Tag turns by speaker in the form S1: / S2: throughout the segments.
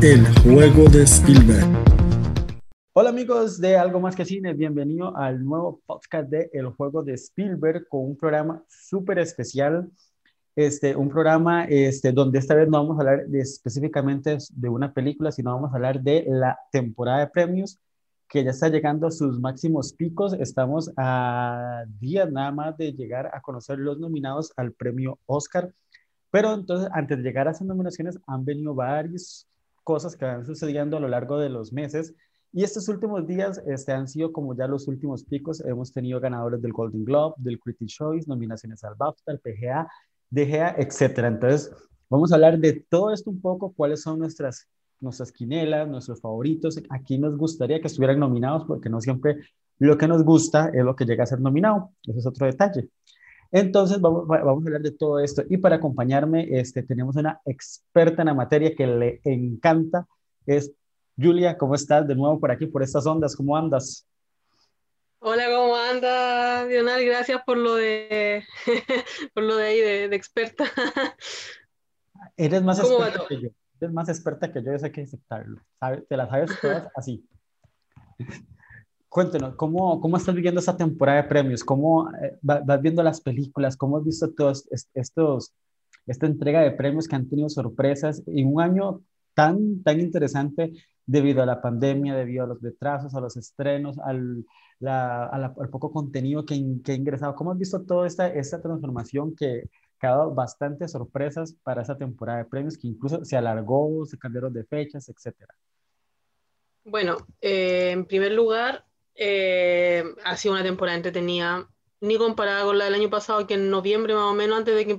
S1: El juego de Spielberg.
S2: Hola amigos de Algo Más que Cine, bienvenido al nuevo podcast de El Juego de Spielberg con un programa súper especial, un programa donde esta vez no vamos a hablar específicamente de una película, sino vamos a hablar de la temporada de premios que ya está llegando a sus máximos picos. Estamos a días nada más de llegar a conocer los nominados al premio Oscar, pero entonces antes de llegar a esas nominaciones han venido varias cosas que van sucediendo a lo largo de los meses. Y estos últimos días han sido como ya los últimos picos. Hemos tenido ganadores del Golden Globe, del Critics' Choice, nominaciones al BAFTA, al PGA, DGA, etcétera. Entonces, vamos a hablar de todo esto un poco, cuáles son nuestras quinelas, nuestros favoritos. Aquí nos gustaría que estuvieran nominados, porque no siempre lo que nos gusta es lo que llega a ser nominado. Ese es otro detalle. Entonces, vamos a hablar de todo esto. Y para acompañarme, tenemos una experta en la materia que le encanta. Es Julia. ¿Cómo estás? De nuevo por aquí, por estas ondas. ¿Cómo andas?
S3: Hola, ¿cómo andas, Dional? Gracias por lo de por lo de ahí de experta.
S2: Eres más
S3: ¿Cómo va
S2: experta
S3: todo?
S2: que yo. Eres más experta que yo, eso hay que aceptarlo. Te las sabes todas así. Cuéntanos, ¿cómo estás viviendo esta temporada de premios? ¿Cómo vas viendo las películas? ¿Cómo has visto todos esta entrega de premios que han tenido sorpresas en un año tan interesante debido a la pandemia, debido a los retrasos, a los estrenos, al poco contenido que ha ingresado? ¿Cómo has visto toda esta transformación que ha dado bastantes sorpresas para esa temporada de premios, que incluso se alargó, se cambiaron de fechas, etcétera?
S3: Bueno, en primer lugar, ha sido una temporada entretenida, ni comparada con la del año pasado, que en noviembre más o menos,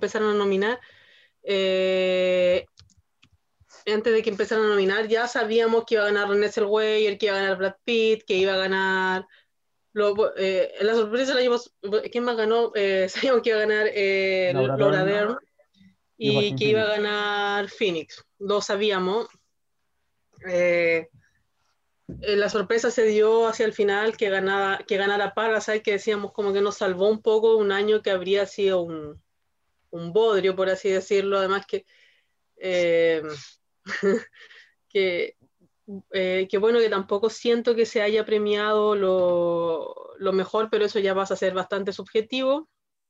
S3: eh, antes de que empezaran a nominar, ya sabíamos que iba a ganar René Zellweger, que iba a ganar Brad Pitt, que iba a ganar... la sorpresa del año pasado, ¿quién más ganó? Sabíamos que iba a ganar
S2: Laura
S3: Laura
S2: Dern
S3: Dern
S2: y
S3: y
S2: Joaquín
S3: que iba a
S2: Phoenix.
S3: ganar Phoenix. Lo sabíamos. Eh, la sorpresa se dio hacia el final que ganara Parasite, que decíamos como que nos salvó un poco un año que habría sido un bodrio, por así decirlo. Además eh, que, que bueno, que tampoco siento que se haya premiado lo mejor, pero eso ya pasa a ser bastante subjetivo.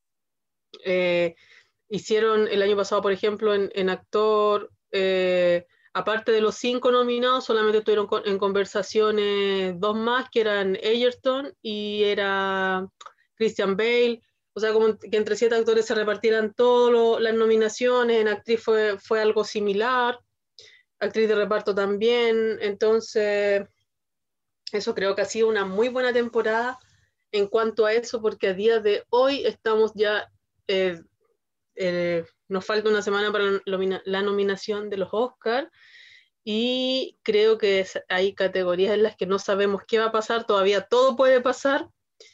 S3: Eh, Hicieron el año pasado, por ejemplo, en actor, aparte de los 5 nominados, solamente estuvieron en conversaciones dos más, que eran Egerton y era Christian Bale. O sea, como que entre 7 actores se repartieran todas las nominaciones. En actriz fue algo similar, actriz de reparto también. Entonces, eso creo que ha sido una muy buena temporada en cuanto a eso, porque a día de hoy estamos ya... Eh, nos falta una semana para la nominación de los Oscars y creo que hay categorías en las que no sabemos qué va a pasar, todavía todo puede pasar,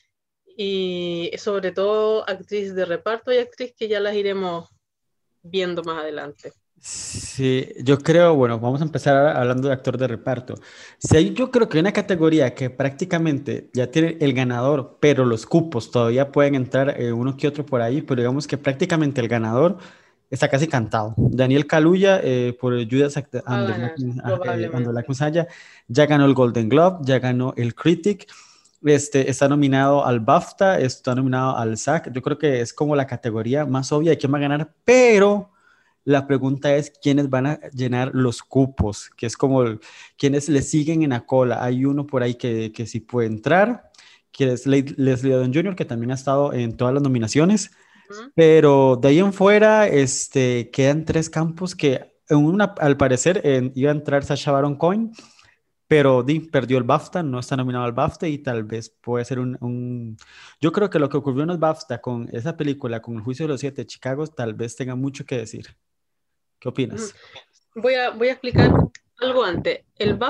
S3: y sobre todo actriz de reparto y actriz que ya las iremos viendo más adelante.
S2: Sí, yo creo, bueno, vamos a empezar hablando de actor de reparto. Yo creo que hay una categoría que prácticamente ya tiene el ganador, pero los cupos todavía pueden entrar uno que otro por ahí, pero digamos que prácticamente el ganador está casi cantado. Daniel Kaluuya por Judas
S3: Va a ganar,
S2: and the Black
S3: probablemente.
S2: Messiah ya ganó el Golden Globe, ya ganó el Critic. Está nominado al BAFTA, está nominado al SAG. Yo creo que es como la categoría más obvia de quién va a ganar, pero la pregunta es quiénes van a llenar los cupos, que es como quienes le siguen en la cola. Hay uno por ahí que sí puede entrar, que es Leslie Odom Jr., que también ha estado en todas las nominaciones,
S3: ¿Mm?
S2: pero de ahí en fuera quedan tres campos que al parecer iba a entrar Sacha Baron Cohen, pero perdió el BAFTA, no está nominado al BAFTA y tal vez puede ser Yo creo que lo que ocurrió en el BAFTA con esa película, con El Juicio de los Siete de Chicago, tal vez tenga mucho que decir. ¿Qué opinas?
S3: Voy a explicar algo antes.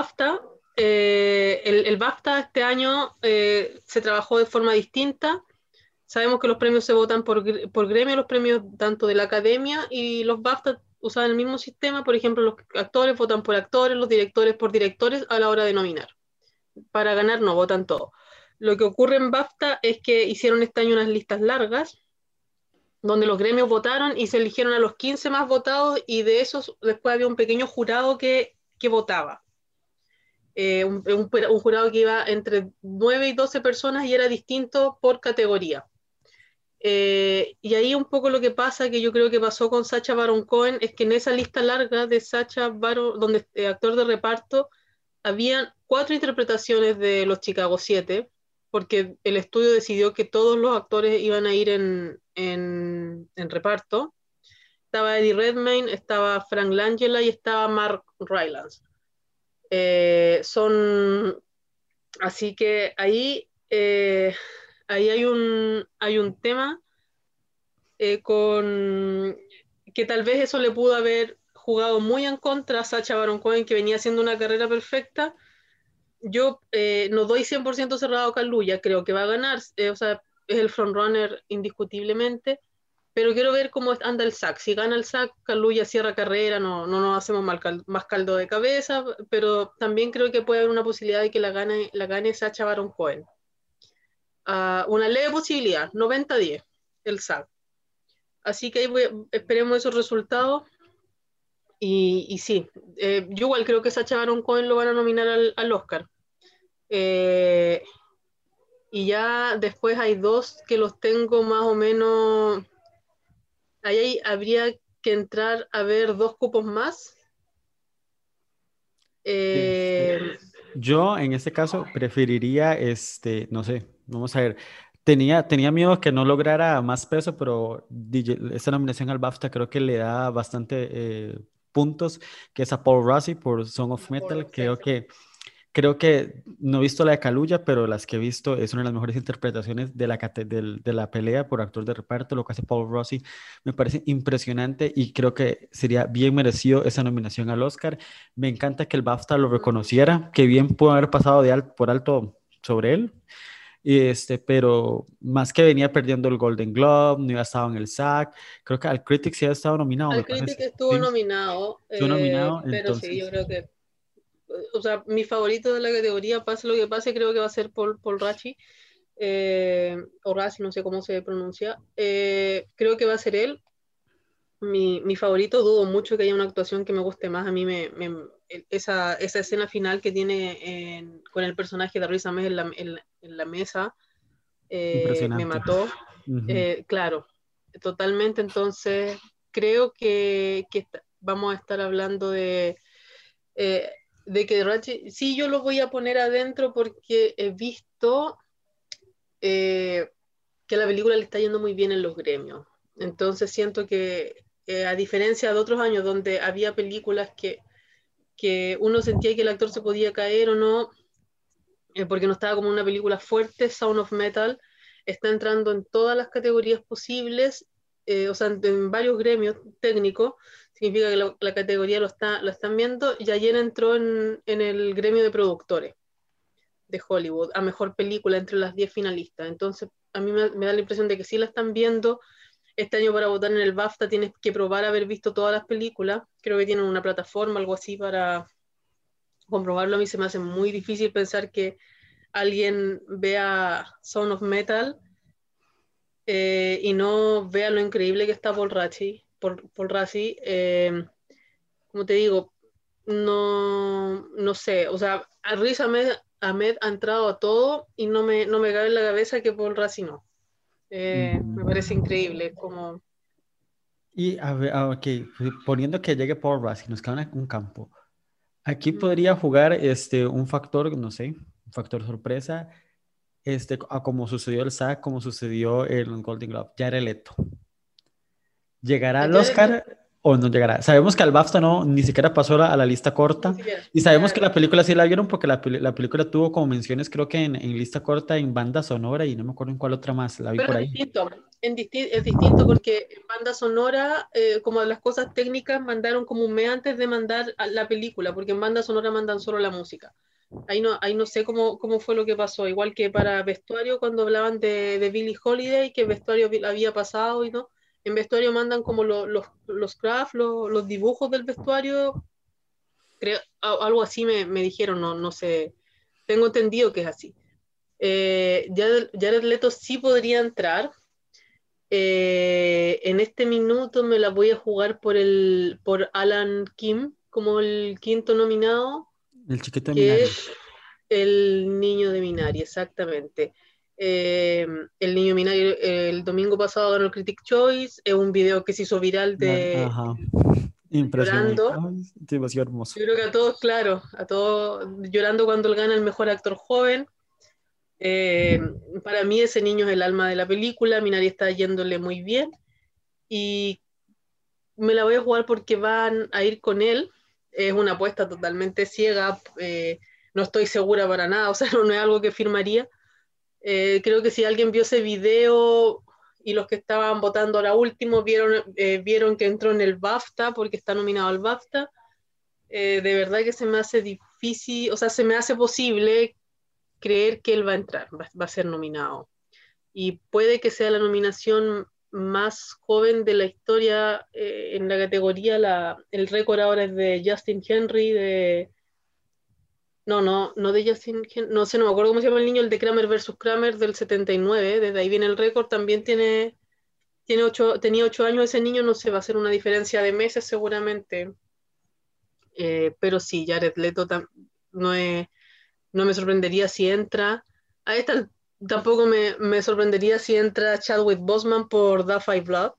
S3: El BAFTA este año se trabajó de forma distinta. Sabemos que los premios se votan por gremio, los premios tanto de la academia, y los BAFTA usaban el mismo sistema. Por ejemplo, los actores votan por actores, los directores por directores a la hora de nominar. Para ganar no votan todos. Lo que ocurre en BAFTA es que hicieron este año unas listas largas donde los gremios votaron y se eligieron a los 15 más votados, y de esos después había un pequeño jurado que que votaba. Un jurado que iba entre 9 y 12 personas y era distinto por categoría. Y ahí un poco lo que pasa, que yo creo que pasó con Sacha Baron Cohen, es que en esa lista larga de Sacha Baron, donde actor de reparto, habían 4 interpretaciones de los Chicago 7, porque el estudio decidió que todos los actores iban a ir en reparto. Estaba Eddie Redmayne, estaba Frank Langella y estaba Mark Rylance. Así que ahí hay un tema con que tal vez eso le pudo haber jugado muy en contra a Sacha Baron Cohen, que venía haciendo una carrera perfecta. Yo no doy 100% cerrado a Kaluuya, creo que va a ganar, o sea, es el frontrunner indiscutiblemente, pero quiero ver cómo anda el SAG. Si gana el SAG, Kaluuya cierra carrera, no nos hacemos más caldo de cabeza, pero también creo que puede haber una posibilidad de que la gane Sacha Baron Cohen. Una leve posibilidad, 90-10, el SAG. Así que ahí esperemos esos resultados. Y sí, yo igual creo que Sacha Baron Cohen lo van a nominar al Oscar. Y ya después hay 2 que los tengo más o menos. Ahí habría que entrar a ver 2 cupos más.
S2: Yo en este caso preferiría, no sé, vamos a ver. Tenía miedo que no lograra más peso, pero esta nominación al BAFTA creo que le da bastante puntos, que es a Paul Raci por Song of Metal. Creo que no he visto la de Kaluuya, pero las que he visto es una de las mejores interpretaciones de la pelea por actor de reparto. Lo que hace Paul Rossi me parece impresionante y creo que sería bien merecido esa nominación al Oscar. Me encanta que el BAFTA lo reconociera, que bien pudo haber pasado por alto sobre él. Pero más que venía perdiendo el Golden Globe, no había estado en el SAG. Creo que al Critics sí ha estado nominado, me
S3: Al Critic
S2: parece.
S3: estuvo
S2: Sí,
S3: nominado,
S2: estuvo nominado,
S3: pero sí,
S2: entonces.
S3: yo creo que, o sea, mi favorito de la categoría, pase lo que pase, creo que va a ser Paul Raci, o Raci, no sé cómo se pronuncia. Creo que va a ser él. Mi favorito, dudo mucho que haya una actuación que me guste más. A mí esa escena final que tiene con el personaje de Riz Ahmed en la mesa, me
S2: Impresionante.
S3: mató.
S2: Ujú.
S3: Claro, totalmente. Entonces, creo que vamos a estar hablando de que Ratchet, sí, yo lo voy a poner adentro porque he visto que la película le está yendo muy bien en los gremios. Entonces, siento que, a diferencia de otros años donde había películas que uno sentía que el actor se podía caer o no, porque no estaba como una película fuerte, Sound of Metal está entrando en todas las categorías posibles, o sea, en varios gremios técnicos, significa que la categoría lo están viendo, y ayer entró en el gremio de productores de Hollywood, a mejor película entre las 10 finalistas. Entonces, a mí me da la impresión de que sí la están viendo. Este año para votar en el BAFTA tienes que probar haber visto todas las películas, creo que tienen una plataforma, algo así para comprobarlo. A mí se me hace muy difícil pensar que alguien vea Sound of Metal y no vea lo increíble que está Paul Raci. Como te digo, no sé, o sea, a Riz Ahmed ha entrado a todo y no me cabe en la cabeza que Paul Raci no. Me parece increíble, como...
S2: Y a ver, ok, poniendo que llegue Paul Rudd y nos queda un campo, aquí podría jugar un factor, no sé, un factor sorpresa, a como sucedió el SAG, como sucedió el Golden Globe, Jared Leto. ¿Llegará al
S3: Jared Leto,
S2: Oscar o no llegará? Sabemos que al BAFTA no, ni siquiera pasó a la lista
S3: ni
S2: corta.
S3: siquiera,
S2: Y sabemos que
S3: claro.
S2: la película sí la vieron porque la película tuvo como menciones, creo que en lista corta, en banda sonora y no me acuerdo en cuál otra más, la vi
S3: Pero
S2: por
S3: es
S2: ahí.
S3: distinto, es distinto porque en banda sonora, como las cosas técnicas, mandaron como un mes antes de mandar a la película, porque en banda sonora mandan solo la música. Ahí no sé cómo fue lo que pasó, igual que para vestuario, cuando hablaban de Billie Holiday, que vestuario había pasado y no. En vestuario mandan como los crafts, los dibujos del vestuario, creo, algo así me dijeron, no sé, tengo entendido que es así. Jared Leto sí podría entrar. En este minuto me la voy a jugar por Alan Kim, como el quinto nominado,
S2: El chiquito de
S3: que
S2: Minari.
S3: es El niño de Minari, exactamente. El niño Minari el domingo pasado ganó el Critic Choice, es un video que se hizo viral de
S2: Ajá. Impresionante.
S3: llorando.
S2: Ay, demasiado hermoso.
S3: Yo creo que a todos, claro, a todos llorando cuando él gana el mejor actor joven. Eh, para mí ese niño es el alma de la película, Minari está yéndole muy bien y me la voy a jugar porque van a ir con él. Es una apuesta totalmente ciega, no estoy segura para nada, o sea, no es algo que firmaría. Creo que si alguien vio ese video y los que estaban votando ahora último vieron que entró en el BAFTA porque está nominado al BAFTA. De verdad que se me hace difícil, o sea, se me hace posible creer que él va a entrar, va a ser nominado. Y puede que sea la nominación más joven de la historia en la categoría. El récord ahora es de Justin Henry, no de Justin Henry, no sé, no me acuerdo cómo se llama el niño, el de Kramer versus Kramer del 79, desde ahí viene el récord, también tenía 8 años ese niño, no sé, va a ser una diferencia de meses seguramente. Pero sí, Jared Leto no, no me sorprendería si entra. A esta tampoco me sorprendería si entra Chadwick Boseman por Da Five Blood.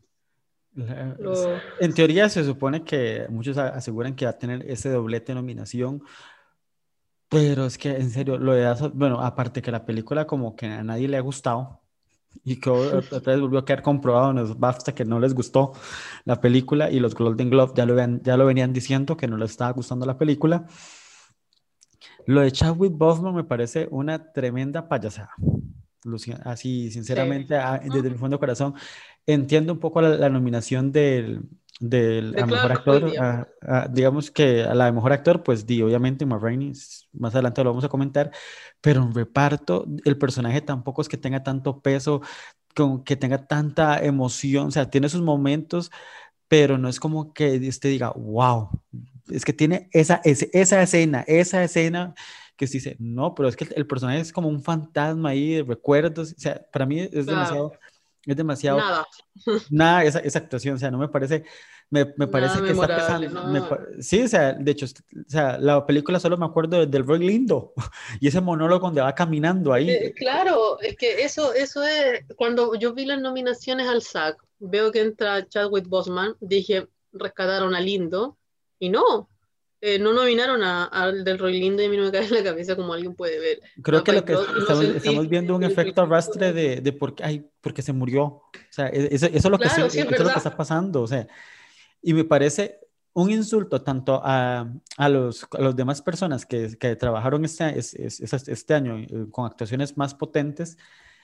S2: En teoría se supone que muchos aseguran que va a tener ese doblete de nominación, pero es que en serio, bueno, aparte que la película como que a nadie le ha gustado y que otra vez volvió a quedar comprobado en los BAFTA que no les gustó la película y los Golden Globe ya lo venían diciendo que no les estaba gustando la película. Lo de Chadwick Boseman me parece una tremenda payasada. Así, sinceramente,
S3: Sí.
S2: desde mi fondo de corazón, entiendo un poco la nominación del
S3: De
S2: a mejor
S3: Clark hoy
S2: actor.
S3: día.
S2: Digamos que a la de mejor actor, pues obviamente Ma Rainey, más adelante lo vamos a comentar, pero en reparto, el personaje tampoco es que tenga tanto peso, que tenga tanta emoción, o sea, tiene sus momentos, pero no es como que usted diga, wow, es que tiene esa escena que usted dice, no, pero es que el personaje es como un fantasma ahí de recuerdos, o sea, para mí
S3: Claro,
S2: es demasiado,
S3: nada,
S2: nada, esa actuación, o sea, no me parece, me
S3: nada
S2: parece que está
S3: memorable,
S2: pesando,
S3: no.
S2: sí, o sea, de hecho, o sea, la película solo me acuerdo del Roy Lindo y ese monólogo donde va caminando ahí.
S3: Claro, es que eso es, cuando yo vi las nominaciones al SAG, veo que entra Chadwick Boseman, dije, rescataron a Lindo, y no, no nominaron al del Roy Lindo y a mí no me cae en la cabeza como alguien puede ver.
S2: Creo
S3: Da
S2: que
S3: Five
S2: lo que
S3: Blood, y no
S2: estamos
S3: sentí
S2: viendo un
S3: el
S2: efecto arrastre
S3: ritmo.
S2: de porque se murió. O sea, eso es lo que
S3: Claro, sí
S2: eso
S3: es
S2: es lo que
S3: verdad.
S2: está pasando. O sea, y me parece un insulto tanto a los demás personas que trabajaron este año con actuaciones más potentes.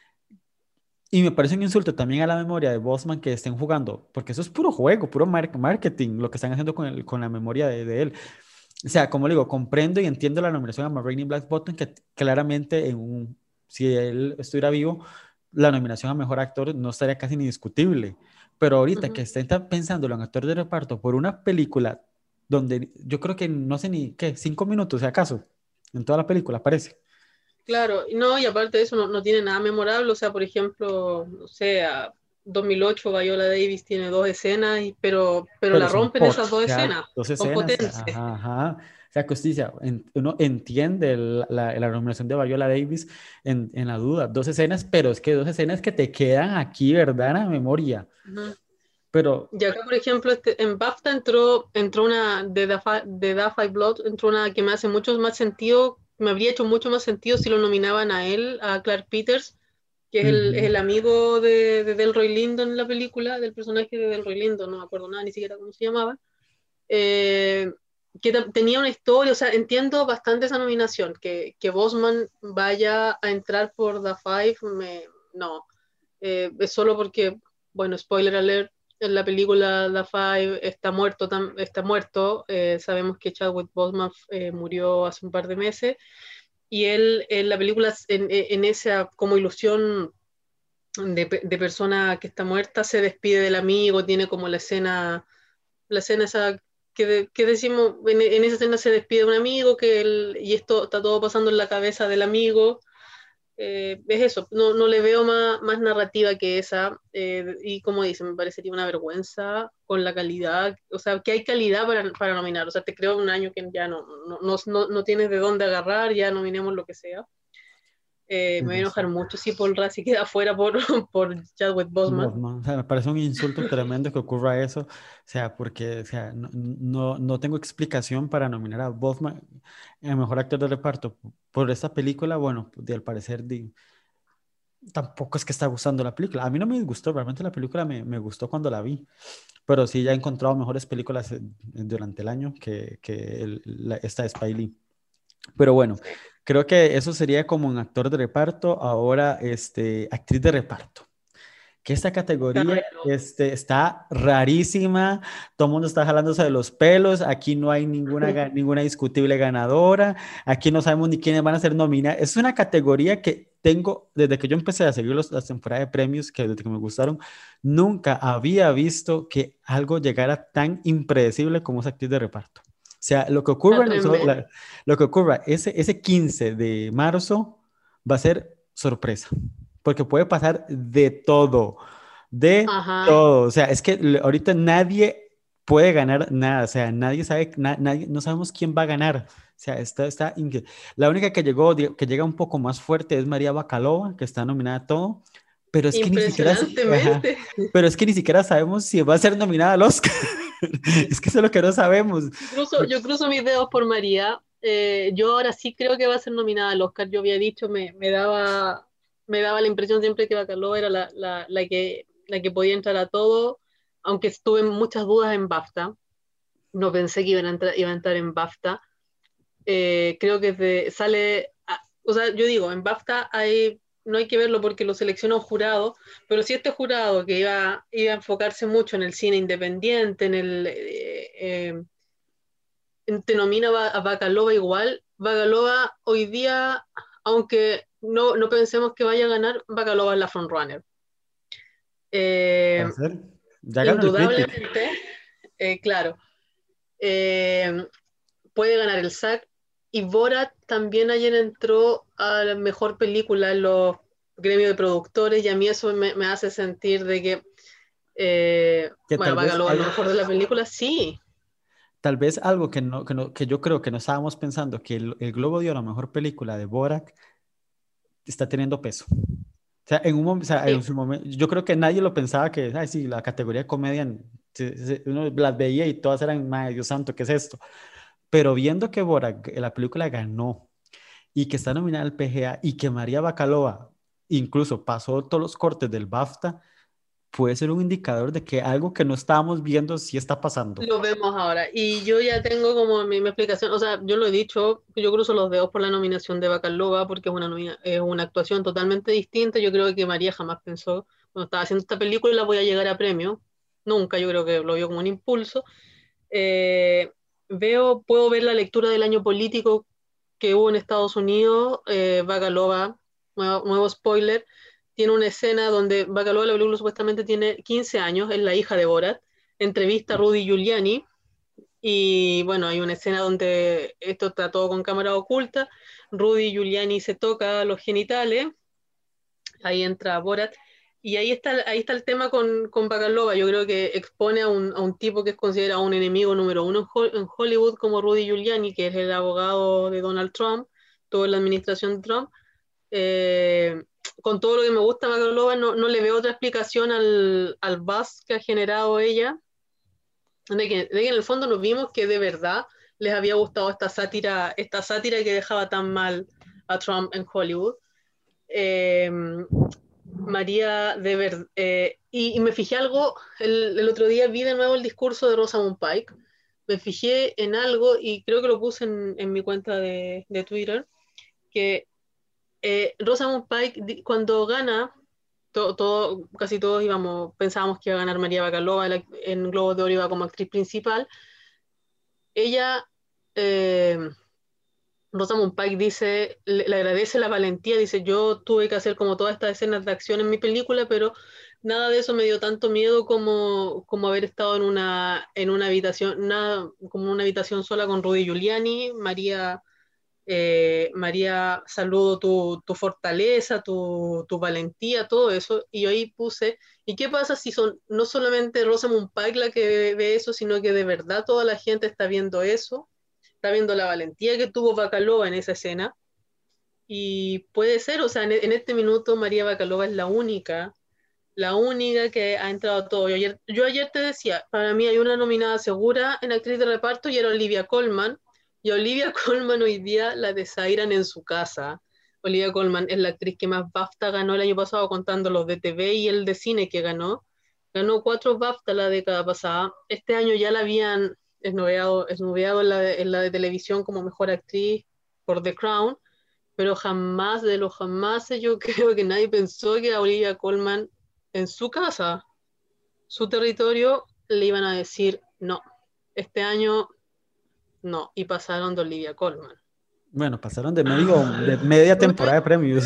S2: Y me parece un insulto también a la memoria de Bosman que estén jugando, porque eso es puro juego, puro marketing, lo que están haciendo con la memoria de él. O sea, como le digo, comprendo y entiendo la nominación a Ma Rainey Black Bottom, que claramente si él estuviera vivo, la nominación a mejor actor no estaría casi ni discutible. Pero ahorita que
S3: Ujú.
S2: estén pensándolo en actor de reparto por una película donde yo creo que no sé ni qué, 5 minutos, si acaso, en toda la película, parece.
S3: Claro, no, y aparte de eso no tiene nada memorable, o sea, por ejemplo, no sé, 2008 Viola Davis tiene dos escenas, pero
S2: Pero
S3: la
S2: son
S3: rompen esas dos
S2: ya
S3: escenas,
S2: dos
S3: son
S2: escenas,
S3: potentes.
S2: ajá, ajá. O sea, Justicia, uno entiende la nominación de Viola Davis en la duda, dos escenas, pero es que dos escenas que te quedan aquí, ¿verdad? En la memoria.
S3: Ujú.
S2: Pero,
S3: Y acá, por ejemplo, en BAFTA entró una de Da Five Blood, entró una que me hace mucho más sentido, me habría hecho mucho más sentido si lo nominaban a él, a Clark Peters, que es
S2: ujú,
S3: el amigo de Delroy Lindo en la película, del personaje de Delroy Lindo, no me acuerdo nada, ni siquiera cómo se llamaba. Eh, que tenía una historia, o sea, entiendo bastante esa nominación, que Bosman vaya a entrar por The Five, no, es solo porque, bueno, spoiler alert, en la película The Five está muerto, sabemos que Chadwick Boseman murió hace un par de meses, y él en la película, en esa como ilusión de persona que está muerta, se despide del amigo, tiene como la escena esa que decimos, en esa escena se despide un amigo y esto está todo pasando en la cabeza del amigo. es eso, no le veo más narrativa que esa, y como dicen, me parecería una vergüenza con la calidad, o sea, que hay calidad para nominar, o sea, te creo un año que ya no tienes de dónde agarrar, ya nominemos lo que sea. Me voy a enojar mucho si Paul Rassi queda fuera por Chadwick Boseman.
S2: O sea, me parece un insulto tremendo que ocurra eso, o sea, porque, o sea, no tengo explicación para nominar a Boseman el mejor actor de reparto por esta película. Bueno, al parecer tampoco es que está gustando la película. A mí no me disgustó, realmente la película me gustó cuando la vi, pero sí ya he encontrado mejores películas durante el año que esta de Spike Lee. Pero bueno,
S3: Sí.
S2: creo que eso sería como un actor de reparto. Ahora, actriz de reparto. Que esta categoría está rarísima, todo el mundo está jalándose de los pelos, aquí no hay ninguna discutible ganadora, aquí no sabemos ni quiénes van a ser nominados. Es una categoría que tengo, desde que yo empecé a seguir las temporadas de premios, que desde que me gustaron, nunca había visto que algo llegara tan impredecible como esa actriz de reparto. O sea, lo que ocurra ese 15 de marzo va a ser sorpresa, porque puede pasar de
S3: Ajá.
S2: todo. O sea, es que ahorita nadie puede ganar nada, o sea, nadie sabe, nadie, no sabemos quién va a ganar. O sea, la única que llega un poco más fuerte es María Bakalova, que está nominada a todo, pero es que ni siquiera, ajá,
S3: Impresionantemente.
S2: pero es que ni siquiera sabemos si va a ser nominada al Oscar. Es que eso es lo que no sabemos.
S3: Yo cruzo mis dedos por María. Yo ahora sí creo que va a ser nominada al Oscar. Yo había dicho, me daba la impresión siempre que Bacalao era la que podía entrar a todo, aunque tuve muchas dudas en BAFTA. No pensé que iba a entrar en BAFTA. Creo que o sea, yo digo, en BAFTA no hay que verlo porque lo selecciona un jurado, pero si este jurado que iba a enfocarse mucho en el cine independiente, te nomina a Bacalova igual. Bacalova hoy día, aunque no pensemos que vaya a ganar, Bacalova es la frontrunner.
S2: Puede ser. Ya ganó el Critic.
S3: Indudablemente, claro, eh, puede ganar el SAG. Y Borat también ayer entró a la mejor película en los gremios de productores, y a mí eso me hace sentir de que,
S2: Que
S3: bueno,
S2: tal vez
S3: Bacalova es lo mejor de la película, sí.
S2: Tal vez algo que yo creo que no estábamos pensando, que el Globo de Oro a mejor película de Borat está teniendo peso. O sea, o sea,
S3: Sí.
S2: en su momento, yo creo que nadie lo pensaba que, ay, sí, la categoría de comedia, uno las veía y todas eran, madre Dios santo, ¿qué es esto? Pero viendo que Borat, la película ganó y que está nominada al PGA y que María Bakalova incluso pasó todos los cortes del BAFTA, puede ser un indicador de que algo que no estábamos viendo sí está pasando.
S3: Lo vemos ahora. Y yo ya tengo como mi explicación, o sea, yo lo he dicho, yo cruzo los dedos por la nominación de Bacalova porque es una actuación totalmente distinta. Yo creo que María jamás pensó, cuando estaba haciendo esta película, voy a llegar a premio. Nunca, yo creo que lo vio como un impulso. Eh, puedo ver la lectura del año político que hubo en Estados Unidos. Bacalova, nuevo spoiler, tiene una escena donde Bacalova, la película, supuestamente tiene 15 años, es la hija de Borat, entrevista a Rudy Giuliani, y bueno, hay una escena donde esto está todo con cámara oculta, Rudy Giuliani se toca los genitales, ahí entra Borat, y ahí está el tema con Bacalova. Yo creo que expone a un tipo que es considerado un enemigo número uno en Hollywood, como Rudy Giuliani, que es el abogado de Donald Trump, toda la administración de Trump. Eh, con todo lo que me gusta Bacalova, no le veo otra explicación al buzz que ha generado ella, de que en el fondo nos vimos que de verdad les había gustado esta sátira que dejaba tan mal a Trump en Hollywood. Eh, María, y me fijé algo, el otro día vi de nuevo el discurso de Rosamund Pike, me fijé en algo y creo que lo puse en mi cuenta de Twitter, que Rosamund Pike, cuando gana, casi todos pensábamos que iba a ganar María Bakalova en Globo de Oro, iba como actriz principal. Ella, eh, Rosamund Pike le agradece la valentía, dice, yo tuve que hacer como todas estas escenas de acción en mi película, pero nada de eso me dio tanto miedo como haber estado en una habitación, nada, como una habitación sola con Rudy Giuliani. María María, saludo tu fortaleza, tu valentía, todo eso, y yo ahí puse, ¿y qué pasa si son no solamente Rosamund Pike la que ve eso, sino que de verdad toda la gente está viendo eso, está viendo la valentía que tuvo Bacalova en esa escena? Y puede ser, o sea, en este minuto María Bacalova es la única que ha entrado a todo. Yo ayer te decía, para mí hay una nominada segura en actriz de reparto y era Olivia Colman. Y Olivia Colman hoy día la desairan en su casa. Olivia Colman es la actriz que más BAFTA ganó el año pasado, contando los de TV y el de cine que ganó. Ganó 4 BAFTA la década pasada. Este año ya la habían esnoveado en la de televisión como mejor actriz por The Crown, pero jamás de los jamases yo creo que nadie pensó que a Olivia Colman en su casa, su territorio, le iban a decir no, este año no, y pasaron de Olivia Colman.
S2: Bueno, pasaron de media temporada de premios.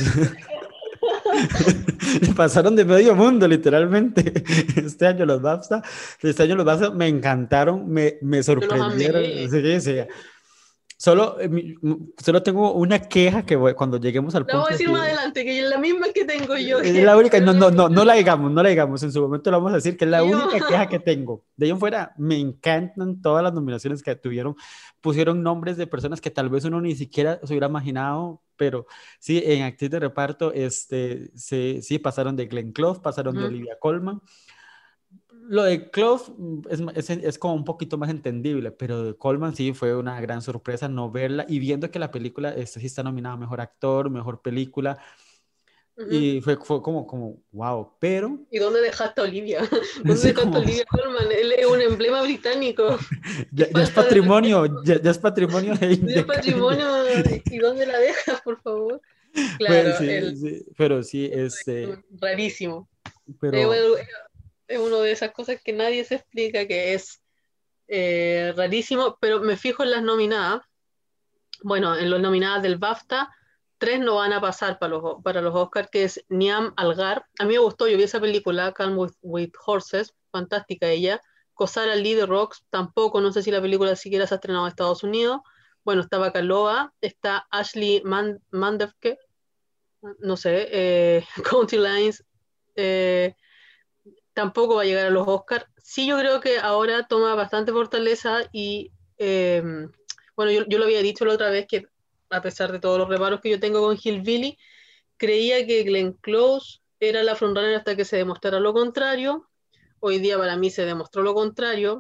S2: Pasaron de medio mundo, literalmente. Este año los BAFTA me encantaron, me sorprendieron. Sí, sí. Solo tengo una queja que cuando lleguemos al
S3: la voy
S2: punto.
S3: a decir más adelante, que es la misma que tengo yo.
S2: Es la única, no la digamos, en su momento la vamos a decir, que es la única queja que tengo. De ahí en fuera, me encantan todas las nominaciones que tuvieron, pusieron nombres de personas que tal vez uno ni siquiera se hubiera imaginado, pero sí, en actriz de reparto, sí, pasaron de Glenn Close, pasaron de Olivia Colman. Lo de Close es como un poquito más entendible, pero de Colman sí fue una gran sorpresa no verla y viendo que la película sí está nominada a Mejor Actor, Mejor Película, y fue como, wow, pero...
S3: ¿Y dónde dejaste a Olivia? ¿Dónde dejaste a Olivia Colman? Él es un emblema británico.
S2: ya es patrimonio, ya es patrimonio
S3: de ya es patrimonio, ¿y dónde la dejas, por favor? Claro,
S2: pues, sí, pero sí,
S3: rarísimo.
S2: Pero...
S3: es una de esas cosas que nadie se explica, que es rarísimo, pero me fijo en las nominadas. Bueno, en las nominadas del BAFTA, 3 no van a pasar para los Oscars, que es Niam Algar. A mí me gustó, yo vi esa película, Calm with Horses, fantástica ella. Kosara Lee de Rocks, tampoco, no sé si la película siquiera se ha estrenado en Estados Unidos. Bueno, está Bacalova, está Ashley Mandevke, no sé, County Lines, tampoco va a llegar a los Oscars. Sí, yo creo que ahora toma bastante fortaleza y, bueno, yo lo había dicho la otra vez que a pesar de todos los reparos que yo tengo con Hillbilly, creía que Glenn Close era la frontrunner hasta que se demostrara lo contrario. Hoy día para mí se demostró lo contrario.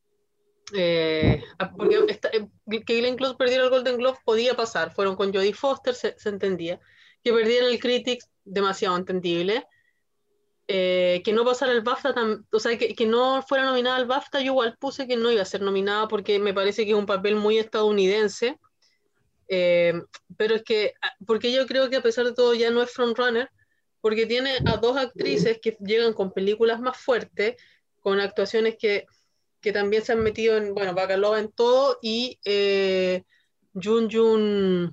S3: Porque que Glenn Close perdiera el Golden Globe podía pasar, fueron con Jodie Foster, se entendía. Que perdieran el Critics, demasiado entendible. Que no pasara el BAFTA, o sea, que no fuera nominada al BAFTA, yo igual puse que no iba a ser nominada porque me parece que es un papel muy estadounidense, pero es que, porque yo creo que a pesar de todo ya no es frontrunner, porque tiene a 2 actrices que llegan con películas más fuertes, con actuaciones que también se han metido en, bueno, Bacalova en todo, y Jun Jung,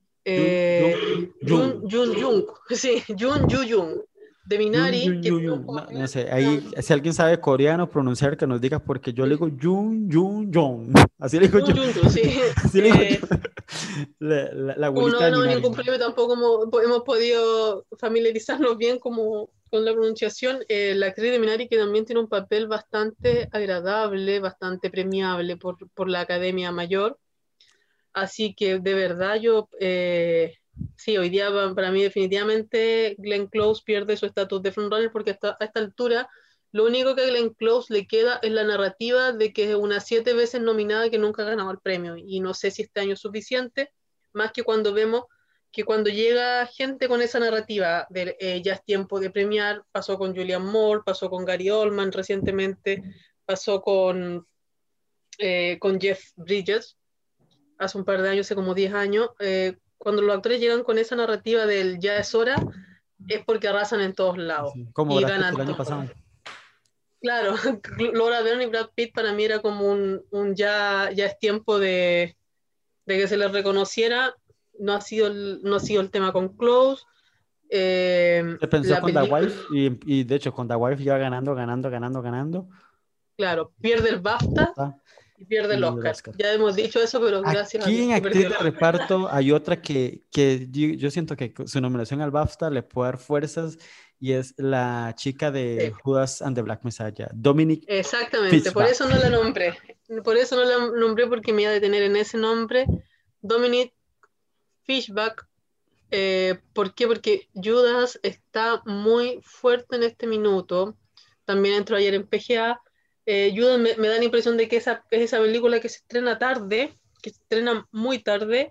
S3: sí, Jun Yu Jung, de Minari.
S2: No sé, ahí si alguien sabe coreano pronunciar que nos diga, porque yo le digo Jung, así le digo yo.
S3: Sí.
S2: Así le digo yo. La abuelita
S3: no,
S2: de
S3: ningún premio tampoco hemos podido familiarizarnos bien como con la pronunciación. La actriz de Minari, que también tiene un papel bastante agradable, bastante premiable por la Academia Mayor. Así que de verdad yo, sí, hoy día para mí definitivamente Glenn Close pierde su estatus de frontrunner porque a esta altura lo único que a Glenn Close le queda es la narrativa de que es una 7 veces nominada que nunca ha ganado el premio, y no sé si este año es suficiente, más que cuando vemos que cuando llega gente con esa narrativa de ya es tiempo de premiar, pasó con Julianne Moore, pasó con Gary Oldman recientemente, pasó con Jeff Bridges hace un par de años, hace como 10 años, cuando los actores llegan con esa narrativa del ya es hora, es porque arrasan en todos lados.
S2: Sí, como
S3: y
S2: Brad Pitt
S3: ganan
S2: el año
S3: todo.
S2: pasado.
S3: Claro, Laura Dern y Brad Pitt para mí era como un ya es tiempo de que se les reconociera. No ha sido el tema con Close.
S2: Se pensó con The Wife y de hecho con The Wife iba ganando.
S3: Claro, pierde el BAFTA. y pierde el
S2: y el
S3: Oscar.
S2: Oscar.
S3: Ya hemos dicho eso, pero gracias a
S2: Aquí
S3: Dios
S2: en
S3: que
S2: actriz
S3: perdió el
S2: de
S3: Oscar.
S2: reparto hay otra que yo siento que su nominación al BAFTA le puede dar fuerzas y es la chica de
S3: Sí,
S2: Judas and the Black Messiah, Dominic
S3: exactamente, por
S2: Fishback.
S3: eso no la nombré. Por eso no la nombré porque me iba a detener en ese nombre. Dominic Fishback. ¿Por qué? Porque Judas está muy fuerte en este minuto. También entró ayer en PGA. Judas me da la impresión de que es esa película que se estrena tarde, que se estrena muy tarde,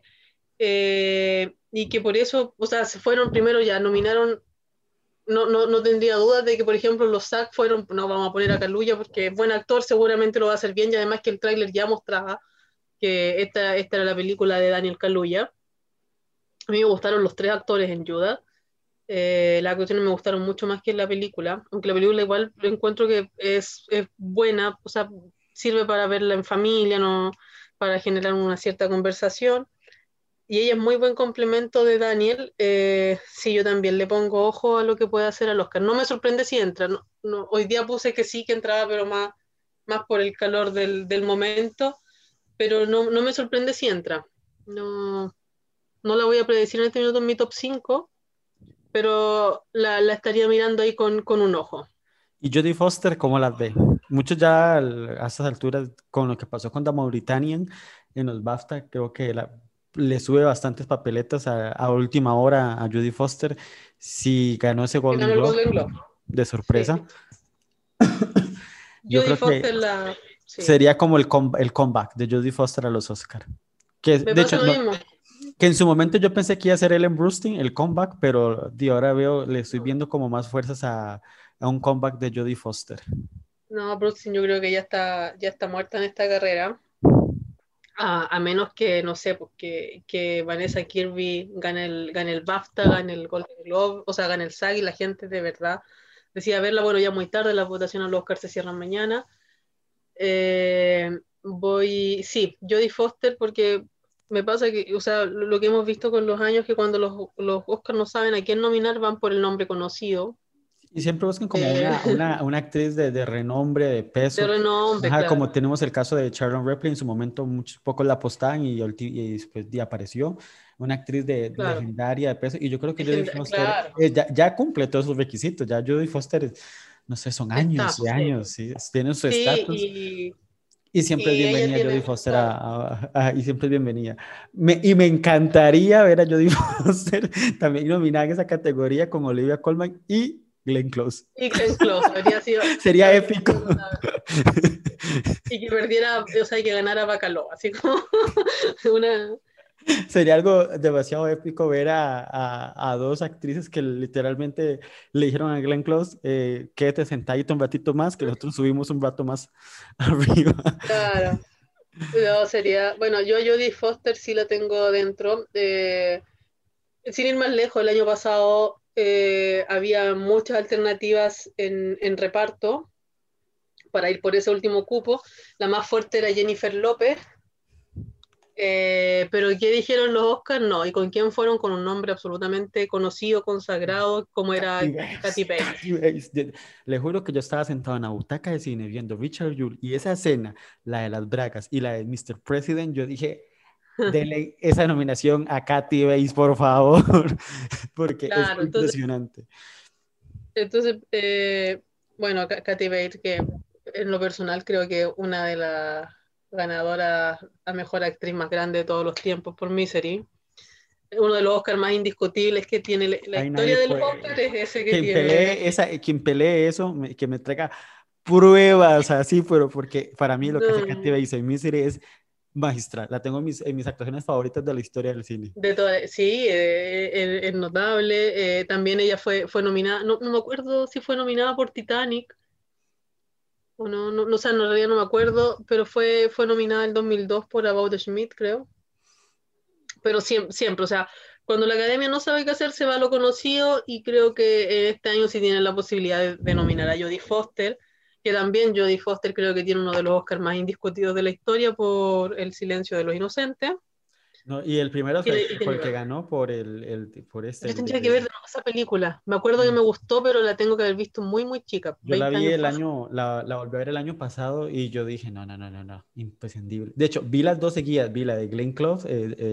S3: y que por eso, o sea, se fueron primero, ya nominaron. No tendría dudas de que, por ejemplo, los SAG fueron, no vamos a poner a Kaluuya porque es buen actor, seguramente lo va a hacer bien, y además que el tráiler ya mostraba que esta era la película de Daniel Kaluuya. A mí me gustaron los tres actores en Judas. Las actuaciones me gustaron mucho más que en la película, aunque la película igual encuentro que es buena, o sea, sirve para verla en familia, ¿no? Para generar una cierta conversación. Y ella es muy buen complemento de Daniel. Sí, yo también le pongo ojo a lo que puede hacer al Oscar. No me sorprende si entra. Hoy día puse que sí, que entraba, pero más por el calor del momento. Pero no me sorprende si entra. No la voy a predecir en este minuto en mi top 5, pero la estaría mirando ahí con un ojo.
S2: ¿Y Jodie Foster cómo las ve? Muchos ya a estas alturas, con lo que pasó con The Mauritanian en los BAFTA, creo que le sube bastantes papeletas a última hora a Jodie Foster. Si ganó ese
S3: Que
S2: Golden
S3: ganó el
S2: Globe
S3: Golden Globe.
S2: de
S3: Sí.
S2: sorpresa, yo
S3: Jodie
S2: creo que
S3: Foster sí.
S2: sería como el comeback de Jodie Foster a los Oscar. Que
S3: Me
S2: de
S3: pasa
S2: hecho,
S3: lo
S2: no,
S3: mismo.
S2: que en su momento yo pensé que iba a ser Ellen Burstyn el comeback, pero ahora le estoy viendo como más fuerzas a un comeback de Jodie Foster.
S3: No, Brooklyn yo creo que ya está muerta en esta carrera. A menos que, no sé, pues que Vanessa Kirby gane el BAFTA, gane el Golden Globe, o sea, gane el SAG y la gente de verdad decida verla. Bueno, ya muy tarde, las votaciones a los Oscars se cierran mañana. Sí, Jodie Foster, porque me pasa que, o sea, lo que hemos visto con los años, que cuando los Oscars no saben a quién nominar, van por el nombre conocido.
S2: Y siempre buscan como
S3: Eh,
S2: una actriz de renombre, de
S3: de
S2: peso.
S3: renombre,
S2: Ajá,
S3: claro.
S2: como tenemos el caso de Sharon Ripley, en su momento muchos pocos la apostaban y después apareció una actriz
S3: Claro,
S2: legendaria de peso. Y yo creo que Jodie Foster
S3: claro,
S2: ya cumple todos esos requisitos. Ya Jodie Foster, no sé, son
S3: está,
S2: años y
S3: sí.
S2: años, ¿sí? Tienen su
S3: Sí,
S2: estatus. Y siempre es
S3: y ella
S2: bienvenida Jodie
S3: tiene,
S2: Foster
S3: claro,
S2: y siempre es bienvenida. Y me encantaría ver a Jodie Foster también nominada en esa categoría con Olivia Colman y Glenn Close.
S3: y Glenn Close,
S2: Sería
S3: habría
S2: épico.
S3: sido y que perdiera, o sea, y que ganara Bacalao, así como una,
S2: Sería algo demasiado épico ver a dos actrices que literalmente le dijeron a Glenn Close, quédate sentadito un ratito más, que nosotros subimos un rato más arriba.
S3: claro, no, sería, bueno, yo a Jodie Foster sí la tengo dentro, sin ir más lejos, el año pasado había muchas alternativas en reparto para ir por ese último cupo, la más fuerte era Jennifer López. Pero ¿qué dijeron los Oscars? No. ¿Y con quién fueron? Con un nombre absolutamente conocido, consagrado, como era
S2: Kathy Bates,
S3: Kathy Bates.
S2: Kathy Bates. Le juro que yo estaba sentado en la butaca de cine viendo Richard Jewell y esa escena, la de las bragas y la de Mr. President, yo dije, denle esa nominación a Kathy Bates, por favor, porque es
S3: Claro,
S2: impresionante.
S3: entonces bueno, Kathy Bates, que en lo personal creo que una de las ganadoras a mejor actriz más grande de todos los tiempos por Misery. Uno de los Oscars más indiscutibles que tiene la
S2: Ahí nadie
S3: historia de los
S2: puede.
S3: Oscars es ese que tiene.
S2: Quien pelee eso, que me traiga pruebas así, pero porque para mí lo que hace Kathy
S3: No,
S2: Bates en Misery es magistral. La tengo en mis actuaciones favoritas de la historia del cine.
S3: sí, es notable. También ella fue nominada, no me acuerdo si fue nominada por Titanic o o sea, en realidad no me acuerdo, pero fue nominada en el 2002 por About the Schmidt, creo. Pero siempre, o sea, cuando la academia no sabe qué hacer, se va a lo conocido y creo que este año sí tienen la posibilidad de nominar a Jodie Foster, que también Jodie Foster creo que tiene uno de los Oscars más indiscutidos de la historia por El silencio de los inocentes.
S2: No, y el primer
S3: Y,
S2: Oscar
S3: y
S2: fue
S3: tiene
S2: el que
S3: que
S2: ganó por por
S3: Yo
S2: el
S3: tendría que ver de nuevo esa película. Me acuerdo que me gustó, pero la tengo que haber visto muy, muy chica,
S2: Yo la
S3: 20
S2: vi
S3: años
S2: el
S3: fácil.
S2: año, la volví a ver el año pasado y yo dije, no, no, no, no, no, imprescindible. De hecho, vi las dos seguidas, vi la de Glenn Close,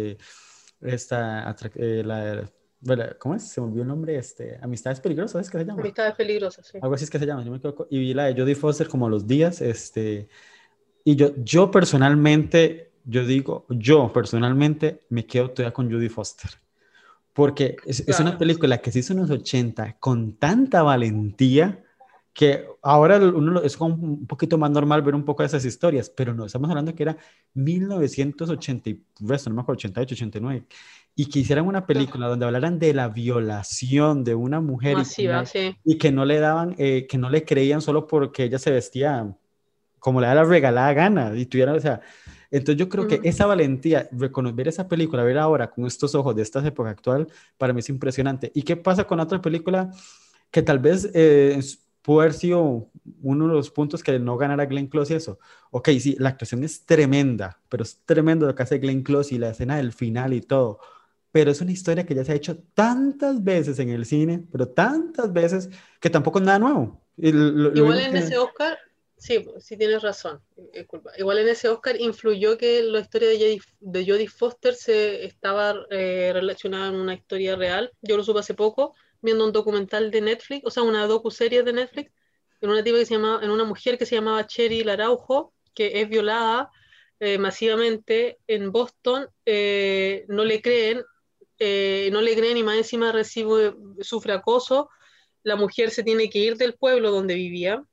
S2: bueno, ¿cómo es? Se me olvidó el nombre, Amistades Peligrosas, ¿es que se llama?
S3: Amistades peligrosas, sí.
S2: Algo así es que se llama, yo me equivoco. Y vi la de Jodie Foster como a los días, y yo personalmente, yo personalmente me quedo todavía con Jodie Foster. Porque es una
S3: Claro.
S2: película que se hizo en los 80 con tanta valentía que ahora es como un poquito más normal ver un poco de esas historias, pero no, estamos hablando que era 1980 y resto, no me acuerdo, 88, 89, y que hicieran una película donde hablaran de la violación de una mujer
S3: Masiva, sí.
S2: y que no le daban, que no le creían solo porque ella se vestía como le da la regalada gana y tuviera, o sea, entonces yo creo que
S3: Ujú.
S2: esa valentía, ver esa película, ver ahora con estos ojos de esta época actual, para mí es impresionante. ¿Y qué pasa con otra película que tal vez pudo haber sido uno de los puntos que no ganara Glenn Close y eso? Ok, sí, la actuación es tremenda, pero es tremendo lo que hace Glenn Close y la escena del final y todo. Pero es una historia que ya se ha hecho tantas veces en el cine, pero tantas veces que tampoco es nada nuevo. Y lo
S3: Igual
S2: mismo
S3: en
S2: que...
S3: ese Oscar, sí, sí tienes razón, disculpa. Igual en ese Oscar influyó que la historia de Jodie Foster se estaba relacionada en una historia real. Yo lo supe hace poco, viendo un documental de Netflix, o sea, una docuserie de Netflix, en una mujer que se llamaba Cheryl Araujo, que es violada masivamente en Boston, no le creen y más encima sufre acoso. La mujer se tiene que ir del pueblo donde vivía.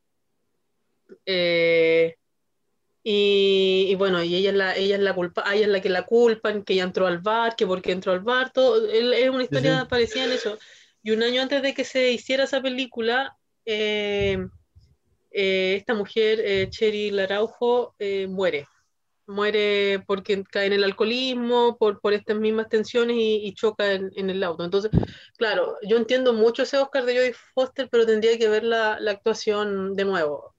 S3: eh, y bueno, y ella es la culpa, a ella es la que la culpan, que ella entró al bar, que porque entró al bar, todo, es una
S2: Sí, sí.
S3: historia parecida en eso. Y un año antes de que se hiciera esa película, esta mujer, Cheryl Araujo, muere porque cae en el alcoholismo, por estas mismas tensiones y choca en el auto. Entonces, claro, yo entiendo mucho ese Oscar de Jodie Foster, pero tendría que ver la actuación de nuevo.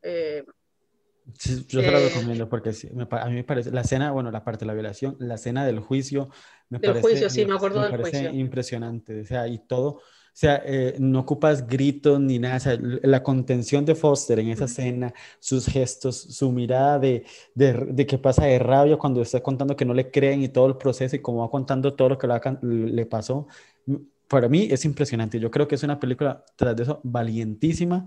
S2: Sí, yo se la
S3: Eh,
S2: recomiendo porque sí, a mí me parece, la escena, bueno, la parte de la violación, la escena del juicio,
S3: del juicio, sí, me acuerdo
S2: me
S3: del
S2: parece
S3: juicio.
S2: impresionante, o sea, y todo, o sea, no ocupas gritos ni nada, o sea, la contención de Foster en esa
S3: Ujú.
S2: escena, sus gestos, su mirada de que pasa de rabia cuando está contando que no le creen y todo el proceso y cómo va contando todo lo que le pasó, para mí es impresionante, yo creo que es una película, tras de eso, valientísima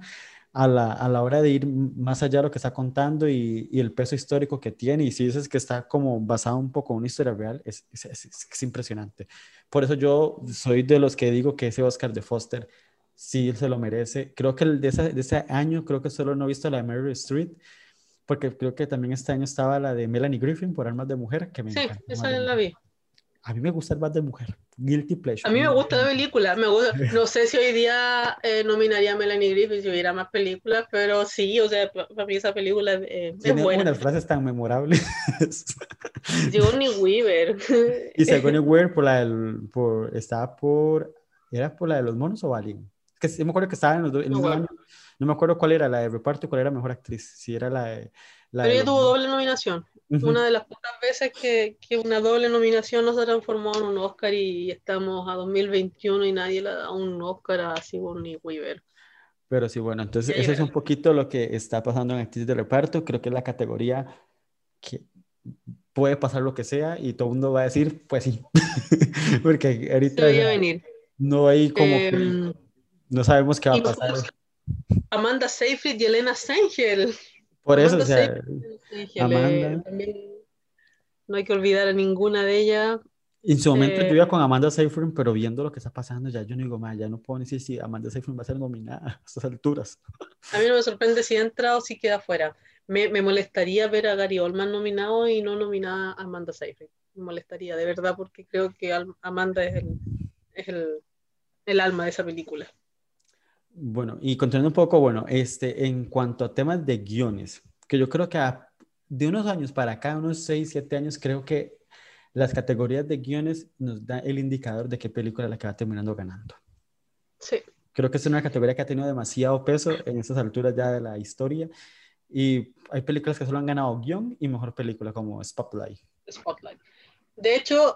S2: a la hora de ir más allá de lo que está contando y el peso histórico que tiene. Y si dices que está como basado un poco en una historia real, es impresionante. Por eso yo soy de los que digo que ese Oscar de Foster sí se lo merece. Creo que el de ese año, creo que solo no he visto la de Meryl Streep, porque creo que también este año estaba la de Melanie Griffin por Armas de Mujer, que me
S3: Sí,
S2: encanta
S3: esa
S2: Armas de
S3: la
S2: Mujer.
S3: vi.
S2: A mí me gusta Armas de Mujer, Guilty
S3: A
S2: Pleasure.
S3: mí me gusta la película, no sé si hoy día nominaría a Melanie Griffith si hubiera más películas, pero sí, o sea, para mí esa película es
S2: Tiene
S3: buena.
S2: unas frases tan memorables.
S3: Sigourney Weaver.
S2: Y Sigourney Weaver estaba ¿era por la de los monos o Alien? Es que sí me acuerdo que estaba en el
S3: No,
S2: mismo
S3: bueno.
S2: año, no me acuerdo cuál era la de reparto, cuál era mejor actriz, si era la
S3: Pero
S2: de
S3: ella
S2: los
S3: tuvo
S2: monos.
S3: doble nominación. Una
S2: Ujú.
S3: de las pocas veces que una doble nominación no se transformó en un Oscar y estamos a 2021 y nadie le ha dado un Oscar a Sigourney Weaver.
S2: Pero sí, bueno, entonces
S3: Ya
S2: eso es
S3: llegará.
S2: un poquito lo que está pasando en actriz de reparto, creo que es la categoría que puede pasar lo que sea y todo el mundo va a decir, pues sí, porque
S3: Se
S2: ahorita o sea,
S3: veía venir.
S2: no hay como que,
S3: Eh,
S2: no sabemos qué va a pasar.
S3: Incluso Amanda Seyfried y Elena Sengel.
S2: Por eso, o
S3: Amanda
S2: sea,
S3: Seyfried y Elena Sengel,
S2: Amanda.
S3: también no hay que olvidar a ninguna de ellas.
S2: En su momento yo
S3: Eh,
S2: iba con Amanda Seyfried, pero viendo lo que está pasando, ya yo no digo más, ya no puedo decir si Amanda Seyfried va a ser nominada a estas alturas.
S3: a mí no me sorprende si entra o si queda fuera. Me molestaría ver a Gary Oldman nominado y no nominada a Amanda Seyfried. Me molestaría, de verdad, porque creo que Amanda es el alma de esa película.
S2: Bueno, y continuando un poco, bueno, en cuanto a temas de guiones, que yo creo que de unos años para acá, unos 6 7 años, creo que las categorías de guiones nos da el indicador de qué película es la que va terminando ganando.
S3: Sí,
S2: Creo que es una categoría que ha tenido demasiado peso en estas alturas ya de la historia y hay películas que solo han ganado guión y mejor película como Spotlight.
S3: Spotlight. De hecho,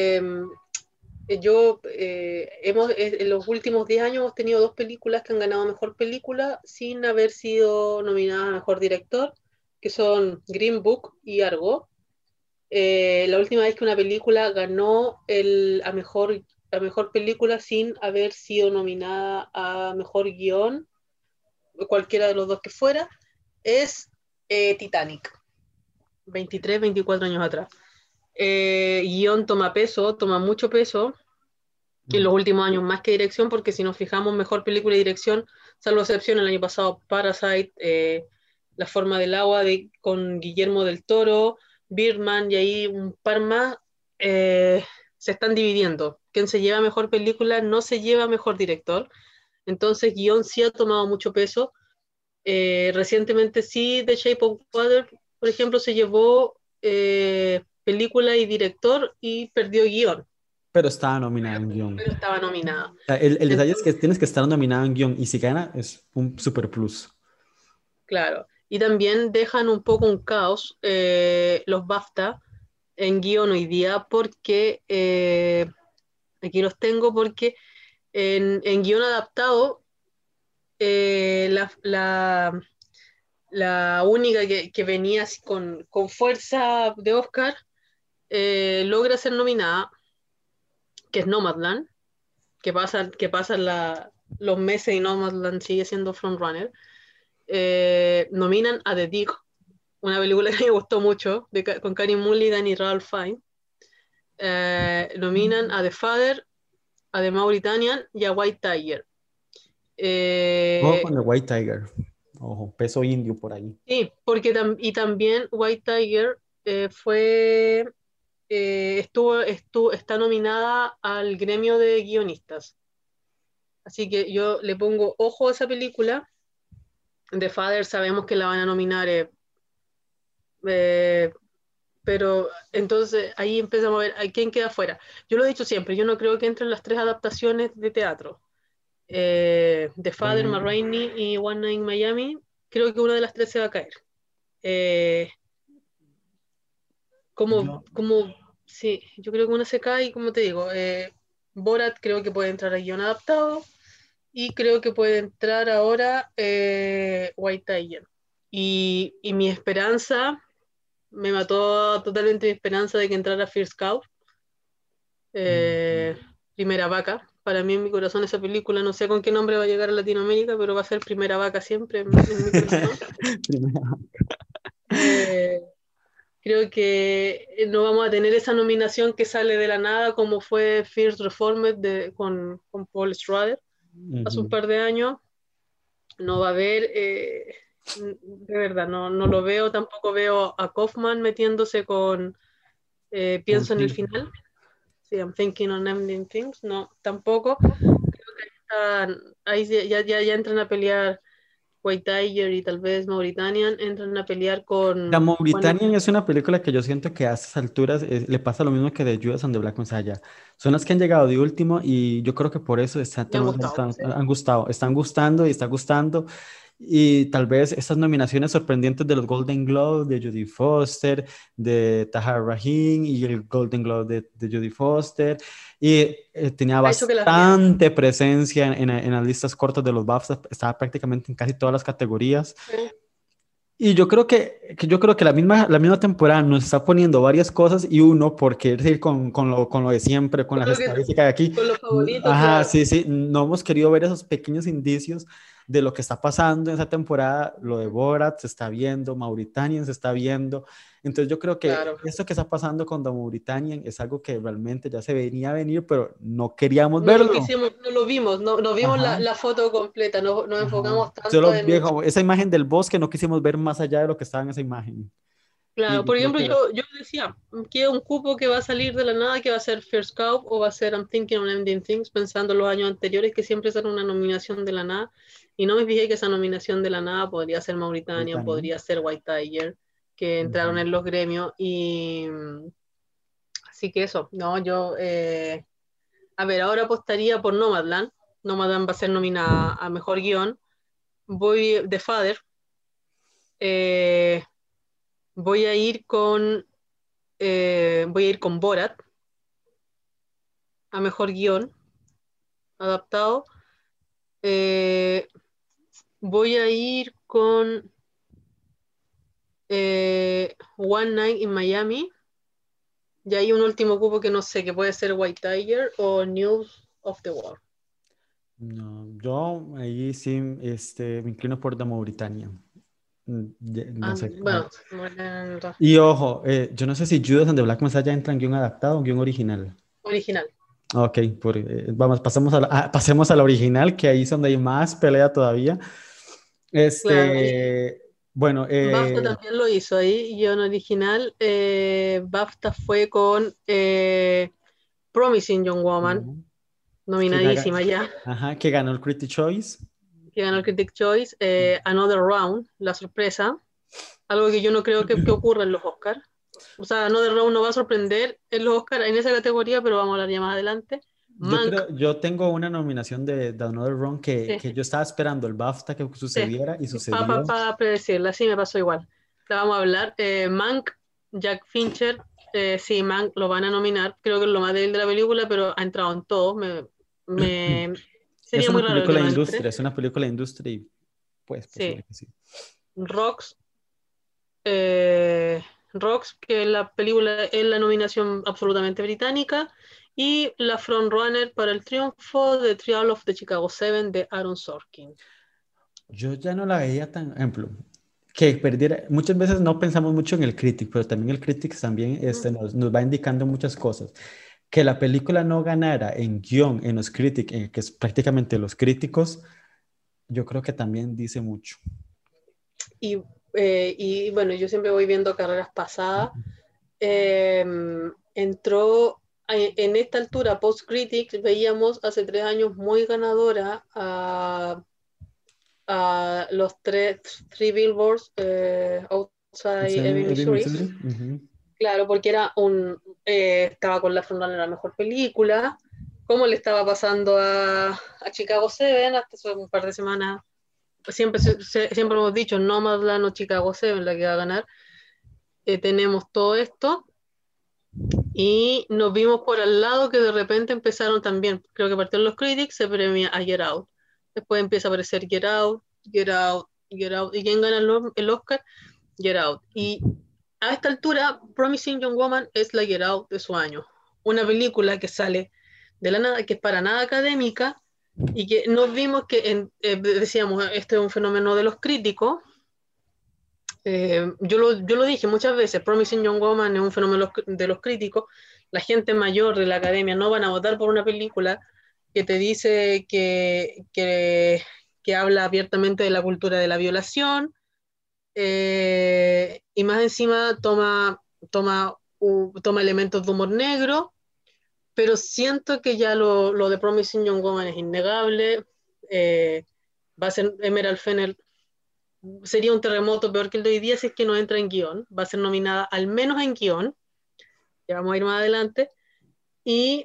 S3: en los últimos 10 años hemos tenido 2 películas que han ganado Mejor Película sin haber sido nominadas a Mejor Director, que son Green Book y Argo. La última vez que una película ganó a mejor película sin haber sido nominada a Mejor Guión, cualquiera de los dos que fuera, es Titanic, 23, 24 años atrás. Guión toma mucho peso en los últimos años, más que dirección, porque si nos fijamos, mejor película y dirección, salvo excepción, el año pasado Parasite, La forma del agua con Guillermo del Toro, Birdman y ahí un par más, se están dividiendo. Quien se lleva mejor película no se lleva mejor director. Entonces, guión sí ha tomado mucho peso. Recientemente sí, The Shape of Water, por ejemplo, se llevó película y director y perdió guión.
S2: Pero estaba nominada en guión.
S3: Pero estaba nominada.
S2: El detalle es que tienes que estar nominado en guión y si gana es un super plus.
S3: Claro. Y también dejan un poco un caos los BAFTA en guión hoy día porque, aquí los tengo, porque en guión adaptado, la única que venía así con fuerza de Oscar logra ser nominada, que es Nomadland, que pasan los meses y Nomadland sigue siendo frontrunner. Nominan a The Dig, una película que me gustó mucho, con Carey Mulligan y Ralph Fiennes. Nominan a The Father, a The Mauritanian y a White Tiger.
S2: Ojo con The White Tiger. Ojo, peso indio por ahí.
S3: Sí, porque también White Tiger está nominada al gremio de guionistas. Así que yo le pongo ojo a esa película. The Father sabemos que la van a nominar, pero entonces ahí empezamos a ver a quién queda fuera. Yo lo he dicho siempre, yo no creo que entren las 3 adaptaciones de teatro. The Father, Ma Rainey y One Night in Miami, creo que una de las 3 se va a caer. Sí, yo creo que una se cae y como te digo, Borat creo que puede entrar a guión adaptado y creo que puede entrar ahora White Tiger. Y mi esperanza, me mató totalmente mi esperanza de que entrara First Cow, Primera Vaca. Para mí en mi corazón esa película, no sé con qué nombre va a llegar a Latinoamérica, pero va a ser Primera Vaca siempre en mi corazón. Creo que no vamos a tener esa nominación que sale de la nada como fue First Reformed con Paul Schrader hace un par de años. No va a haber, de verdad, no lo veo, tampoco veo a Kaufman metiéndose con Pienso en el final. Sí, I'm thinking on ending things. No, tampoco. Creo que ahí ya entran a pelear White Tiger y tal vez Mauritanian, entran a pelear con...
S2: La Mauritanian es una película que yo siento que a estas alturas le pasa lo mismo que de Judas and the Black Messiah. Son las que han llegado de último y yo creo que por eso están gustando y está gustando. Y tal vez estas nominaciones sorprendentes de los Golden Globes de Jodie Foster, de Tahar Rahim y el Golden Globe de Jodie Foster. Y tenía bastante presencia en las listas cortas de los BAFTA, estaba prácticamente en casi todas las categorías.
S3: Sí.
S2: Y yo creo que la misma temporada nos está poniendo varias cosas y uno, por querer seguir con lo de siempre, con las estadísticas de aquí.
S3: Con los favoritos.
S2: Ajá, claro. Sí, no hemos querido ver esos pequeños indicios de lo que está pasando en esa temporada. Lo de Borat se está viendo, Mauritanian se está viendo. Entonces yo creo que esto que está pasando con The Mauritanian es algo que realmente ya se venía a venir, pero no queríamos verlo.
S3: No lo vimos, no vimos la foto completa, nos enfocamos tanto
S2: solo esa imagen del bosque, no quisimos ver más allá de lo que estaba en esa imagen.
S3: Claro, por ejemplo, yo decía, queda un cupo que va a salir de la nada, que va a ser First Cow o va a ser I'm Thinking on Ending Things, pensando en los años anteriores que siempre sale una nominación de la nada, y no me fijé que esa nominación de la nada podría ser Mauritania, podría ser White Tiger, que entraron en los gremios, y así que eso, no, yo, a ver, ahora apostaría por Nomadland va a ser nominada a Mejor Guión, voy The Father, voy a ir con voy a ir con Borat a mejor guión adaptado. Voy a ir con One Night in Miami. Y hay un último cupo que no sé, que puede ser White Tiger o News of the World.
S2: No, yo ahí sí me inclino por The Mauritania. No sé.
S3: Bueno,
S2: Y ojo, yo no sé si Judas and the Black Messiah entra en guión adaptado o guión original.
S3: original.
S2: Ok, vamos, pasemos a la original, que ahí es donde hay más pelea todavía.
S3: Claro,
S2: Bueno,
S3: BAFTA también lo hizo ahí, guión original. BAFTA fue con Promising Young Woman,
S2: que,
S3: nominadísima ya,
S2: ajá, que ganó el Critics' Choice.
S3: que ganó el Critic Choice. Another Round, la sorpresa, algo que yo no creo que ocurra en los Oscars. O sea, Another Round no va a sorprender en los Oscars en esa categoría, pero vamos a hablar ya más adelante. Mank,
S2: Yo tengo una nominación de Another Round que yo estaba esperando el BAFTA que sucediera y sucedió.
S3: para predecirla, sí me pasó igual. La vamos a hablar. Mank, Jack Fincher, sí, Mank lo van a nominar. Creo que es lo más débil de la película, pero ha entrado en todo. Sería muy raro que no entre.
S2: Es una película de industria y pues posible
S3: Sí.
S2: que sí.
S3: Rocks, Rocks, que la película es la nominación absolutamente británica, y la frontrunner para el triunfo de Trial of the Chicago 7 de Aaron Sorkin.
S2: Yo ya no la veía tan, ejemplo, que perdiera, muchas veces no pensamos mucho en el Critic, pero también el Critic también nos va indicando muchas cosas. Que la película no ganara en guión, en los Critic, que es prácticamente los críticos, yo creo que también dice mucho.
S3: Y bueno, yo siempre voy viendo carreras pasadas. Entró en esta altura, post-Critics, veíamos hace 3 años muy ganadora a los Three Billboards Outside Ebbing, Missouri. Claro, porque era estaba con la frontrunner la mejor película, como le estaba pasando a Chicago 7 hasta hace un par de semanas. Siempre hemos dicho Nomadland o Chicago 7 la que va a ganar. Tenemos todo esto y nos vimos por al lado que de repente empezaron también, creo que partieron los Critics, se premia a Get Out, después empieza a aparecer Get Out, Get Out, Get Out, y ¿quién gana el Oscar? Get Out. Y a esta altura Promising Young Woman es la Get Out de su año, una película que sale de la nada, que es para nada académica, y que nos vimos que decíamos, este es un fenómeno de los críticos. Yo lo dije muchas veces, Promising Young Woman es un fenómeno de los críticos. La gente mayor de la academia no van a votar por una película que te dice que habla abiertamente de la cultura de la violación, y más encima toma elementos de humor negro, pero siento que ya lo de Promising Young Woman es innegable. Va a ser Emerald Fennell, sería un terremoto peor que el de hoy día si es que no entra en guión. Va a ser nominada al menos en guión, ya vamos a ir más adelante, y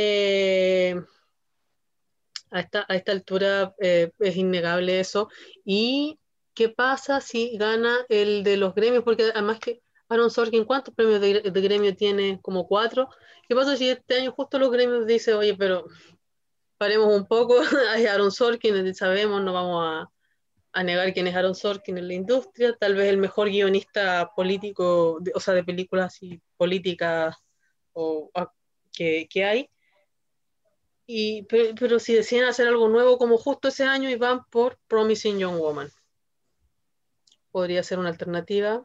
S3: a esta altura es innegable eso. ¿Y qué pasa si gana el de los gremios? Porque además que Aaron Sorkin, ¿cuántos premios de gremio tiene? Como 4. ¿Qué pasa si este año justo los gremios dicen, oye, pero paremos un poco, Aaron Sorkin, sabemos, no vamos a negar quién es Aaron Sorkin en la industria, tal vez el mejor guionista político, o sea, de películas así, políticas que hay. Pero si deciden hacer algo nuevo como justo ese año y van por Promising Young Woman, podría ser una alternativa.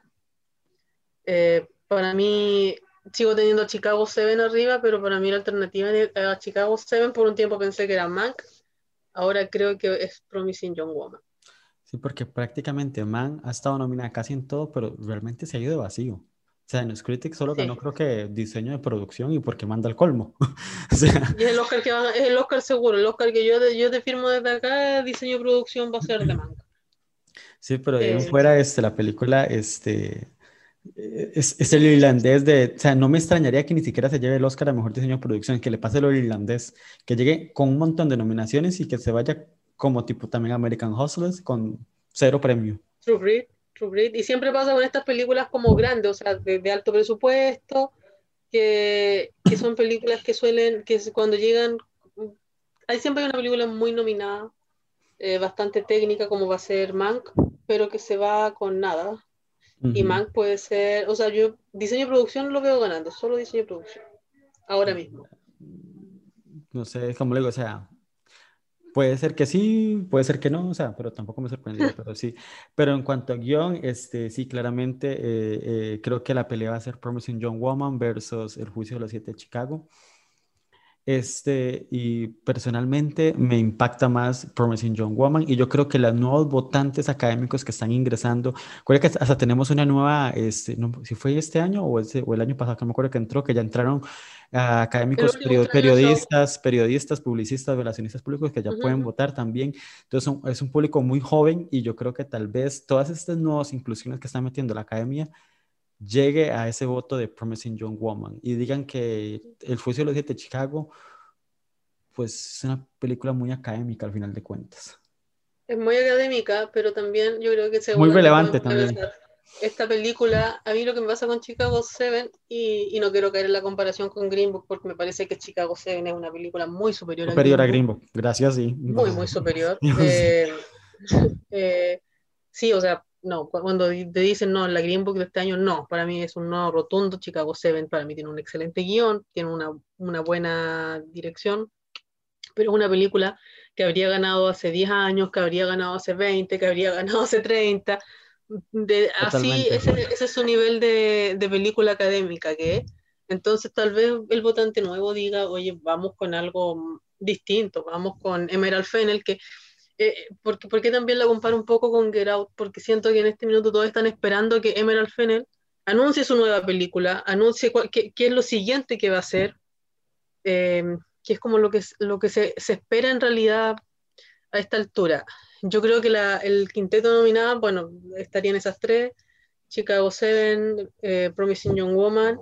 S3: Para mí, sigo teniendo a Chicago 7 arriba, pero para mí la alternativa a Chicago 7 por un tiempo pensé que era Mank, ahora creo que es Promising Young Woman.
S2: Sí, porque prácticamente Man ha estado nominada casi en todo, pero realmente se ha ido de vacío. O sea, en los Critics solo ganó, creo que diseño de producción y porque manda al colmo. O sea,
S3: y es el Oscar es el Oscar seguro, el Oscar que yo te firmo desde acá, diseño y producción va a ser de Mank.
S2: Sí, pero de ahí fuera la película es el irlandés o sea, no me extrañaría que ni siquiera se lleve el Oscar a mejor diseño de producción, que le pase lo irlandés, que llegue con un montón de nominaciones y que se vaya como tipo también American Hustlers con 0 premio.
S3: True Grit. True Grit. Y siempre pasa con estas películas como grandes, o sea, de alto presupuesto, que son películas que suelen, cuando llegan, hay siempre una película muy nominada, bastante técnica, como va a ser Mank, pero que se va con nada. Y
S2: Ujú.
S3: Mank puede ser, o sea, yo diseño y producción lo veo ganando, solo diseño y producción, ahora mismo.
S2: No sé, como le digo, o sea, puede ser que sí, puede ser que no, o sea, pero tampoco me sorprendería, pero sí. Pero en cuanto a guión, sí, claramente creo que la pelea va a ser Promising Young Woman versus El Juicio de los Siete de Chicago. Y personalmente me impacta más Promising Young Woman y yo creo que los nuevos votantes académicos que están ingresando, creo que hasta tenemos una nueva, no, si fue este año o el año pasado, que no me acuerdo que entró, que ya entraron
S3: El
S2: académicos,
S3: último este año entró.
S2: periodistas, publicistas, relacionistas públicos que ya pueden
S3: Ujú.
S2: votar también. Entonces es un público muy joven y yo creo que tal vez todas estas nuevas inclusiones que están metiendo la academia llegue a ese voto de Promising Young Woman y digan que El Juicio de los Siete de Chicago, pues es una película muy académica al final de cuentas.
S3: Es muy académica, pero también yo creo que
S2: Muy
S3: según te pueden
S2: relevante
S3: poner a
S2: también.
S3: pensar, esta película, a mí lo que me pasa con Chicago Seven, y no quiero caer en la comparación con Green Book, porque me parece que Chicago Seven es una película muy superior a
S2: Superior
S3: Green
S2: a
S3: Book,
S2: Green Book. Gracias, sí.
S3: muy, muy superior.
S2: Yo sé.
S3: Eh, sí, o sea, no, cuando te dicen no, la Green Book de este año, no, para mí es un no rotundo. Chicago Seven para mí tiene un excelente guión, tiene una buena dirección, pero es una película que habría ganado hace 10 años, que habría ganado hace 20, que habría ganado hace 30. Así,
S2: Totalmente.
S3: ese es su nivel de película académica que es. Entonces, tal vez el votante nuevo diga, oye, vamos con algo distinto, vamos con Emerald Fennell, que porque también la comparo un poco con Get Out, porque siento que en este minuto todos están esperando que Emerald Fennell anuncie su nueva película, anuncie qué es lo siguiente que va a hacer, eh, que es como lo que se espera en realidad a esta altura. Yo creo que el quinteto nominado, bueno, estarían esas tres, Chicago Seven, Promising Young Woman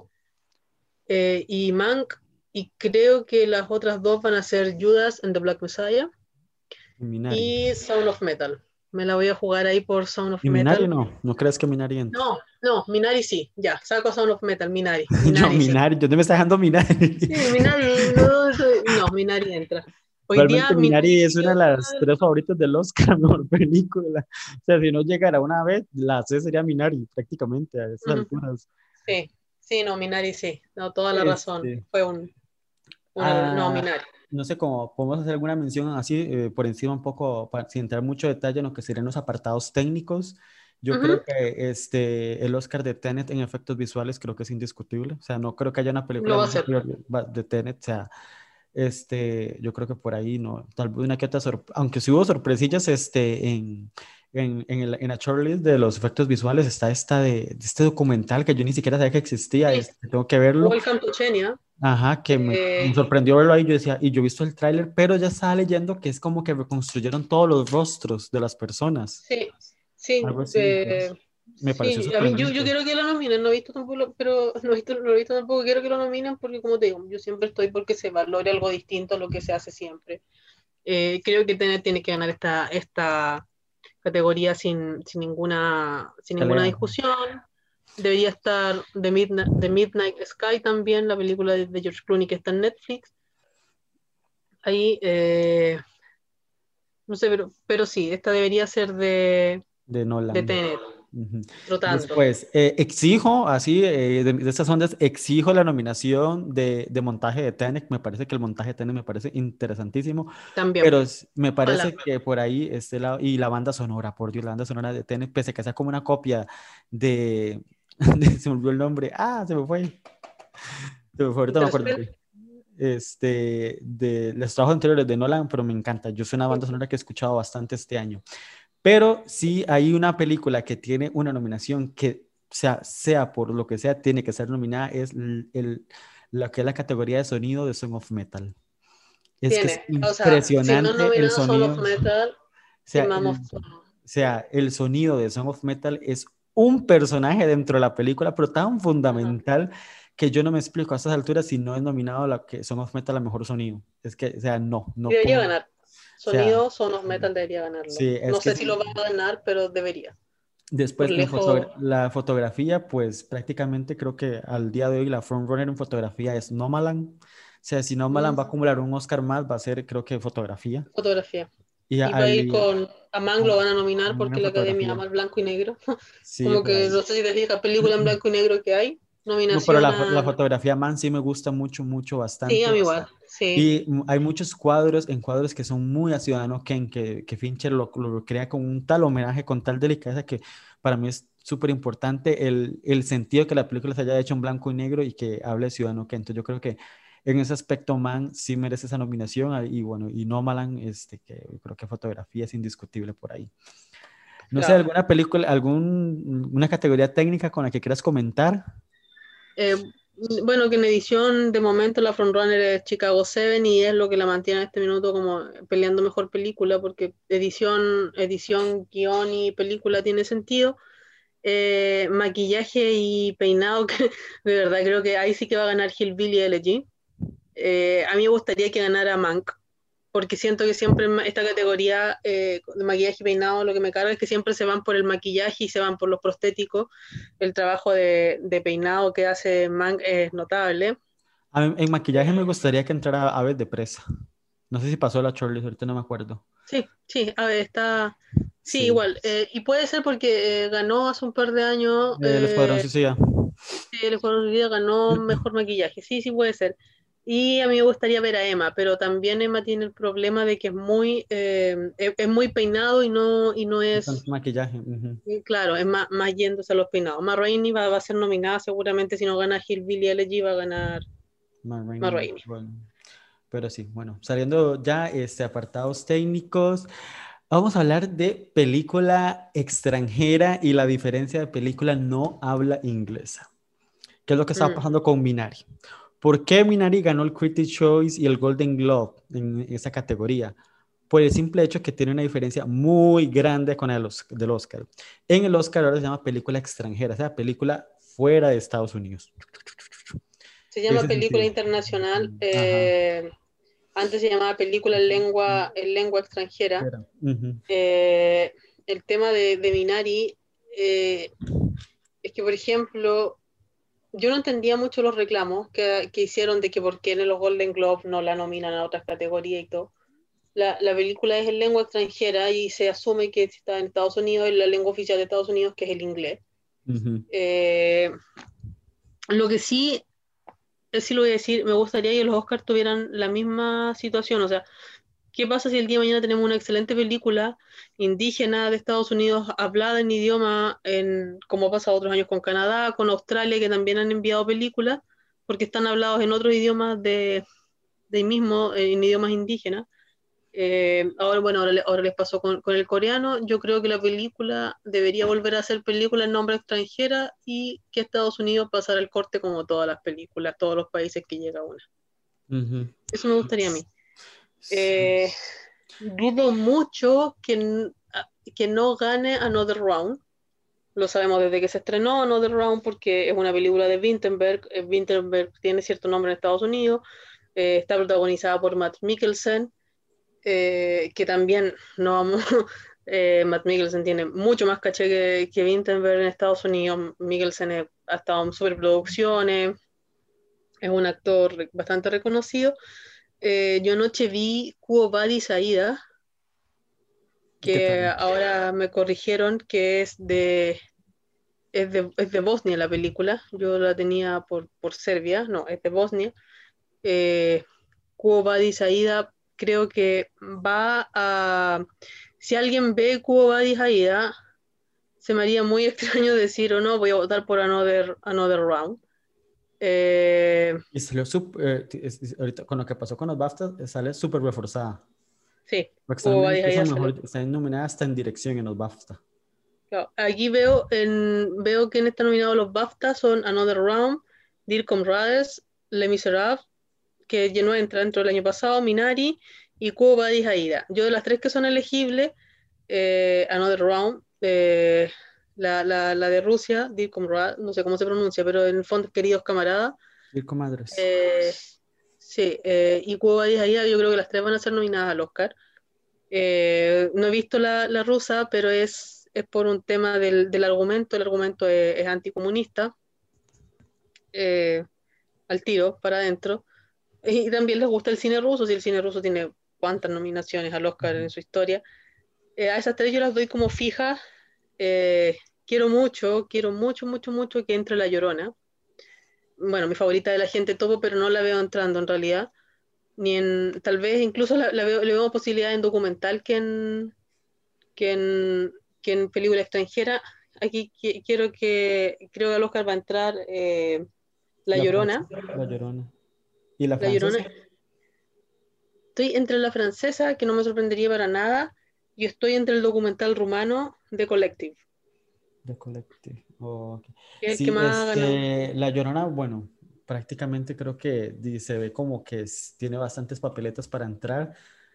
S3: y Mank, y creo que las otras dos van a ser Judas and the Black Messiah
S2: Minari.
S3: y Sound of Metal. Me la voy a jugar ahí por Sound of
S2: ¿Y Minari
S3: Metal.
S2: no? ¿No crees que Minari entre?
S3: No, no, Minari sí, ya, saco Sound of Metal, Minari,
S2: Yo,
S3: Minari sí.
S2: Minari, yo te me está dejando Minari.
S3: Sí, Minari, no, no, Minari entra. Hoy día
S2: Realmente
S3: Minari
S2: Minari
S3: sí
S2: es
S3: que
S2: una de
S3: es una
S2: las
S3: de las
S2: tres favoritas del Oscar, mejor película. O sea, si no llegara una vez, la C sería Minari, prácticamente, a estas
S3: Ujú.
S2: alturas.
S3: Sí, sí, no, Minari sí, no, toda la razón.
S2: Este,
S3: Fue no,
S2: ah,
S3: Minari.
S2: no sé cómo podemos hacer alguna mención así por encima un poco, sin entrar mucho detalle en lo que serían los apartados técnicos. Yo
S3: Ujú.
S2: creo que el Oscar de Tenet en efectos visuales creo que es indiscutible. O sea, no creo que haya una película
S3: Lo va a
S2: más
S3: hacer.
S2: superior de Tenet. O sea, yo creo que por ahí no, tal vez una que otra aunque sí hubo sorpresillas, en la shortlist de los efectos visuales está de este documental que yo ni siquiera sabía que existía,
S3: Sí,
S2: tengo que verlo.
S3: Welcome to Chenia.
S2: Ajá, que me
S3: Eh,
S2: sorprendió verlo ahí. Yo decía, y yo he visto el tráiler, pero ya estaba leyendo que es como que reconstruyeron todos los rostros de las personas.
S3: sí, sí,
S2: Algo así. Entonces, me pareció
S3: sí. A mí, yo
S2: sorprendente.
S3: quiero que lo nominen, no he visto tampoco, pero no he visto tampoco, quiero que lo nominen porque, como te digo, yo siempre estoy porque se valore algo distinto a lo que se hace siempre. Creo que tiene que ganar esta categoría sin ninguna
S2: Pelea.
S3: discusión. Debería estar The Midnight Sky también, la película de George Clooney que está en Netflix. Ahí, no sé, pero sí, esta debería ser
S2: De
S3: de
S2: Nolan.
S3: Tenet,
S2: Ujú.
S3: trotando.
S2: Después, exijo, así, de estas ondas, exijo la nominación de montaje de Tenet. Me parece que el montaje de Tenet me parece interesantísimo,
S3: También.
S2: pero me
S3: Ojalá.
S2: parece que por ahí y la banda sonora, por Dios, la banda sonora de Tenet, pese a que sea como una copia de, se me olvidó el nombre, se me fue, ahorita me acuerdo.
S3: Interstellar.
S2: De los trabajos anteriores de Nolan, pero me encanta. Yo soy una
S3: Sí.
S2: banda sonora que he escuchado bastante este año. Pero sí hay una película que tiene una nominación que sea por lo que sea, tiene que ser nominada, es lo que es la categoría de sonido de Song of Metal. Es que es
S3: Tiene. O sea, si no
S2: impresionante el
S3: nominado Son
S2: sonido.
S3: of Metal,
S2: O sea,
S3: quemamos
S2: o
S3: todo.
S2: sea, el sonido de Song of Metal es un personaje dentro de la película, pero tan
S3: Ajá.
S2: fundamental que yo no me explico a estas alturas si no es nominado la que Song of Metal a mejor sonido. Es que, o sea, no
S3: Debería
S2: puedo. O
S3: ganar.
S2: sea,
S3: Sonido, Son of Metal debería ganarlo.
S2: sí,
S3: No
S2: es que
S3: sé si lo va a ganar, pero debería.
S2: Después,
S3: por lejos.
S2: la fotografía, pues prácticamente creo que al día de hoy la frontrunner en fotografía es Nomadland. O sea, si Nomadland va a
S3: mm,
S2: acumular un Oscar más, va a ser creo que fotografía.
S3: Fotografía.
S2: Y
S3: Y va a ir
S2: al,
S3: con, a Mank lo
S2: a-
S3: van a nominar
S2: una
S3: porque la Academia
S2: fotografía.
S3: ama el blanco y negro.
S2: Sí,
S3: Como
S2: por
S3: que
S2: ahí.
S3: no sé si te fijas, película en blanco y negro que hay,
S2: No, pero
S3: nominación
S2: la
S3: a...
S2: fotografía man sí me gusta mucho, mucho,
S3: Sí, a
S2: bastante.
S3: mí igual, sí,
S2: Y hay muchos cuadros, encuadros que son muy a Ciudadano Kane, que Fincher lo crea con un tal homenaje, con tal delicadeza que para mí es súper importante el sentido que la película se haya hecho en blanco y negro y que hable de Ciudadano Kane. Entonces yo creo que en ese aspecto Man sí merece esa nominación y bueno, y Nomadland, que yo creo que fotografía es indiscutible por ahí. No sé,
S3: claro.
S2: alguna película, una categoría técnica con la que quieras comentar.
S3: Eh, bueno, que en edición de momento la frontrunner es Chicago 7 y es lo que la mantiene en este minuto como peleando mejor película porque edición, guión y película tiene sentido. Maquillaje y peinado, que de verdad creo que ahí sí que va a ganar Hillbilly Elegy. A mí me gustaría que ganara Mank, porque siento que siempre en esta categoría de maquillaje y peinado lo que me carga es que siempre se van por el maquillaje y se van por los prostéticos. El trabajo de peinado que hace Mank es notable.
S2: En maquillaje me gustaría que entrara Aves de Presa. No sé si pasó la Charlie, ahorita no me acuerdo.
S3: Sí, sí, a ver, está... Sí,
S2: Sí.
S3: igual. Y puede ser porque ganó hace un par de años,
S2: El Escuadrón Suicida.
S3: el Escuadrón Suicida ganó mejor maquillaje. Sí, sí puede ser. Y a mí me gustaría ver a Emma, pero también Emma tiene el problema de que es muy peinado y no
S2: Con
S3: es,
S2: maquillaje. Ujú.
S3: claro, es más yéndose a los peinados. Ma Rainey va a ser nominada seguramente si no gana Hillbilly Elegy va a ganar
S2: Ma
S3: Ma
S2: Rainey,
S3: Rainey.
S2: bueno. Pero sí, bueno, saliendo ya apartados técnicos, vamos a hablar de película extranjera y la diferencia de película no habla inglesa. ¿Qué es lo que estaba
S3: Mm.
S2: pasando con Minari? ¿Por qué Minari ganó el Critics' Choice y el Golden Globe en esa categoría? Por el simple hecho que tiene una diferencia muy grande con del Oscar. En el Oscar ahora se llama película extranjera, o sea, película fuera de Estados Unidos.
S3: Se llama
S2: Ese
S3: película
S2: sentido.
S3: internacional.
S2: Ajá.
S3: Antes se llamaba película en lengua extranjera.
S2: Era. Ujú.
S3: El tema de Minari eh, es que, por ejemplo, yo no entendía mucho los reclamos que hicieron de que por qué en los Golden Globe no la nominan a otras categorías y todo. La película es en lengua extranjera y se asume que está en Estados Unidos, es la lengua oficial de Estados Unidos, que es el inglés.
S2: Ujú.
S3: Eh, lo que sí, sí lo voy a decir, me gustaría que los Oscars tuvieran la misma situación, o sea, ¿qué pasa si el día de mañana tenemos una excelente película indígena de Estados Unidos hablada en idioma, como ha pasado otros años con Canadá, con Australia, que también han enviado películas, porque están hablados en otros idiomas de ahí mismo, en idiomas indígenas? Ahora, bueno, ahora les pasó con el coreano. Yo creo que la película debería volver a ser película en nombre extranjera y que Estados Unidos pasara el corte como todas las películas, todos los países que llega una.
S2: Ujú.
S3: Eso me gustaría a mí.
S2: Sí.
S3: Eh, Dudo mucho que no gane Another Round. Lo sabemos desde que se estrenó Another Round porque es una película de Vinterberg. Vinterberg tiene cierto nombre en Estados Unidos. Está protagonizada por Matt Mikkelsen, que también no vamos. Matt Mikkelsen tiene mucho más caché que Vinterberg en Estados Unidos. Mikkelsen ha estado en superproducciones, es un actor bastante reconocido. Yo anoche vi Quo Vadis Aida,
S2: ¿Y qué
S3: que
S2: tal?
S3: ahora me corrigieron que es de Bosnia la película. Yo la tenía por Serbia, no, es de Bosnia. Eh, Quo Vadis Aida creo que va a... Si alguien ve Quo Vadis Aida, se me haría muy extraño decir o no, voy a votar por Another Round. Eh,
S2: Y salió ahorita con lo que pasó con los BAFTA, sale súper reforzada.
S3: sí,
S2: Porque
S3: Quo Vadis
S2: incluso
S3: Aida
S2: mejor,
S3: sale.
S2: están nominadas hasta en dirección en los BAFTA.
S3: Claro, aquí veo que en está nominado los BAFTA son Another Round, Dear Comrades, Les Miserables, que llenó entra dentro del año pasado, Minari y Quo Vadis Aida. Yo de las tres que son elegibles, Another Round, la de Rusia, Dear Comrades, no sé cómo se pronuncia, pero en el fondo, queridos camaradas,
S2: Ir comadres.
S3: eh, sí, y Quo Vadis Aida, yo creo que las tres van a ser nominadas al Oscar. No he visto la rusa, pero es por un tema del argumento. El argumento es anticomunista, al tiro, para adentro. Y también les gusta el cine ruso, si el cine ruso tiene cuántas nominaciones al Oscar en su historia. A esas tres yo las doy como fijas. Quiero mucho que entre La Llorona. Bueno, mi favorita de La Gente Topo, pero no la veo entrando en realidad. Tal vez incluso le veo posibilidad en documental que en película extranjera. Aquí creo que al Oscar va a entrar La Llorona.
S2: La Llorona. ¿Y la
S3: La Llorona.
S2: francesa?
S3: Estoy entre la francesa, que no me sorprendería para nada, y estoy entre el documental rumano The Collective,
S2: The Collective. Oh, ok.
S3: que es el que
S2: Sí,
S3: más ha ganado.
S2: La Llorona, bueno, prácticamente creo que se ve como que tiene bastantes papeletas para entrar.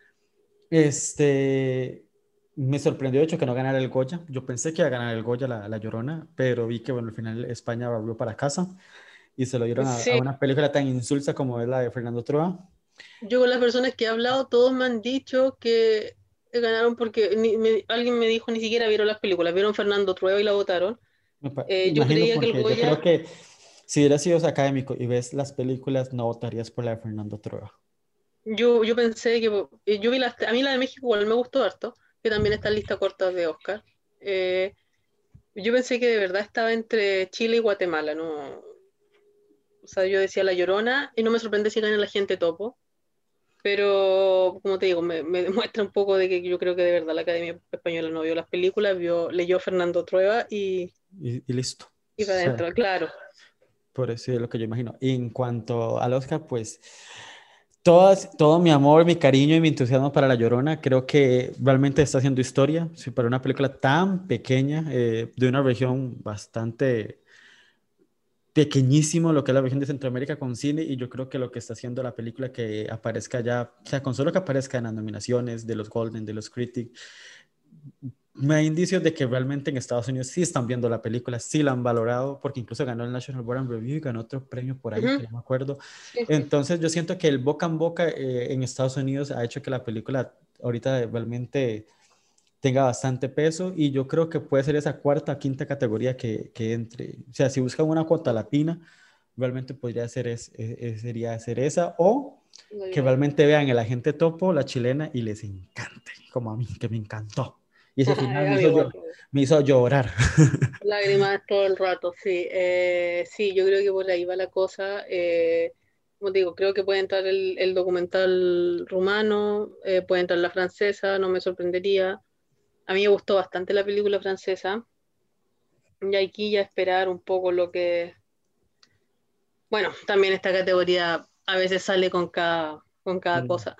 S2: Me sorprendió de hecho que no ganara el Goya. Yo pensé que iba a ganar el Goya la Llorona, pero vi que bueno, al final España volvió para casa y se lo dieron a
S3: Sí,
S2: una película tan insulsa como es la de Fernando Trueba.
S3: yo con las personas que he hablado, todos me han dicho que ganaron porque alguien me dijo ni siquiera vieron las películas, vieron Fernando Trueba y la votaron. Yo
S2: Imagino
S3: creía que el
S2: porque yo creo
S3: Goya,
S2: que si hubieras sido académico y ves las películas, no votarías por la de Fernando Trueba.
S3: yo pensé que, yo vi a mí la de México igual me gustó harto, que también está en lista corta de Oscar. Yo pensé que de verdad estaba entre Chile y Guatemala, ¿no? O sea, yo decía La Llorona y no me sorprende si gana La Gente Topo, pero como te digo, me demuestra un poco de que yo creo que de verdad la Academia Española no vio las películas, leyó Fernando Trueba
S2: Y listo.
S3: y
S2: O
S3: para
S2: sea,
S3: adentro, claro.
S2: por eso es lo que yo imagino. Y en cuanto al Oscar, pues todo mi amor, mi cariño y mi entusiasmo para La Llorona, creo que realmente está haciendo historia. Sí, para una película tan pequeña, de una región bastante pequeñísimo, lo que es la región de Centroamérica con cine, y yo creo que lo que está haciendo la película que aparezca ya, o sea, con solo que aparezca en las nominaciones de los Golden, de los Critics, me da indicios de que realmente en Estados Unidos sí están viendo la película, sí la han valorado, porque incluso ganó el National Board and Review y ganó otro premio por ahí,
S3: Ujú,
S2: que no me acuerdo.
S3: sí.
S2: Entonces yo siento que el boca en boca en Estados Unidos ha hecho que la película ahorita realmente tenga bastante peso, y yo creo que puede ser esa cuarta o quinta categoría que entre. O sea, si buscan una cuota latina, realmente podría ser sería ser esa, o
S3: La
S2: que
S3: Llorona.
S2: realmente vean El Agente Topo, la chilena, y les encante, como a mí, que me encantó. Y ese final
S3: A mí igual.
S2: me hizo llorar.
S3: Lágrimas todo el rato, sí. Sí, yo creo que por ahí va la cosa. Como te digo, creo que puede entrar el documental rumano, puede entrar la francesa, no me sorprendería. A mí me gustó bastante la película francesa. Y aquí ya esperar un poco lo que... Bueno, también esta categoría a veces sale con cada cosa.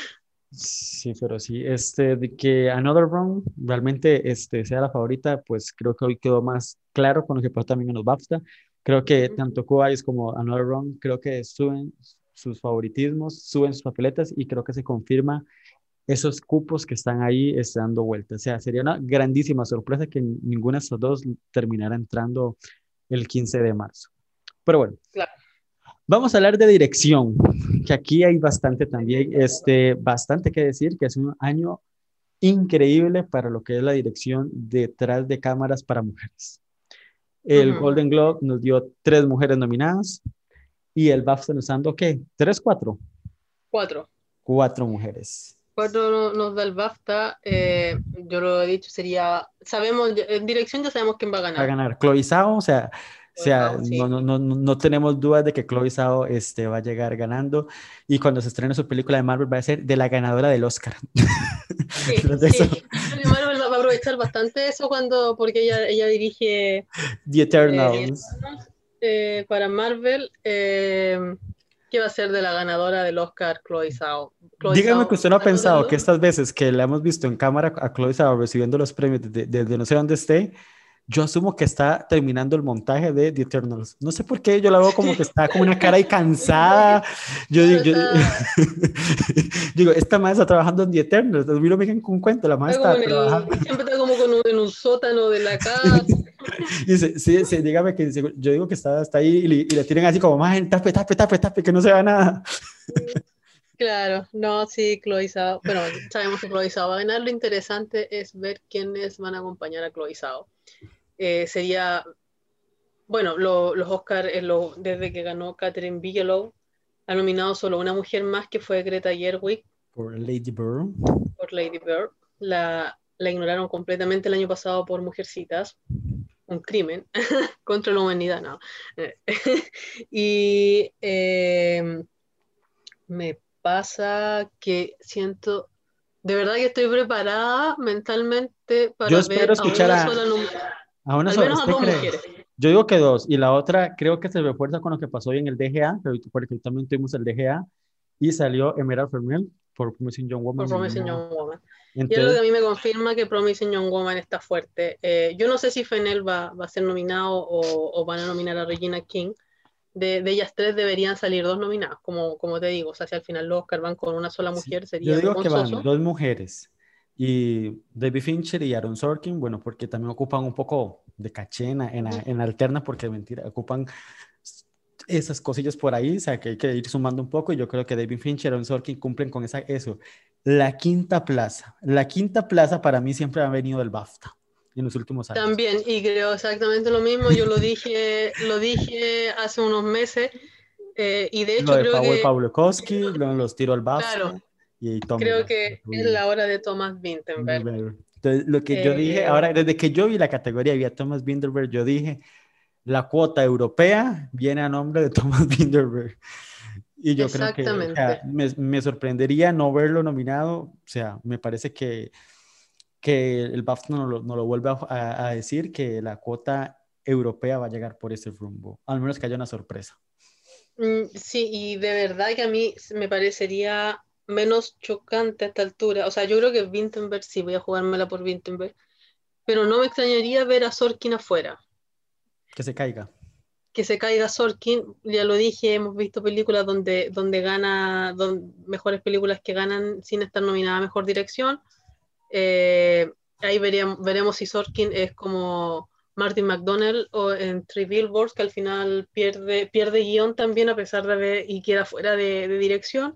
S2: Sí, pero sí, de que Another Round realmente sea la favorita, pues creo que hoy quedó más claro con lo que pasó también en los BAFTA. Creo que
S3: Ujú.
S2: tanto Kuwait como Another Round, creo que suben sus favoritismos, suben sus papeletas, y creo que se confirma esos cupos que están ahí dando vueltas. O sea, sería una grandísima sorpresa que ninguna de estos dos terminara entrando el 15 de marzo. Pero bueno,
S3: Claro.
S2: vamos a hablar de dirección, que aquí hay bastante también, bastante que decir, que es un año increíble para lo que es la dirección detrás de cámaras para mujeres. El
S3: Ujú.
S2: Golden Globe nos dio 3 mujeres nominadas, y el BAFTA nos dando, ¿qué? ¿3, 4?
S3: Cuatro.
S2: 4 mujeres.
S3: Cuatro nos da el BAFTA. Yo lo he dicho, sabemos, en dirección ya sabemos quién va a
S2: Va a
S3: ganar.
S2: ganar Chloe Zhao,
S3: Pues, vamos,
S2: no,
S3: sí.
S2: no, no, no tenemos dudas de que Chloe Zhao va a llegar ganando, y cuando se estrene su película de Marvel va a ser de la ganadora del Oscar.
S3: Sí,
S2: Tras de eso,
S3: sí. Marvel va a aprovechar bastante eso porque ella dirige
S2: The
S3: The
S2: Eternals.
S3: Eternals, para Marvel. ¿Qué va a ser de la ganadora del Oscar, Chloe Zhao? Chloe
S2: Dígame que
S3: Zhao,
S2: usted no ha pensado que
S3: anótenlo.
S2: estas veces que la hemos visto en cámara a Chloe Zhao recibiendo los premios desde no sé dónde esté, yo asumo que está terminando el montaje de The Eternals. No sé por qué, yo la veo como que está con una cara ahí cansada. Yo
S3: Claro,
S2: digo,
S3: está,
S2: digo, esta madre está trabajando en The Eternals. A mí no me digan con cuento, la madre
S3: está como
S2: está trabajando.
S3: siempre está como en un sótano de la casa.
S2: Dice, sí, sí, dígame que yo digo que está ahí, y le tiran así como, más tape, tape, tape, tape, que no se vea nada.
S3: Claro, no, sí, Chloe Zhao. Bueno, sabemos que Chloe Zhao va a ganar. Lo interesante es ver quiénes van a acompañar a Chloe Zhao. Sería, bueno, los Oscars, desde que ganó Catherine Bigelow, ha nominado solo una mujer más, que fue Greta Gerwig
S2: Por Lady Bird.
S3: por Lady Bird. La ignoraron completamente el año pasado por Mujercitas, un crimen contra la humanidad, no. Y me pasa que siento, de verdad que estoy preparada mentalmente
S2: Yo
S3: para
S2: espero
S3: ver a
S2: escuchar
S3: una sola,
S2: a una
S3: al
S2: sola,
S3: menos a
S2: ¿usted
S3: dos
S2: cree?
S3: mujeres.
S2: Yo digo que dos, y la otra creo que se refuerza con lo que pasó hoy en el DGA, porque hoy también tuvimos el DGA, y salió Emerald Fennell por Promising Young
S3: Por
S2: Woman
S3: Promising Young Woman. Y es lo que
S2: Entonces,
S3: a mí me confirma que Promising Young Woman está fuerte. Yo no sé si Fennell va a ser nominado o van a nominar a Regina King. De ellas tres deberían salir dos nominadas, como te digo. O sea, si al final los Oscar van con una sola
S2: sí,
S3: mujer,
S2: yo
S3: sería
S2: digo que van
S3: vergonzoso.
S2: dos mujeres, y David Fincher y Aaron Sorkin, bueno, porque también ocupan un poco de caché en la alterna, porque mentira, ocupan esas cosillas por ahí, o sea, que hay que ir sumando un poco, y yo creo que David Fincher y Aaron Sorkin cumplen con eso. La quinta plaza para mí siempre ha venido del BAFTA en los últimos años.
S3: También, y creo exactamente lo mismo. Yo lo dije hace unos meses, y de
S2: Lo
S3: hecho
S2: de
S3: creo que,
S2: Pablo Kowski, los tiró al
S3: claro,
S2: BAFTA, y
S3: creo
S2: tómela.
S3: que es la hora de Thomas Vinterberg.
S2: Entonces, lo que yo dije,
S3: Eh,
S2: ahora, desde que yo vi la categoría y vi a Thomas Vinterberg, yo dije, la cuota europea viene a nombre de Thomas Vinterberg. Y yo creo que, o sea,
S3: exactamente.
S2: me sorprendería no verlo nominado. O sea, me parece que el BAFTA no lo vuelve a decir, que la cuota europea va a llegar por ese rumbo, al menos que haya una sorpresa.
S3: Sí, y de verdad que a mí me parecería menos chocante a esta altura. O sea, yo creo que Vinterberg sí, voy a jugármela por Vinterberg, pero no me extrañaría ver a Sorkin afuera.
S2: Que se caiga.
S3: Que se caiga Sorkin, ya lo dije, hemos visto películas donde gana, mejores películas que ganan sin estar nominada a mejor dirección. Eh, Ahí veremos si Sorkin es como Martin McDonald o en Three Billboards, que al final pierde guión también a pesar de y queda fuera de dirección,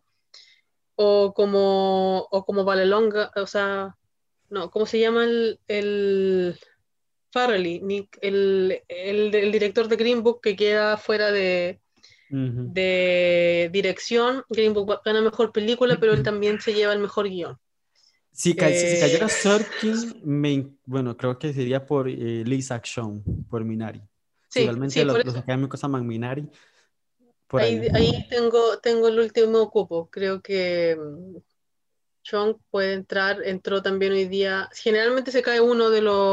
S3: o como Vallelonga, o sea, no, ¿cómo se llama el Farrelly, Nick, el director de Green Book, que queda fuera
S2: Ujú.
S3: de dirección? Green Book gana mejor película, pero él también se lleva el mejor guión.
S2: Si se
S3: Eh,
S2: cayera Sorkin, bueno, creo que sería por Lee Isaac-Chung, por Minari. Si
S3: sí,
S2: realmente
S3: sí, por
S2: los
S3: eso.
S2: académicos aman Minari, por ahí.
S3: Ahí tengo el último cupo. Creo que Chong puede entrar, entró también hoy día. Generalmente se cae uno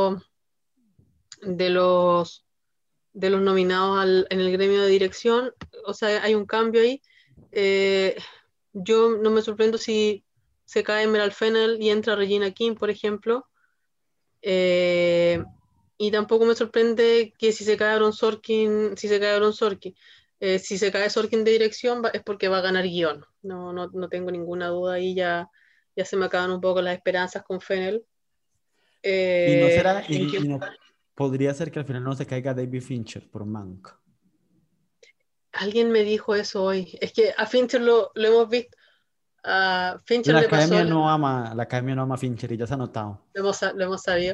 S3: de los, de los nominados en el gremio de dirección. O sea, hay un cambio ahí. Eh, yo no me sorprendo si se cae Emerald Fennell y entra Regina King, por ejemplo. Eh, y tampoco me sorprende que si se cae Aaron Sorkin, si se cae Sorkin de dirección es porque va a ganar guión. No tengo ninguna duda ahí, ya se me acaban un poco las esperanzas con Fennel.
S2: Y no será,
S3: En
S2: y
S3: que
S2: no podría ser que al final no se caiga David Fincher por Mank.
S3: alguien me dijo eso hoy. Es que a Fincher lo hemos visto. A Fincher le pasó,
S2: La academia no ama a Fincher, y ya se ha notado.
S3: lo hemos sabido.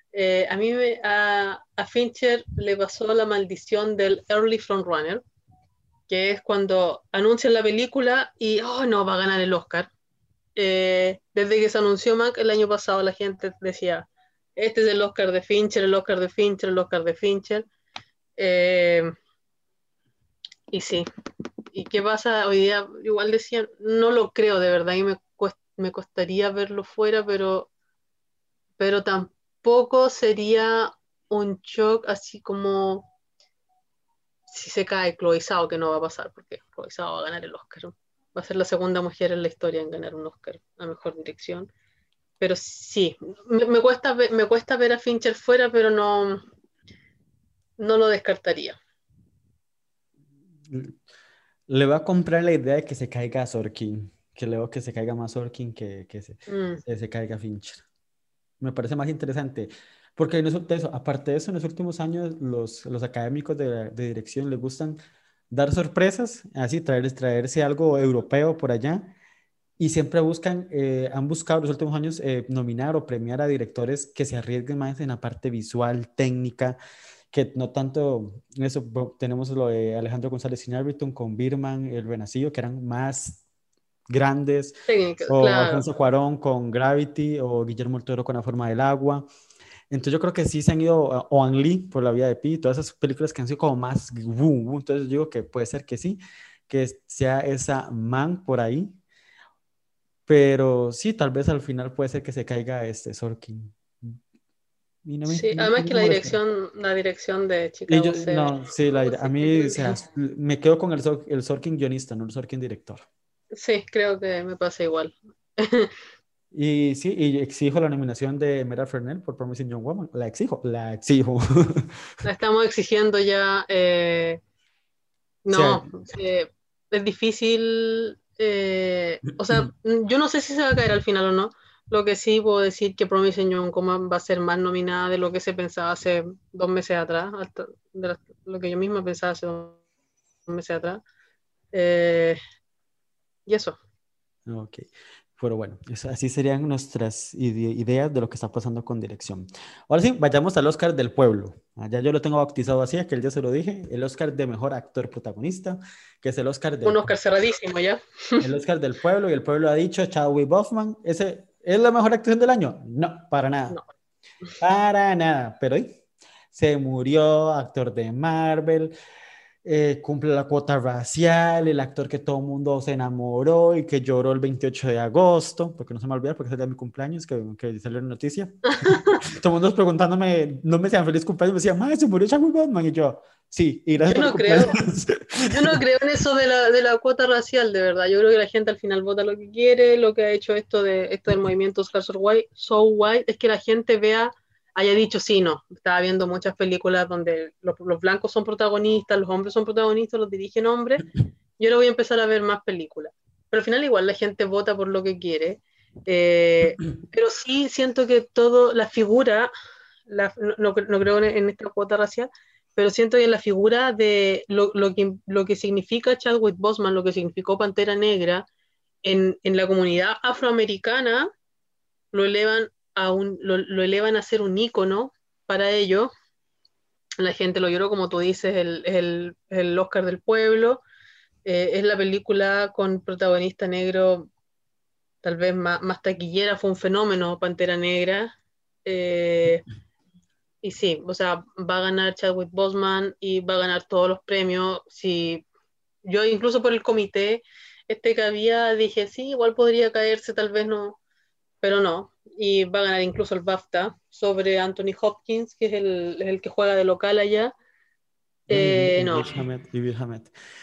S3: A Fincher le pasó la maldición del early frontrunner, que es cuando anuncian la película y, oh, no, va a ganar el Oscar. Desde que se anunció Mac el año pasado, la gente decía, este es el Oscar de Fincher, el Oscar de Fincher, el Oscar de Fincher. Eh, y sí, ¿y qué pasa hoy día? Igual decían, no lo creo de verdad, y me costaría verlo fuera, pero tampoco sería un shock así como si se cae Chloe Zhao, que no va a pasar, porque Chloe Zhao va a ganar el Oscar. Va a ser la segunda mujer en la historia en ganar un Oscar a mejor dirección. Pero sí, me cuesta ver a Fincher fuera, pero no lo descartaría.
S2: Le voy a comprar la idea de que se caiga Sorkin, que luego que se caiga más Sorkin
S3: Mm,
S2: que se caiga Fincher. Me parece más interesante, porque aparte de eso, en los últimos años los académicos de dirección les gustan dar sorpresas, así traerse algo europeo por allá, y siempre han buscado en los últimos años nominar o premiar a directores que se arriesguen más en la parte visual, técnica, que no tanto, eso tenemos lo de Alejandro González Iñárritu con Birdman, El Renacido, que eran más grandes,
S3: Técnicas,
S2: o
S3: claro.
S2: Alfonso Cuarón con Gravity, o Guillermo del Toro con La Forma del Agua. Entonces yo creo que sí se han ido, o Ang Lee por La Vida de Pi, todas esas películas que han sido como más boom, boom. Entonces yo digo que puede ser que sí, que sea esa man por ahí, pero sí, tal vez al final puede ser que se caiga este Sorkin. Y
S3: Sí, además que
S2: no me lo espero.
S3: la dirección de
S2: Y yo,
S3: Chicago 7,
S2: no, sí, a
S3: sí,
S2: mí, o sea, me quedo con el Sorkin guionista, no el Sorkin director.
S3: sí, creo que me pasa igual.
S2: Y sí, y exijo la nominación de Emerald Fennell por Promising Young Woman. La exijo, la exijo.
S3: La estamos exigiendo ya.
S2: O sea,
S3: No, es difícil. O sea, yo no sé si se va a caer al final o no. Lo que sí puedo decir que Promising Young Woman va a ser más nominada de lo que se pensaba hace 2 meses atrás, lo que yo misma pensaba hace 2 meses atrás. Eh, y eso.
S2: ok. Pero bueno, así serían nuestras ideas de lo que está pasando con dirección. Ahora sí, vayamos al Oscar del Pueblo. Ya yo lo tengo bautizado así, aquel día se lo dije, el Oscar de Mejor Actor Protagonista, que es el Oscar
S3: Un
S2: del
S3: Oscar
S2: Pueblo.
S3: cerradísimo ya.
S2: El Oscar del Pueblo, y el pueblo ha dicho, Chadwick Boseman, ¿ese es la mejor actuación del año? No, para
S3: No.
S2: nada. Para nada. Pero ¿y? Se murió, actor de Marvel, cumple la cuota racial, el actor que todo el mundo se enamoró y que lloró el 28 de agosto, porque no se me olvida, porque es el día de mi cumpleaños, que salió en la noticia. Todo el mundo preguntándome, no me decían feliz cumpleaños, me decían, ¡madre, se murió Chadwick Boseman! Y yo, sí, y gracias
S3: Yo
S2: por el
S3: no
S2: cumpleaños.
S3: creo, yo no creo en eso de la cuota racial, de verdad. Yo creo que la gente al final vota lo que quiere. Lo que ha hecho esto del movimiento Oscar So White es que la gente haya dicho sí, no. Estaba viendo muchas películas donde los blancos son protagonistas, los hombres son protagonistas, los dirigen hombres. Yo ahora voy a empezar a ver más películas. Pero al final igual la gente vota por lo que quiere. Pero sí siento que todo, la figura, no creo en esta cuota racial, pero siento que la figura de lo que significa Chadwick Boseman, lo que significó Pantera Negra en la comunidad afroamericana, lo elevan a ser un ícono para ellos. La gente lo lloró, como tú dices, el Oscar del pueblo. Es la película con protagonista negro tal vez más taquillera, fue un fenómeno Pantera Negra. Y sí, o sea, va a ganar Chadwick Boseman y va a ganar todos los premios. Si yo incluso por el comité que había dije, sí, igual podría caerse, tal vez no, pero no. Y va a ganar incluso el BAFTA sobre Anthony Hopkins, que es el que juega de local allá.
S2: No,
S3: No.
S2: Y Riz Ahmed.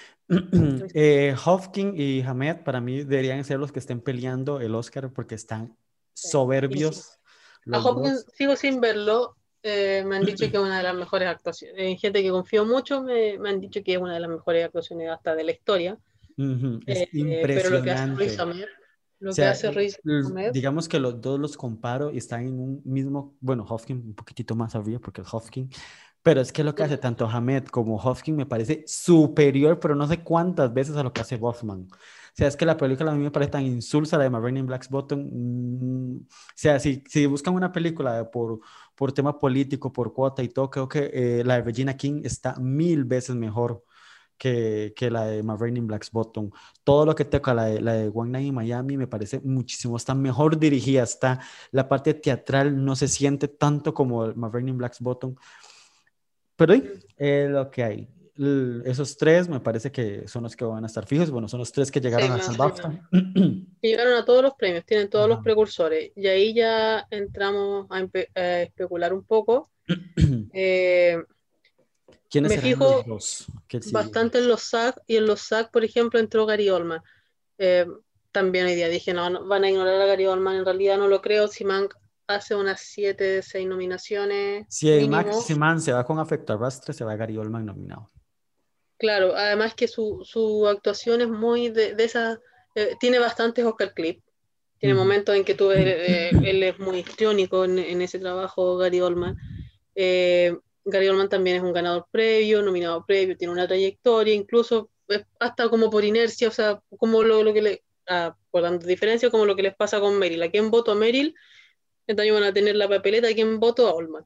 S2: Hopkins y Hamed para mí deberían ser los que estén peleando el Oscar porque están
S3: Y sí.
S2: soberbios
S3: A
S2: los
S3: Hopkins
S2: dos.
S3: sigo sin verlo. Me han dicho que es una de las mejores actuaciones. Gente que confío mucho me han dicho que es una de las mejores actuaciones hasta de la historia.
S2: Es
S3: Pero lo que hace
S2: impresionante.
S3: Riz Ahmed,
S2: O
S3: lo que
S2: sea,
S3: hace Riz Ahmed,
S2: digamos que los dos los comparo y están en un mismo, bueno, Hopkins un poquitito más arriba porque es Hopkins, pero es que lo que hace tanto Hamed como Hopkins me parece superior, pero no sé cuántas veces a lo que hace Boseman. O sea, es que la película a mí me parece tan insulsa, la de Ma Rainey in Black Bottom. O sea, si buscan una película por tema político, por cuota y todo, creo que la de Regina King está 1000 veces mejor que la de Ma Rainey in Black Bottom. Todo lo que toca la de One Night in Miami me parece muchísimo, está mejor dirigida, está la parte teatral no se siente tanto como Ma Rainey in Black Bottom, pero lo que hay. Esos tres me parece que son los que van a estar fijos. Bueno, son los tres que
S3: sí,
S2: llegaron hasta el BAFTA.
S3: que llegaron a todos los premios, tienen todos los
S2: Ajá.
S3: precursores. Y ahí ya entramos a especular un poco. Eh,
S2: ¿Quiénes
S3: Me
S2: serán los
S3: fijo
S2: dos que siguen?
S3: bastante en los SAG, y en los SAG, por ejemplo, entró Gary Oldman. Eh, También hoy día dije, no, van a ignorar a Gary Oldman, en realidad no lo creo. Si Mank hace unas 7, 6 nominaciones
S2: Si el
S3: mínimo.
S2: Max Man se va con Afecto Arrastre, se va Gary Oldman nominado.
S3: Claro, además que su actuación es muy de esa, tiene bastantes Oscar clips, tiene momentos en que tú ves, él es muy histriónico en ese trabajo, Gary Oldman. Gary Oldman también es un ganador previo, nominado previo, tiene una trayectoria, incluso hasta como por inercia, o sea, como lo que acordando diferencias, como lo que les pasa con Meryl. ¿A quién voto a Meryl? Este año van a tener la papeleta. ¿A quién voto? A Oldman.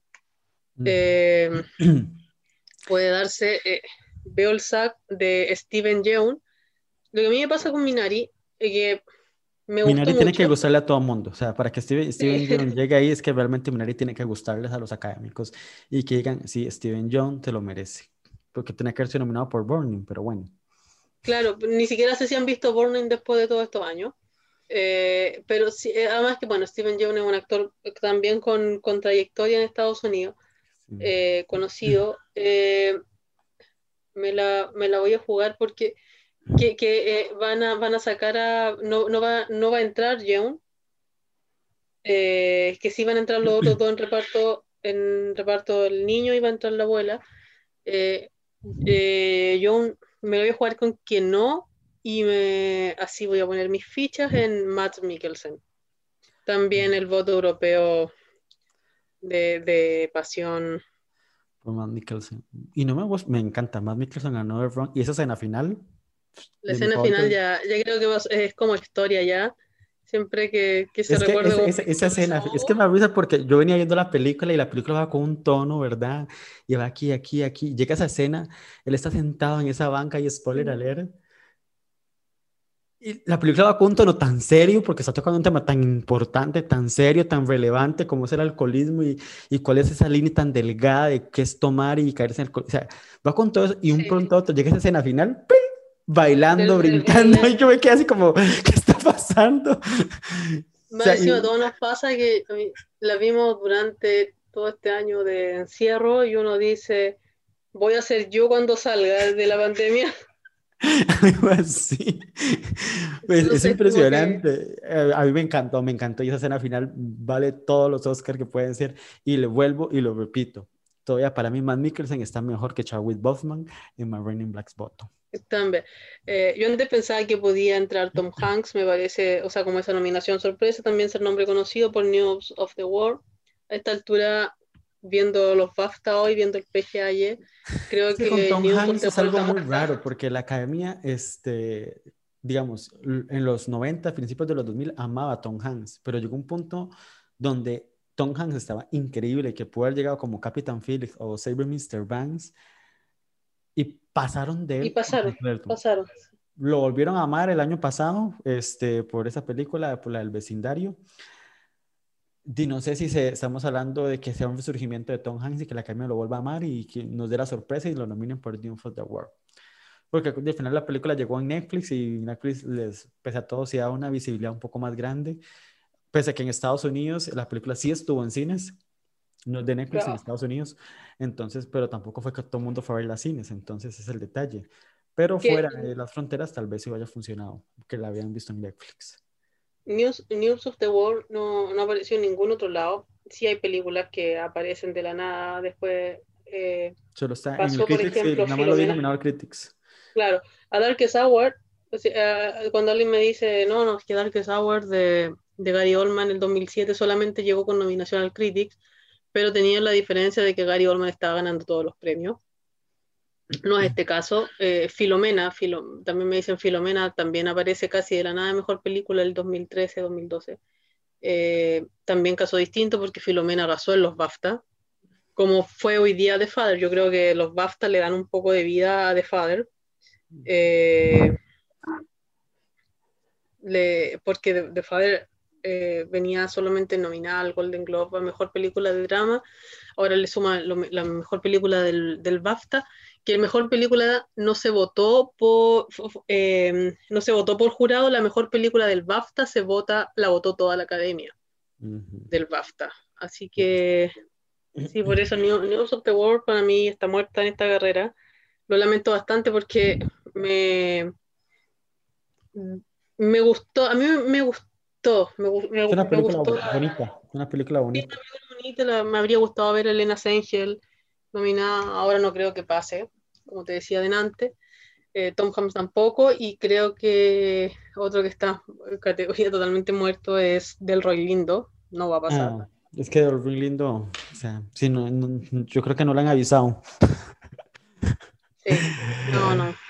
S3: Puede darse, veo el sac de Steven Yeun. Lo que a mí me pasa con Minari es que me gustó
S2: Minari tiene que
S3: mucho.
S2: gustarle a todo el mundo. O sea, para que Steven Yeun llegue ahí es que realmente Minari tiene que gustarles a los académicos y que digan, sí, Steven Yeun te lo merece. Porque tenía que haber sido nominado por Burning, pero bueno.
S3: Claro, ni siquiera sé si han visto Burning después de todos estos años. Pero sí, además que, bueno, Steven Yeun es un actor también con trayectoria en Estados Unidos,
S2: Sí.
S3: conocido. Me la voy a jugar porque van a sacar a... No va a entrar Yeun, que sí van a entrar los otros dos en reparto el niño y va a entrar la abuela. Yo me lo voy a jugar con que no y así voy a poner mis fichas en Matt Mikkelsen. También el voto europeo de pasión.
S2: Por Matt Mikkelsen. Y no me encanta Matt Mikkelsen ganó el Run. Y esa escena final
S3: La
S2: de mi
S3: escena
S2: favorito.
S3: final ya creo que es como historia ya. Siempre que se
S2: Es que
S3: recuerde como
S2: esa escena, es que me avisa porque yo venía viendo la película y la película va con un tono, ¿verdad? Y va aquí, aquí, aquí. Llega esa escena, él está sentado en esa banca y spoiler alert. Y la película va con un tono tan serio porque está tocando un tema tan importante, tan serio, tan relevante como es el alcoholismo y cuál es esa línea tan delgada de qué es tomar y caerse en alcohol. O sea, va con todo eso y un
S3: Sí.
S2: pronto a otro llega esa escena final, ¡ping! Bailando,
S3: Del-
S2: brincando, y yo me quedé así como, ¿qué está pasando? O
S3: Más
S2: sea,
S3: encima, todo nos pasa que la vimos durante todo este año de encierro y uno dice, voy a ser yo cuando salga de la pandemia.
S2: algo así. Pues es
S3: Entonces, como que
S2: impresionante. A mí me encantó y esa escena final vale todos los Oscars que pueden ser y le vuelvo y lo repito. Todavía para mí Matt Mikkelsen está mejor que Chadwick Boseman en My Raining Black's Bottom.
S3: también. Yo antes pensaba que podía entrar Tom Hanks, me parece, o sea, como esa nominación sorpresa, también ser nombre conocido por News of the World. A esta altura, viendo los BAFTA hoy, viendo el PGA ayer,
S2: Es
S3: creo
S2: que con
S3: que
S2: Tom
S3: News of
S2: Hanks
S3: the
S2: es
S3: World
S2: algo
S3: está
S2: muy
S3: muerta.
S2: raro porque la academia, digamos, en los 90, principios de los 2000, amaba a Tom Hanks, pero llegó un punto donde Tom Hanks estaba increíble, que pudo haber llegado como Captain Phillips o Saber Mr. Banks y pasaron de
S3: Y
S2: él por
S3: pasaron,
S2: completo.
S3: pasaron.
S2: Lo volvieron a amar el año pasado, por esa película, por la del vecindario. Y no sé si estamos hablando de que sea un resurgimiento de Tom Hanks y que la academia lo vuelva a amar y que nos dé la sorpresa y lo nominen por Dune of the World. Porque al final la película llegó en Netflix y Netflix les, pese a todo, sí da una visibilidad un poco más grande. Pese a que en Estados Unidos la película sí estuvo en cines, no es de Netflix en
S3: Claro.
S2: Estados Unidos, entonces, pero tampoco fue que todo el mundo fue a ver las cines, entonces ese es el detalle. Pero
S3: Que
S2: fuera de las fronteras tal vez sí haya funcionado, que la habían visto en Netflix.
S3: News of the World no apareció en ningún otro lado. Sí hay películas que aparecen de la nada después.
S2: Solo está en el
S3: Pasó, por
S2: Critics, que
S3: ejemplo,
S2: nada más lo vi
S3: Filomena.
S2: nominado al Critics.
S3: Claro, a Darkest Hour, o sea, cuando alguien me dice, no, es que Darkest Hour de Gary Oldman en el 2007 solamente llegó con nominación al Critics, pero tenía la diferencia de que Gary Oldman estaba ganando todos los premios. No es este caso. Filomena, también me dicen Filomena, también aparece casi de la nada mejor película del 2013-2012. También caso distinto porque Filomena arrasó en los BAFTA, como fue hoy día The Father. Yo creo que los BAFTA le dan un poco de vida a The Father. Porque The Father venía solamente nominada al Golden Globe a Mejor Película de Drama, ahora le suma la Mejor Película del BAFTA, que la Mejor Película no se votó no se votó por jurado, la Mejor Película del BAFTA la votó toda la Academia del BAFTA, así que sí, por eso News of the World para mí está muerta en esta carrera, lo lamento bastante porque me gustó, a mí me gustó,
S2: Es una
S3: me
S2: película
S3: gustó.
S2: bonita, una película
S3: Sí,
S2: bonita.
S3: una película bonita, me habría gustado ver a Elena Sengel nominada, ahora no creo que pase, como te decía delante. Tom Hanks tampoco, y creo que otro que está en categoría totalmente muerto es Delroy Lindo, no va a pasar.
S2: Ah, es que Dolphin Lindo, o sea, sí, yo creo que no le han avisado.
S3: Sí, no.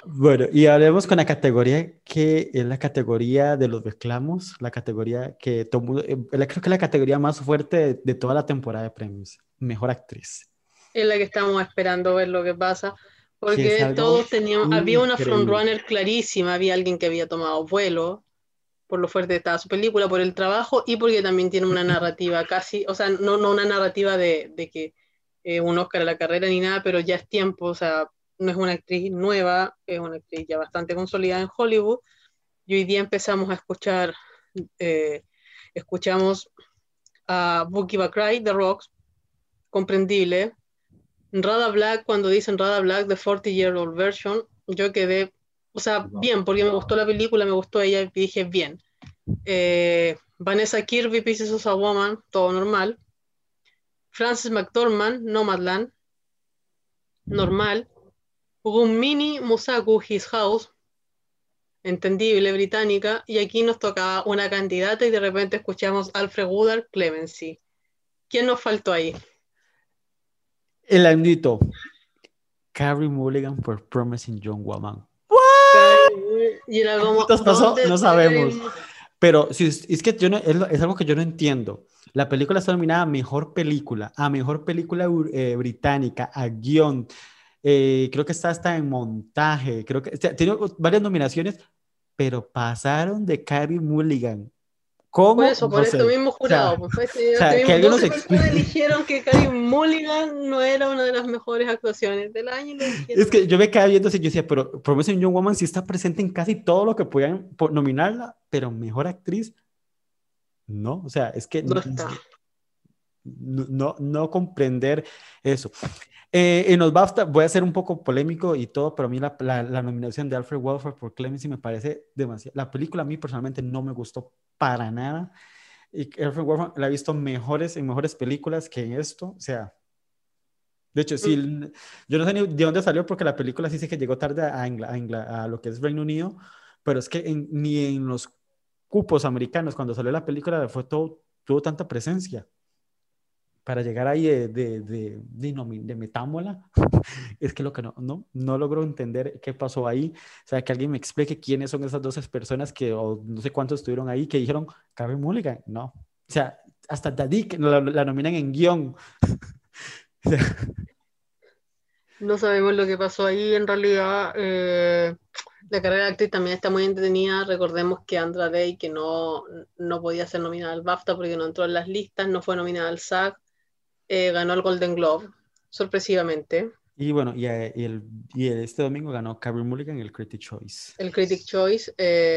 S2: Bueno, y hablemos con la categoría que es la categoría de los reclamos, la categoría que todo mundo, creo que es la categoría más fuerte de toda la temporada de premios, mejor actriz,
S3: Es la que estamos esperando ver lo que pasa,
S2: que es
S3: porque
S2: algo
S3: todos teníamos, había una
S2: increíble.
S3: frontrunner clarísima, había alguien que había tomado vuelo por lo fuerte que estaba su película, por el trabajo y porque también tiene una narrativa casi, o sea, no una narrativa de que un Oscar a la carrera ni nada, pero ya es tiempo, o sea, no es una actriz nueva, es una actriz ya bastante consolidada en Hollywood, y hoy día empezamos a escuchar, eh, escuchamos a Boogie Bakray, The Rocks, comprendible. Rada Black, cuando dicen Rada Black, The 40-Year-Old Version, yo quedé, o sea, bien, porque me gustó la película, me gustó ella y dije, bien. Vanessa Kirby, Pieces of a Woman, todo normal. Frances McDormand, Nomadland, normal. Gunmini Musaku, His House, entendible, británica. Y aquí nos tocaba una candidata y de repente escuchamos Alfred Woodard, Clemency. ¿Quién nos faltó ahí?
S2: El andito, Carey Mulligan por Promising Young Woman.
S3: Y era
S2: ¿Qué
S3: como,
S2: putas pasó?
S3: ¿dónde
S2: No
S3: está
S2: sabemos.
S3: Carey?
S2: Pero si, es que yo no, es algo que yo no entiendo. La película está nominada a mejor película británica, a guión. Creo que está hasta en montaje. Creo que o sea, tiene varias nominaciones, pero pasaron de Carey Mulligan.
S3: Por
S2: ¿Cómo?
S3: eso, por
S2: No
S3: esto
S2: sé.
S3: mismo
S2: O sea,
S3: jurado, pues,
S2: que alguien nos
S3: 12 personas
S2: explique.
S3: eligieron que Carey Mulligan no era una de las mejores actuaciones del año y lo
S2: Es
S3: eligieron
S2: que
S3: ahí.
S2: yo me quedaba viendo así, yo decía, pero Promising Young Woman sí está presente en casi todo lo que podían nominarla, pero mejor actriz, no. O sea, es que
S3: No está.
S2: no comprender eso. En los BAFTA voy a ser un poco polémico y todo, pero a mí la nominación de Alfred Wolford por Clemency me parece demasiado. La película a mí personalmente no me gustó para nada. Y Alfred Wolford la he visto en mejores películas que en esto. O sea, de hecho, sí,
S3: Mm.
S2: yo no sé ni de dónde salió porque la película sí sé que llegó tarde a lo que es Reino Unido, pero es que ni en los cupos americanos, cuando salió la película, tuvo tanta presencia para llegar ahí de metámola. Es que lo que no logro entender qué pasó ahí. O sea, que alguien me explique quiénes son esas 12 personas que, o no sé cuántos estuvieron ahí, que dijeron, Carey Mulligan. No. O sea, hasta Daddy que la nominan en guión. O sea,
S3: No sabemos lo que pasó ahí. En realidad, la carrera de actriz también está muy entretenida. Recordemos que Andra Day, que no podía ser nominada al BAFTA porque no entró en las listas, no fue nominada al SAG, ganó el Golden Globe, sorpresivamente.
S2: y bueno, este domingo ganó Carey Mulligan el Critic Choice.
S3: El Critic Choice.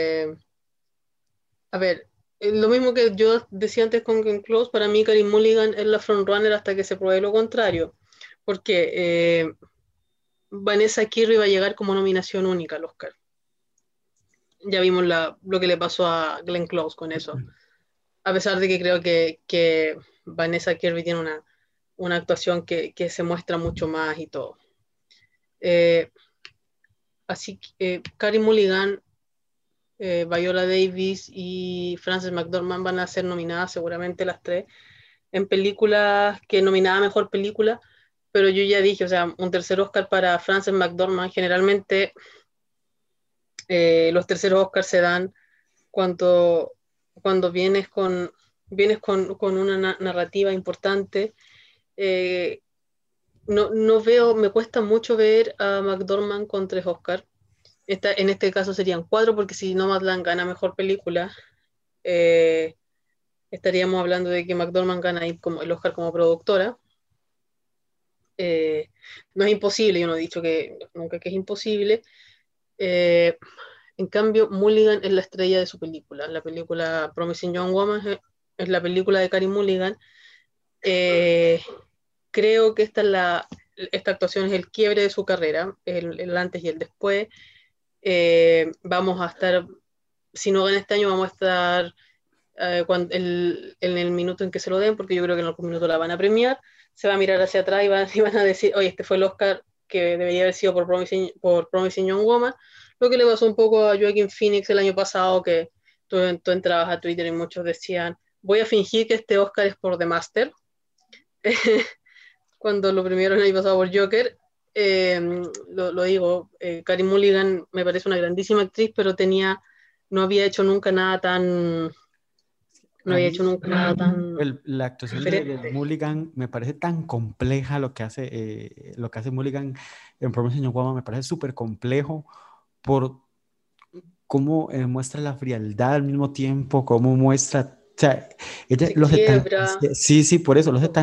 S3: A ver, lo mismo que yo decía antes con Glenn Close, para mí Carey Mulligan es la frontrunner hasta que se pruebe lo contrario. Porque Vanessa Kirby va a llegar como nominación única al Oscar. Ya vimos lo que le pasó a Glenn Close con eso. A pesar de que creo que Vanessa Kirby tiene una actuación que se muestra mucho más y todo. Así que Carey Mulligan, Viola Davis y Frances McDormand van a ser nominadas seguramente las tres en películas que nominada a mejor película, pero yo ya dije, o sea, un tercer Oscar para Frances McDormand, generalmente los terceros Oscars se dan cuando vienes con una narrativa importante. No veo, me cuesta mucho ver a McDormand con tres Oscars. En este caso serían cuatro, porque si Nomadland gana mejor película, eh, estaríamos hablando de que McDormand gana ahí como el Oscar como productora. Eh, no es imposible, yo no he dicho que nunca que es imposible. Eh, en cambio, Mulligan es la estrella de su película. La película Promising Young Woman es la película de Carey Mulligan. Eh, Creo que esta actuación es el quiebre de su carrera, el antes y el después. Vamos a estar, si no gana este año, vamos a estar en el minuto en que se lo den, porque yo creo que en algún minuto la van a premiar. Se va a mirar hacia atrás y van a decir, oye, este fue el Oscar que debería haber sido por Promising Young Woman. Lo que le pasó un poco a Joaquin Phoenix el año pasado, que tú entrabas a Twitter y muchos decían, voy a fingir que este Oscar es por The Master, cuando lo premiaron el año pasado por Joker. lo digo, Carey Mulligan me parece una grandísima actriz, pero no había hecho nunca nada tan... No
S2: A
S3: había
S2: mí,
S3: hecho nunca nada tan
S2: la actuación de
S3: diferente.
S2: Mulligan me parece tan compleja lo que hace Mulligan en Promising Young Woman, me parece súper complejo por cómo muestra la frialdad al mismo tiempo, cómo muestra, o sea, ella
S3: Se
S2: lo hace tan,
S3: quiebra.
S2: sí, sí, por eso, lo hace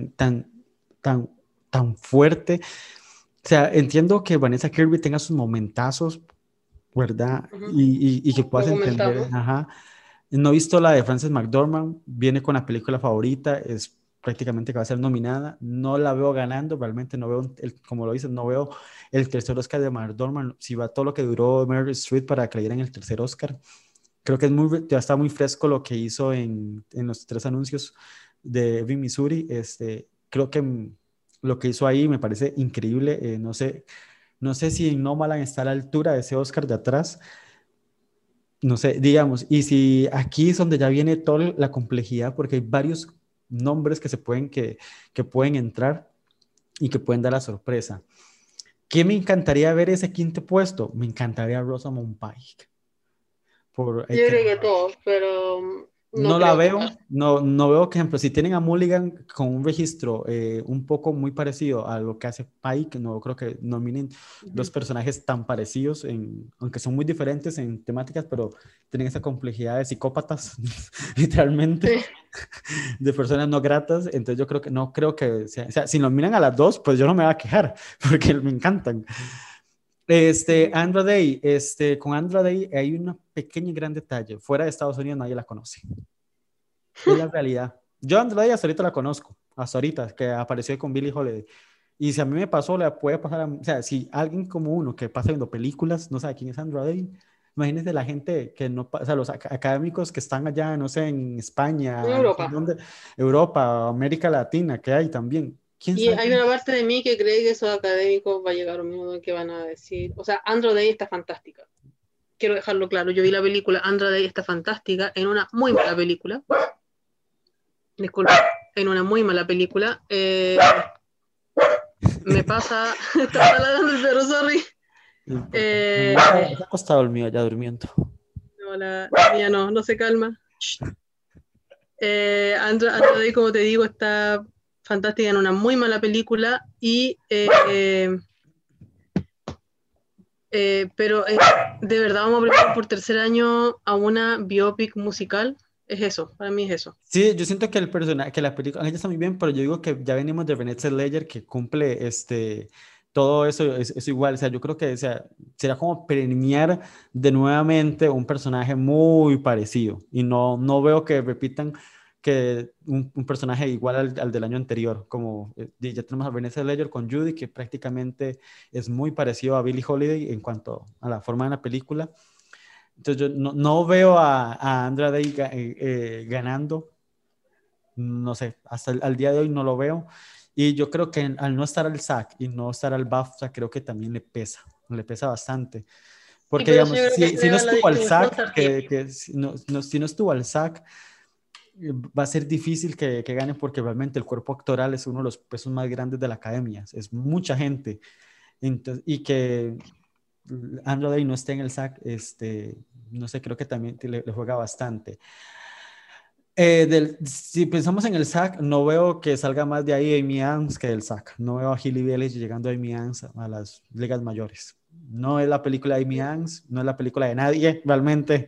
S2: tan, tan fuerte. O sea, entiendo que Vanessa Kirby tenga sus momentazos, ¿verdad?
S3: Ujú.
S2: Y que puedas
S3: Lo
S2: entender,
S3: comentamos.
S2: ajá. No he visto la de Frances McDormand, viene con la película favorita, es prácticamente que va a ser nominada. No la veo ganando, realmente no veo, como lo dices, no veo el tercer Oscar de McDormand. Si va todo lo que duró Meryl Streep para que le dieran el tercer Oscar, creo que ya está muy fresco lo que hizo en los 3 anuncios de Ebbing, Missouri. Creo que lo que hizo ahí me parece increíble. No sé si en Nomadland está a la altura de ese Oscar de atrás, no sé, digamos, y si aquí es donde ya viene toda la complejidad, porque hay varios nombres que pueden entrar y que pueden dar la sorpresa. ¿Qué me encantaría ver ese quinto puesto? Me encantaría Rosamund Pike.
S3: Yo creo que todos, pero no
S2: No la
S3: creo que pase.
S2: veo, no veo que, ejemplo, si tienen a Mulligan con un registro un poco muy parecido a lo que hace Pike, no creo que nominen dos
S3: Ujú.
S2: personajes tan parecidos, aunque son muy diferentes en temáticas, pero tienen esa complejidad de psicópatas, literalmente,
S3: Sí.
S2: de personas no gratas. Entonces yo creo que no creo que sea, o sea, si nominan a las dos, pues yo no me voy a quejar, porque me encantan.
S3: Ujú.
S2: Andra Day, con Andra Day hay una pequeña y gran detalle. Fuera de Estados Unidos nadie la conoce. Es la realidad. Yo a Andra Day hasta ahorita la conozco, hasta ahorita, que apareció con Billie Holiday. Y si a mí me pasó, le puede pasar o sea, si alguien como uno que pasa viendo películas no sabe quién es Andra Day, imagínense la gente que no, o sea, los académicos que están allá, no sé, en
S3: En
S2: España, no sé
S3: Europa.
S2: dónde, Europa, América Latina, que hay también. ¿Quién
S3: Y
S2: sabe
S3: hay
S2: quién
S3: una
S2: es?
S3: parte de mí que cree que esos académicos va a llegar un minuto que van a decir, o sea, Andra Day está fantástica. Quiero dejarlo claro, yo vi la película Andra Day está fantástica en una muy mala película. Disculpa, en una muy mala película. Me pasa, está ladrando el perro, sorry.
S2: No importa.
S3: Eh,
S2: Está acostado el mío ya durmiendo.
S3: no, la mía no se calma. Andra Day, como te digo, está fantástica en una muy mala película pero de verdad vamos a preparar por tercer año a una biopic musical. Es eso, para mí es eso.
S2: Sí, yo siento que el personaje, que la película, ella está muy bien, pero yo digo que ya venimos de Renée Zellweger que cumple todo eso, es igual, o sea, yo creo que, o sea, será como premiar de nuevamente un personaje muy parecido y no veo que repitan que un personaje igual al del año anterior, como ya tenemos a Renée Zellweger con Judy, que prácticamente es muy parecido a Billie Holiday en cuanto a la forma de la película. Entonces yo no veo a Andra Day ganando, no sé, hasta al día de hoy no lo veo. Y yo creo que al no estar al SAG y no estar al BAFTA, creo que también le pesa bastante.
S3: Sí,
S2: Porque,
S3: pero eso
S2: digamos,
S3: yo creo que
S2: si no
S3: entrega la
S2: estuvo al
S3: distribución
S2: SAG,
S3: tardía.
S2: si no estuvo al SAG, va a ser difícil que gane porque realmente el cuerpo actoral es uno de los pesos más grandes de la academia. Es mucha gente. Entonces, y que Andra Day no esté en el SAG, no sé, creo que también le juega bastante. Si pensamos en el SAC, no veo que salga más de ahí Amy Adams que del SAC. No veo a Hailey Bailey llegando a Amy Adams a las ligas mayores. No es la película de Amy Adams, no es la película de nadie, realmente.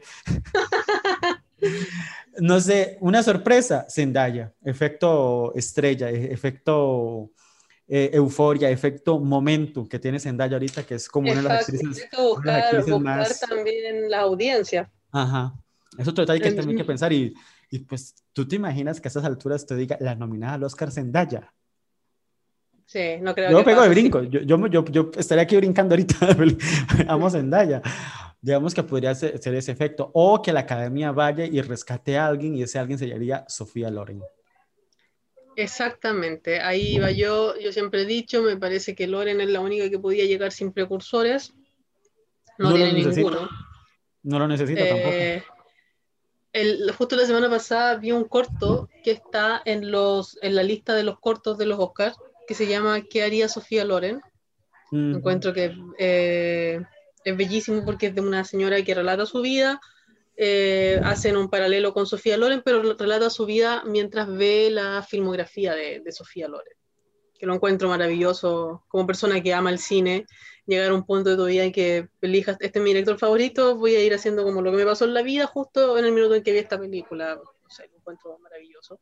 S2: No sé, una sorpresa, Zendaya, efecto estrella, efecto euforia, efecto momentum que tiene Zendaya ahorita, que es como
S3: Exacto. Hay que
S2: una de las actrices
S3: buscar
S2: más.
S3: también la audiencia.
S2: Ajá. Es otro detalle que también hay que
S3: En-
S2: pensar y pues tú te imaginas que a estas alturas te diga la nominada al Oscar Zendaya.
S3: sí, no creo
S2: Yo me
S3: que
S2: pego de
S3: pase, sí.
S2: brinco, yo estaría aquí brincando ahorita, amo Zendaya. Digamos que podría ser ese efecto, o que la academia vaya y rescate a alguien y ese alguien sería Sofía Loren.
S3: Exactamente. Ahí va yo siempre he dicho, me parece que Loren es la única que podía llegar sin precursores. No
S2: No lo
S3: tiene
S2: necesita,
S3: ninguno.
S2: no lo necesita tampoco.
S3: Eh, justo la semana pasada vi un corto que está en la lista de los cortos de los Oscars, que se llama ¿Qué haría Sofía Loren? Encuentro que es bellísimo porque es de una señora que relata su vida. Hacen un paralelo con Sofía Loren, pero relata su vida mientras ve la filmografía de Sofía Loren, que lo encuentro maravilloso como persona que ama el cine. Llegar a un punto de tu vida en que elijas, este es mi director favorito, voy a ir haciendo como lo que me pasó en la vida justo en el minuto en que vi esta película. No sé, lo encuentro maravilloso.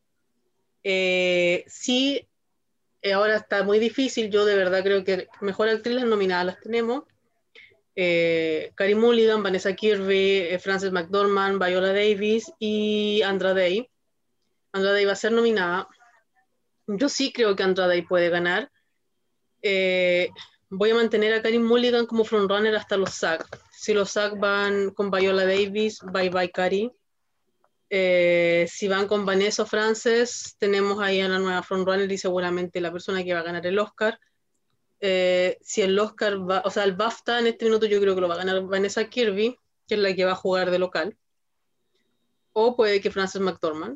S3: Sí, ahora está muy difícil. Yo de verdad creo que mejor actriz las nominadas las tenemos. Carey Mulligan, Vanessa Kirby, Frances McDormand, Viola Davis y Andra Day. Andra Day va a ser nominada. Yo sí creo que Andra Day puede ganar. Voy a mantener a Carey Mulligan como frontrunner hasta los SAG. Si los SAG van con Viola Davis, bye bye Carey. Si van con Vanessa Frances, tenemos ahí a la nueva frontrunner y seguramente la persona que va a ganar el Oscar. Si el Oscar va, o sea, el BAFTA en este minuto yo creo que lo va a ganar Vanessa Kirby, que es la que va a jugar de local, o puede que Frances McDormand.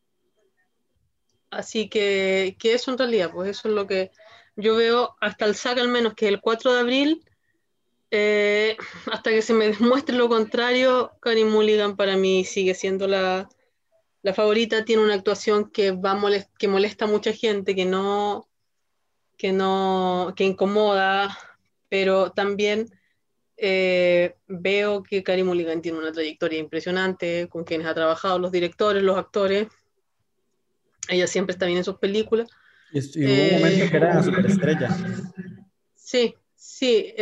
S3: Así que eso en realidad, pues eso es lo que yo veo hasta el SAC al menos, que es el 4 de abril, hasta que se me demuestre lo contrario. Carey Mulligan para mí sigue siendo la favorita. Tiene una actuación que molesta a mucha gente, que incomoda, pero también veo que Carey Mulligan tiene una trayectoria impresionante con quienes ha trabajado, los directores, los actores. Ella siempre está bien en sus películas.
S2: Y hubo un momento que era superestrella.
S3: Sí, sí.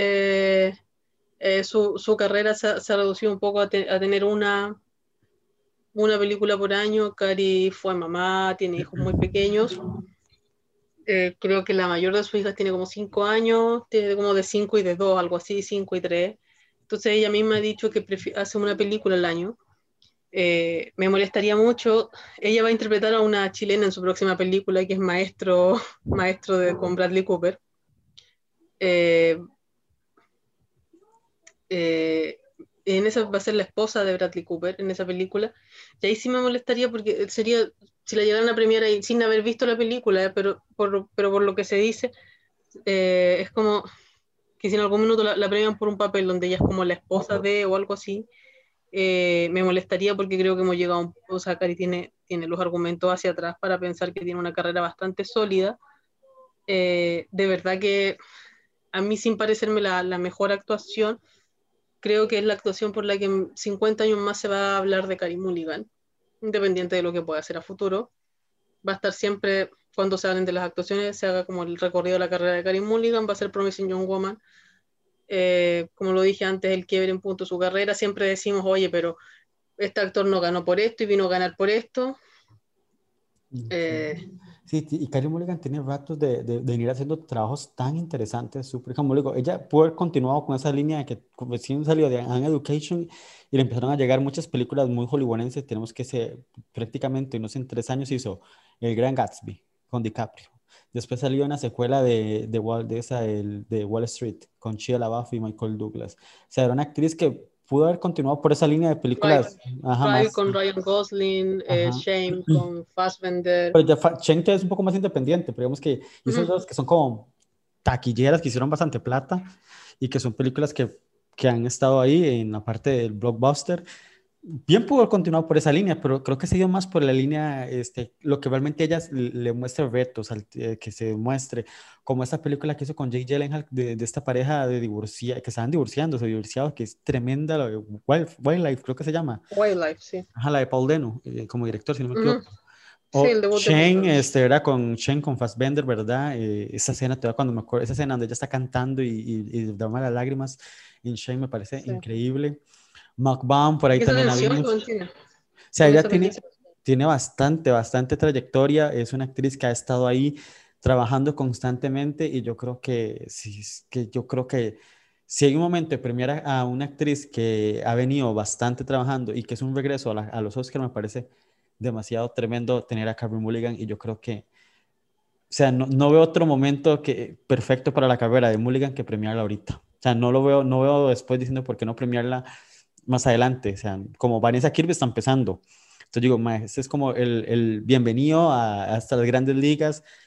S3: Su carrera se ha reducido un poco a tener una película por año. Carey fue mamá, tiene hijos muy pequeños. Creo que la mayor de sus hijas tiene como 5 años, tiene como de 5 y de 2, algo así, 5 y 3. Entonces ella misma ha dicho que hace una película al año. Me molestaría mucho. Ella va a interpretar a una chilena en su próxima película, que es maestro con Bradley Cooper. En esa va a ser la esposa de Bradley Cooper en esa película. Y ahí sí me molestaría porque sería, si la llegaran a premiar ahí sin haber visto la película, pero por lo que se dice, es como que si en algún minuto la premian por un papel donde ella es como la esposa de o algo así, me molestaría porque creo que hemos llegado, o sea, Cari tiene los argumentos hacia atrás para pensar que tiene una carrera bastante sólida. De verdad que a mí, sin parecerme la mejor actuación, creo que es la actuación por la que en 50 años más se va a hablar de Carey Mulligan, independiente de lo que pueda hacer a futuro. Va a estar siempre, cuando se hablen de las actuaciones, se haga como el recorrido de la carrera de Carey Mulligan, va a ser Promising Young Woman. Como lo dije antes, el quiebre en punto de su carrera. Siempre decimos, oye, pero este actor no ganó por esto y vino a ganar por esto.
S2: Sí, y Carey Mulligan tiene ratos de venir haciendo trabajos tan interesantes, súper, como digo, ella pudo haber continuado con esa línea de que recién salió de An Education y le empezaron a llegar muchas películas muy hollywoodenses. Tenemos que ser prácticamente, no sé, en 3 años hizo El Gran Gatsby con DiCaprio. Después salió una secuela de Wall Street con Shia LaBeouf y Michael Douglas. O sea, era una actriz que pudo haber continuado por esa línea de películas.
S3: Drive con Ryan Gosling, Shame con Fassbender.
S2: Pero ya Cheng es un poco más independiente, pero digamos que hizo dos que son como taquilleras, que hicieron bastante plata y que son películas que han estado ahí en la parte del blockbuster. Bien pudo haber continuado por esa línea, pero creo que se dio más por la línea, lo que realmente ella le muestra retos, que se muestre, como esta película que hizo con Jake Gyllenhaal de esta pareja que estaban divorciados, que es tremenda, la de Wildlife, creo que se llama.
S3: Wildlife, sí.
S2: Ajá, la de Paul Dano, como director, si no me equivoco.
S3: Sí, el debut
S2: Shane, era con Shane, con Fassbender, ¿verdad? Esa escena, todavía cuando me acuerdo, esa escena donde ella está cantando y derrama las lágrimas en Shane me parece increíble. McBaum, por ahí también la vimos. O sea, ella tiene bastante trayectoria, es una actriz que ha estado ahí trabajando constantemente y yo creo que si hay un momento de premiar a una actriz que ha venido bastante trabajando y que es un regreso a los Oscars, me parece demasiado tremendo tener a Carey Mulligan y yo creo que, o sea, no veo otro momento perfecto para la carrera de Mulligan que premiarla ahorita. O sea, no veo después diciendo por qué no premiarla más adelante. O sea, como Vanessa Kirby está empezando. Entonces digo, este es como el bienvenido hasta las grandes ligas.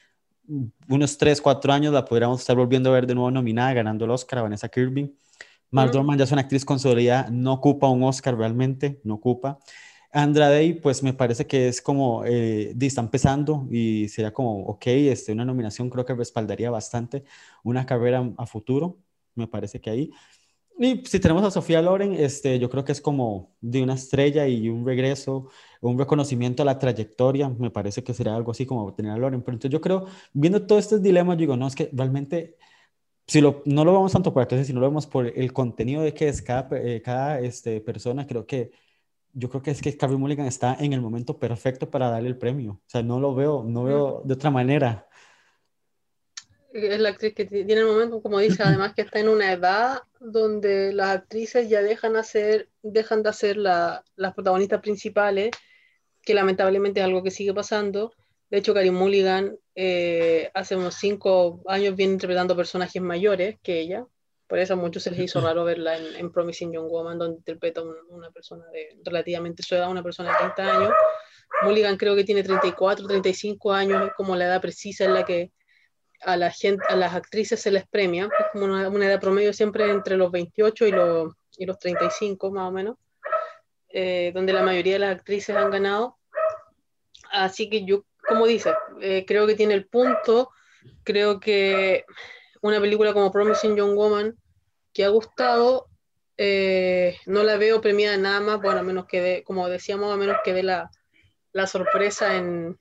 S2: unos 3, 4 años la podríamos estar volviendo a ver de nuevo nominada, ganando el Oscar a Vanessa Kirby. McDormand ya es una actriz consolidada, no ocupa un Oscar realmente, no ocupa. Andra Day, pues me parece que es como, está empezando y sería como, ok, una nominación creo que respaldaría bastante una carrera a futuro, me parece que ahí. Y si tenemos a Sofía Loren, yo creo que es como de una estrella y un regreso, un reconocimiento a la trayectoria, me parece que sería algo así como tener a Loren. Pero entonces yo creo, viendo todos estos dilemas, yo digo, no, es que realmente, si no lo vemos tanto por actrices, sino lo vemos por el contenido de que es cada persona, yo creo que es que Carey Mulligan está en el momento perfecto para darle el premio. O sea, no veo de otra manera.
S3: Es la actriz que tiene el momento, como dice, además que está en una edad donde las actrices ya dejan de ser las protagonistas principales, que lamentablemente es algo que sigue pasando. De hecho, Carey Mulligan hace unos 5 años viene interpretando personajes mayores que ella. Por eso a muchos se les hizo raro verla en Promising Young Woman, donde interpreta una persona de relativamente su edad, una persona de 30 años. Mulligan creo que tiene 34, 35 años, es como la edad precisa en la que a las actrices se les premia, es como una edad promedio siempre entre los 28 y los 35 más o menos, donde la mayoría de las actrices han ganado. Así que yo, como dices, creo que tiene el punto, creo que una película como Promising Young Woman, que ha gustado, no la veo premiada nada más, bueno, a menos que como decíamos, a menos que dé la sorpresa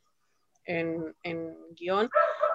S3: en guión.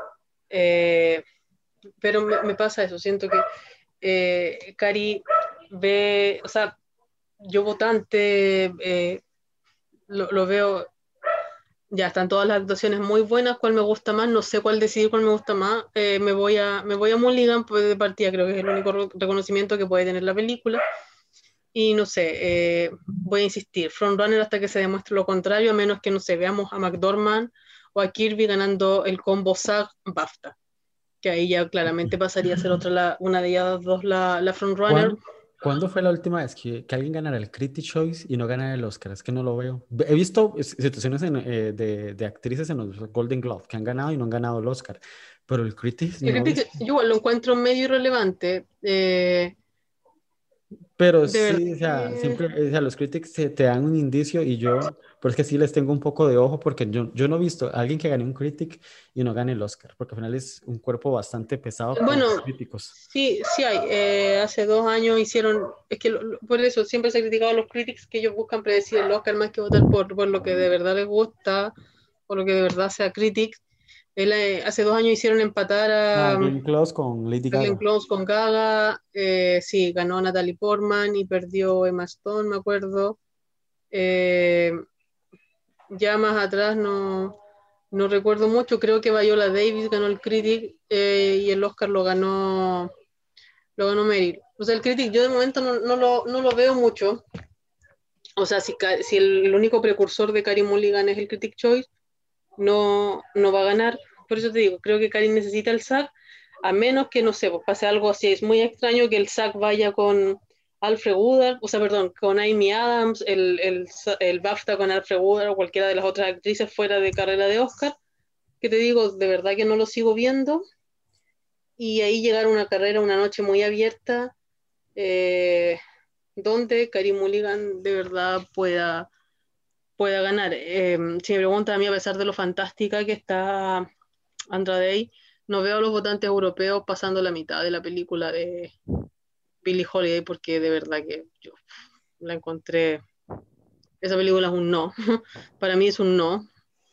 S3: Pero me pasa eso, siento que Cari ve, o sea, yo votante lo veo, ya están todas las actuaciones muy buenas, cuál me gusta más, no sé cuál decidir, cuál me gusta más, me voy a Mulligan, pues de partida creo que es el único reconocimiento que puede tener la película, y no sé, voy a insistir, frontrunner hasta que se demuestre lo contrario, a menos que, no sé, veamos a McDormand o a Kirby ganando el combo SAG-BAFTA, que ahí ya claramente pasaría a ser una de ellas dos la frontrunner.
S2: ¿Cuándo fue la última vez que alguien ganara el Critics' Choice y no ganara el Oscar? Es que no lo veo. He visto situaciones de actrices en los Golden Globe que han ganado y no han ganado el Oscar, pero el Critics
S3: Yo,
S2: no he visto.
S3: yo igual lo encuentro medio irrelevante.
S2: Pero
S3: De verdad
S2: sí, o sea,
S3: que...
S2: siempre, o sea, los critics te dan un indicio y pero es que sí les tengo un poco de ojo porque yo no he visto a alguien que gane un critic y no gane el Oscar, porque al final es un cuerpo bastante pesado con
S3: Bueno,
S2: los críticos.
S3: sí, sí hay. Hace 2 años hicieron... Es que por eso siempre se ha criticado a los critics que ellos buscan predecir el Oscar más que votar por lo que de verdad les gusta, por lo que de verdad sea critics. Hace 2 años hicieron empatar
S2: Ah,
S3: a
S2: Glenn Close con Lady
S3: Glenn
S2: Gaga.
S3: Close con Gaga. Sí, ganó Natalie Portman y perdió Emma Stone, me acuerdo. Eh, ya más atrás no recuerdo mucho, creo que Viola Davis ganó el Critic y el Oscar lo ganó Meryl. O sea, el Critic yo de momento no lo veo mucho. O sea, si el único precursor de Carey Mulligan es el Critic Choice, no va a ganar. Por eso te digo, creo que Carey necesita el SAG, a menos que, no sé, pues pase algo así. Es muy extraño que el SAG vaya con Alfred Woodard, o sea, perdón, con Amy Adams, el BAFTA con Alfred Woodard o cualquiera de las otras actrices fuera de carrera de Oscar, que te digo, de verdad que no lo sigo viendo, y ahí llegar a una carrera, una noche muy abierta, eh, donde Carey Mulligan de verdad pueda ganar. Si me preguntan a mí, a pesar de lo fantástica que está Andra Day, no veo a los votantes europeos pasando la mitad de la película de Billie Holiday, porque de verdad que yo la encontré, esa película es un no, para mí es un no.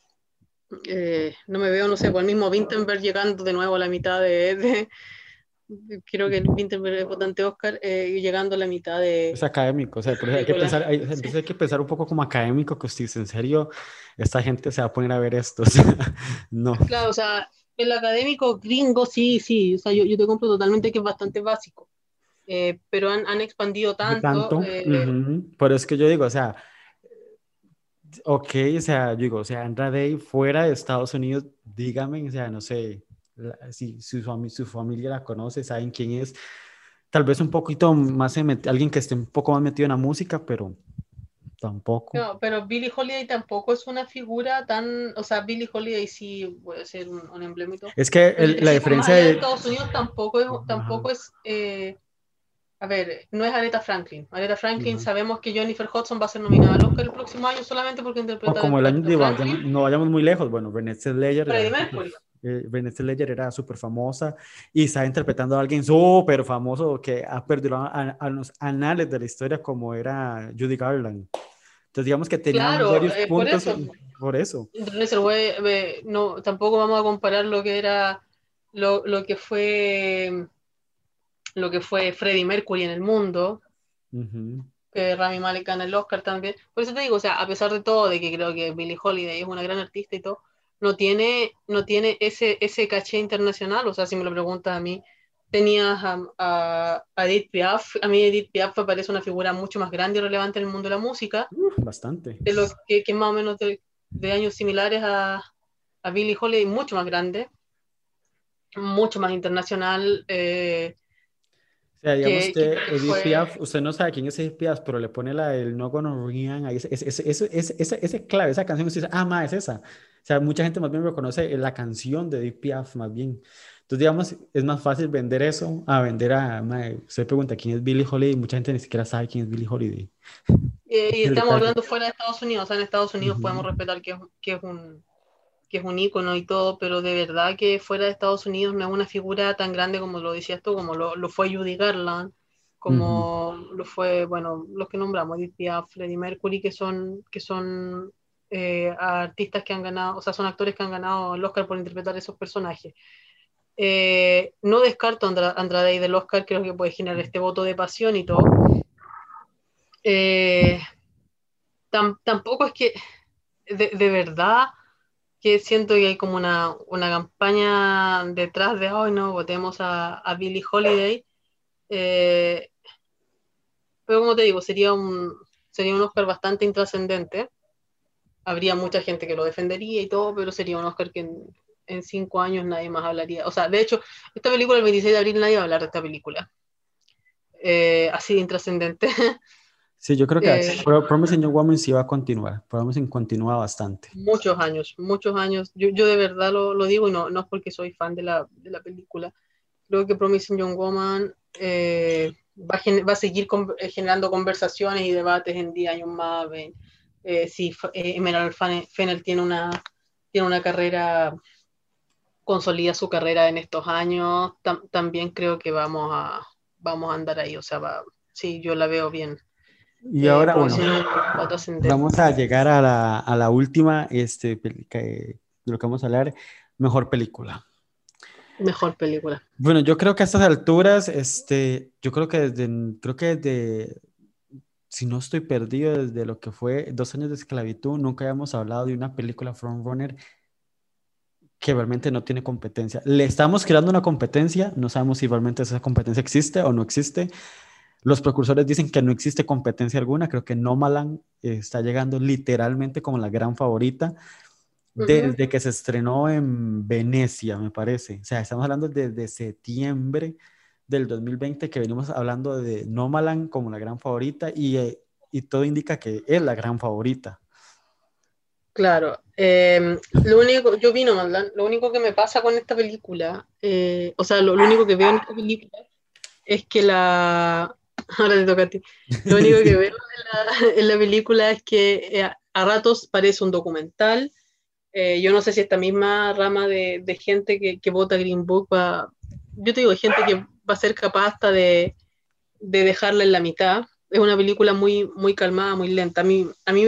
S3: No me veo, no sé, por el mismo Vinterberg llegando de nuevo a la mitad creo que el Vinterberg es votante Oscar, y llegando a la mitad
S2: Es académico, o sea, por eso hay que
S3: película.
S2: pensar,
S3: Sí.
S2: entonces hay que pensar un poco como académico, que usted dice, en serio, esta gente se va a poner a ver esto, o sea, no.
S3: Claro, o sea, el académico gringo, sí, sí, o sea, yo te compro totalmente que es bastante básico, pero han expandido
S2: De
S3: tanto.
S2: tanto, pero es que yo digo, o sea, ok, o sea, yo digo, o sea, Andra Day fuera de Estados Unidos, dígame, o sea, no sé, si su familia la conoce, saben quién es, tal vez un poquito más, alguien que esté un poco más metido en la música, pero tampoco.
S3: No, pero Billie Holiday tampoco es una figura tan, o sea, Billie Holiday sí puede ser un emblemito,
S2: Es que
S3: pero si te
S2: la
S3: fijas, más
S2: diferencia
S3: allá de
S2: de...
S3: Estados Unidos
S2: Ajá,
S3: tampoco es, a ver, no es Aretha Franklin. Aretha Franklin,
S2: ajá.
S3: sabemos que Jennifer Hudson va a ser nominada al Oscar el próximo año solamente porque
S2: O
S3: interpreta
S2: como el
S3: a
S2: año
S3: Aretha
S2: de,
S3: Franklin.
S2: no vayamos muy lejos, bueno, Renée Zellweger
S3: Freddie Mercury.
S2: Renée Zellweger era súper famosa y está interpretando a alguien súper famoso que ha perdido a los anales de la historia como era Judy Garland. Entonces digamos que teníamos
S3: Claro,
S2: varios
S3: por
S2: puntos
S3: eso.
S2: por eso.
S3: Entonces, no, tampoco vamos a comparar lo que era lo lo que fue Freddie Mercury en el mundo,
S2: Ujú.
S3: que Rami Malek gana el Oscar también. Por eso te digo, o sea, a pesar de todo, de que creo que Billie Holiday es una gran artista y todo, no tiene ese caché internacional. O sea, si me lo preguntas a mí, tenías a Edith Piaf. A mí Edith Piaf me parece una figura mucho más grande y relevante en el mundo de la música,
S2: Bastante.
S3: de lo que más o menos de años similares a Billie Holiday, mucho más grande, mucho más internacional,
S2: O sea, digamos que
S3: que
S2: Edith
S3: fue...
S2: Piaf, usted no sabe quién es Edith Piaf, pero le pone la del No Gonna Run, ahí ese clave, esa canción, usted dice, ah, ma, es esa. O sea, mucha gente más bien reconoce la canción de Edith Piaf, más bien. Entonces, digamos, es más fácil vender eso a vender a, ma, usted pregunta quién es Billie Holiday y mucha gente ni siquiera sabe quién es Billie Holiday.
S3: Y
S2: Es el
S3: estamos
S2: detalle.
S3: hablando fuera de Estados Unidos, o sea, en Estados Unidos podemos
S2: Ujú.
S3: respetar que es un ícono y todo, pero de verdad que fuera de Estados Unidos no es una figura tan grande como lo decías tú, como lo fue Judy Garland,
S2: Ujú.
S3: como lo fue, bueno, los que nombramos, Edith Piaf, Freddie Mercury, que son artistas que han ganado, o sea, son actores que han ganado el Oscar por interpretar esos personajes. No descarto a Andrade del Oscar, creo que puede generar este voto de pasión y todo. Eh, Tampoco es que de verdad que siento que hay como una campaña detrás de hoy, no, votemos a Billie Holiday. Eh, pero como te digo, sería un Oscar bastante intrascendente. Habría mucha gente que lo defendería y todo, pero sería un Oscar que en 5 años nadie más hablaría. O sea, de hecho, esta película, el 26 de abril, nadie va a hablar de esta película. Así de intrascendente.
S2: Sí, yo creo que
S3: Eh,
S2: Promising Young Woman sí va a continuar. Promising continúa bastante.
S3: muchos años, muchos años. Yo de verdad lo digo y no es porque soy fan de la película. Creo que Promising Young Woman va a seguir generando conversaciones y debates en 10 años más. Si Emerald Fennell tiene una carrera, consolida su carrera en estos años, también creo que vamos a andar ahí. O sea, sí, yo la veo bien.
S2: Y ahora, bueno,
S3: Promising Young Woman va a trascender.
S2: vamos a llegar a la última, de lo que vamos a hablar, mejor película.
S3: Mejor película.
S2: Bueno, yo creo que a estas alturas, yo creo que desde, si no estoy perdido, desde lo que fue 2 años de esclavitud, nunca habíamos hablado de una película frontrunner que realmente no tiene competencia. Le estamos creando una competencia, no sabemos si realmente esa competencia existe o no existe. Los precursores dicen que no existe competencia alguna. Creo que Nomadland está llegando literalmente como la gran favorita
S3: Ujú.
S2: desde que se estrenó en Venecia, me parece. O sea, estamos hablando desde septiembre del 2020 que venimos hablando de Nomadland como la gran favorita y todo indica que es la gran favorita.
S3: Claro, yo vi Nomadland, lo único que me pasa con esta película, o sea, lo único que veo en esta película es que ahora te toca a ti, lo único que veo en la película es que a ratos parece un documental. Yo no sé si esta misma rama de gente que vota Green Book yo te digo, hay gente que va a ser capaz hasta de dejarla en la mitad. Es una película muy, muy calmada, muy lenta. A mí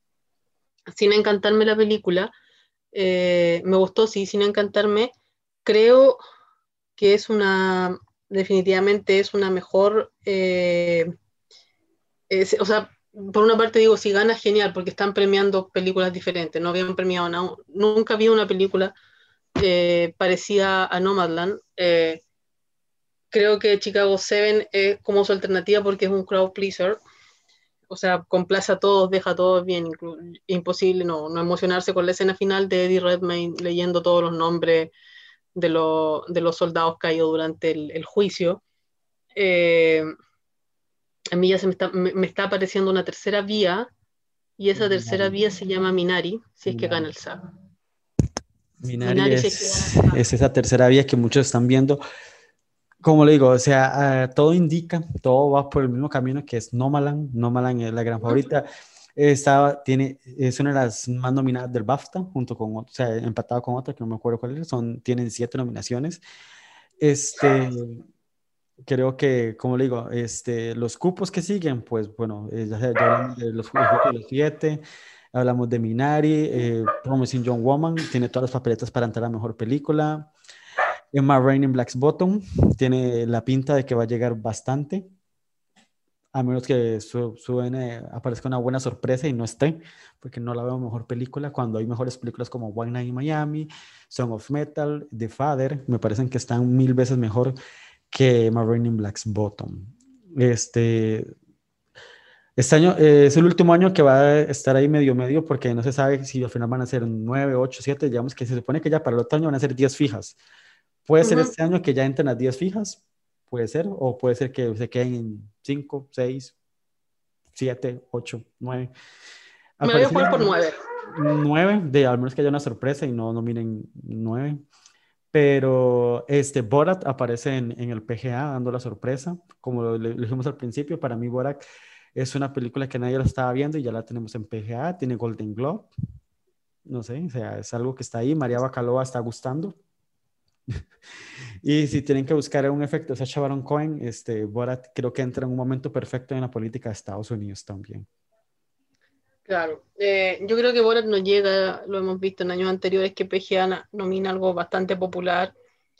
S3: sin encantarme la película, me gustó, sí, sin encantarme. Creo que definitivamente es una mejor, o sea, por una parte digo, si gana, genial, porque están premiando películas diferentes, no habían premiado nada, nunca vi una película parecida a Nomadland. Creo que Chicago 7 es como su alternativa porque es un crowd pleaser, o sea, complace a todos, deja a todos bien, imposible no emocionarse con la escena final de Eddie Redmayne leyendo todos los nombres de los soldados caídos durante el juicio. A mí ya me está apareciendo una tercera vía y esa tercera
S2: Minari.
S3: vía se llama Minari, si es que gana
S2: Minari.
S3: el SAG.
S2: Minari
S3: Minari si es que gana el SAG.
S2: es esa tercera vía que muchos están viendo. Como le digo, o sea, todo indica, todo va por el mismo camino que es Nomadland. Nomadland es la gran favorita. Es una de las más nominadas del BAFTA, junto con, o sea, empatado con otra que no me acuerdo cuál es. Tienen 7 nominaciones. Este, creo que, como le digo, los cupos que siguen, pues bueno, ya hablamos de el juego de los 7, hablamos de Minari, Promising Young Woman, tiene todas las papeletas para entrar a mejor película. Emma Rain en Black Bottom tiene la pinta de que va a llegar bastante, a menos que aparezca una buena sorpresa y no esté, porque no la veo mejor película cuando hay mejores películas como One Night in Miami, Song of Metal, The Father, me parecen que están 1000 veces mejor que Emma Rain en Black Bottom. Este, este año es el último año que va a estar ahí medio, porque no se sabe si al final van a ser 9, 8, 7, digamos que se supone que ya para el otro año van a ser 10 fijas. Puede ser
S3: Ujú.
S2: este año que ya entren las 10 fijas, puede ser, o puede ser que se queden en 5, 6, 7, 8, 9. Al
S3: Me la voy a
S2: parecer
S3: jugar por 9.
S2: 9, al menos que haya una sorpresa y no miren 9. Pero Borat aparece en el PGA dando la sorpresa. Como le dijimos al principio, para mí Borat es una película que nadie la estaba viendo y ya la tenemos en PGA, tiene Golden Globe, no sé, o sea, es algo que está ahí. María Bacalova está gustando. Y si tienen que buscar un efecto Sacha Baron Cohen, Borat creo que entra en un momento perfecto en la política de Estados Unidos también.
S3: Claro, yo creo que Borat no llega, lo hemos visto en años anteriores, que PGA nomina algo bastante popular.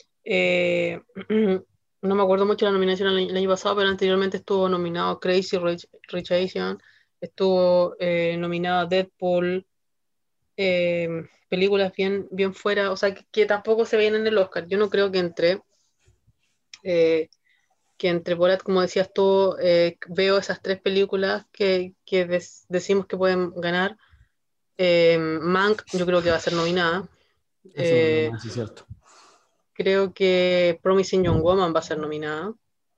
S3: No me acuerdo mucho de la nominación el año pasado, pero anteriormente estuvo nominado Crazy Rich Asian, estuvo nominada Deadpool, películas bien fuera, o sea, que tampoco se ven en el Oscar. Yo no creo eh, que entre Borat, como decías tú, veo esas 3 películas que decimos que pueden ganar. Mank, yo creo que va a ser nominada.
S2: Eso no
S3: Eh,
S2: más, sí es cierto.
S3: Creo que Promising Young Woman va a ser nominada.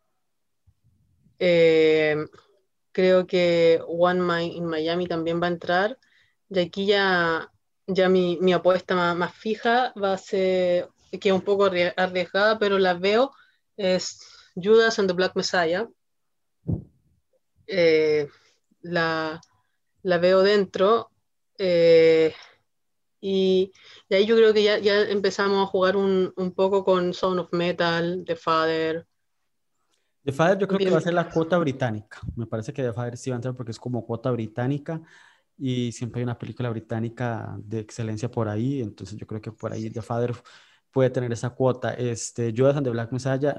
S3: Eh, Creo que One Night in Miami también va a entrar. Y aquí ya mi apuesta más fija va a ser, que es un poco arriesgada, pero la veo, es Judas and the Black Messiah. Eh, la, la veo dentro. eh, y, y ahí yo creo que ya empezamos a jugar un poco con Sound of Metal, The Father.
S2: The Father yo creo que va a
S3: Bien,
S2: ser la cuota británica. Me parece que The Father sí va a entrar porque es como cuota británica y siempre hay una película británica de excelencia por ahí, entonces yo creo que por ahí The Father puede tener esa cuota. Judas and the Black Messiah,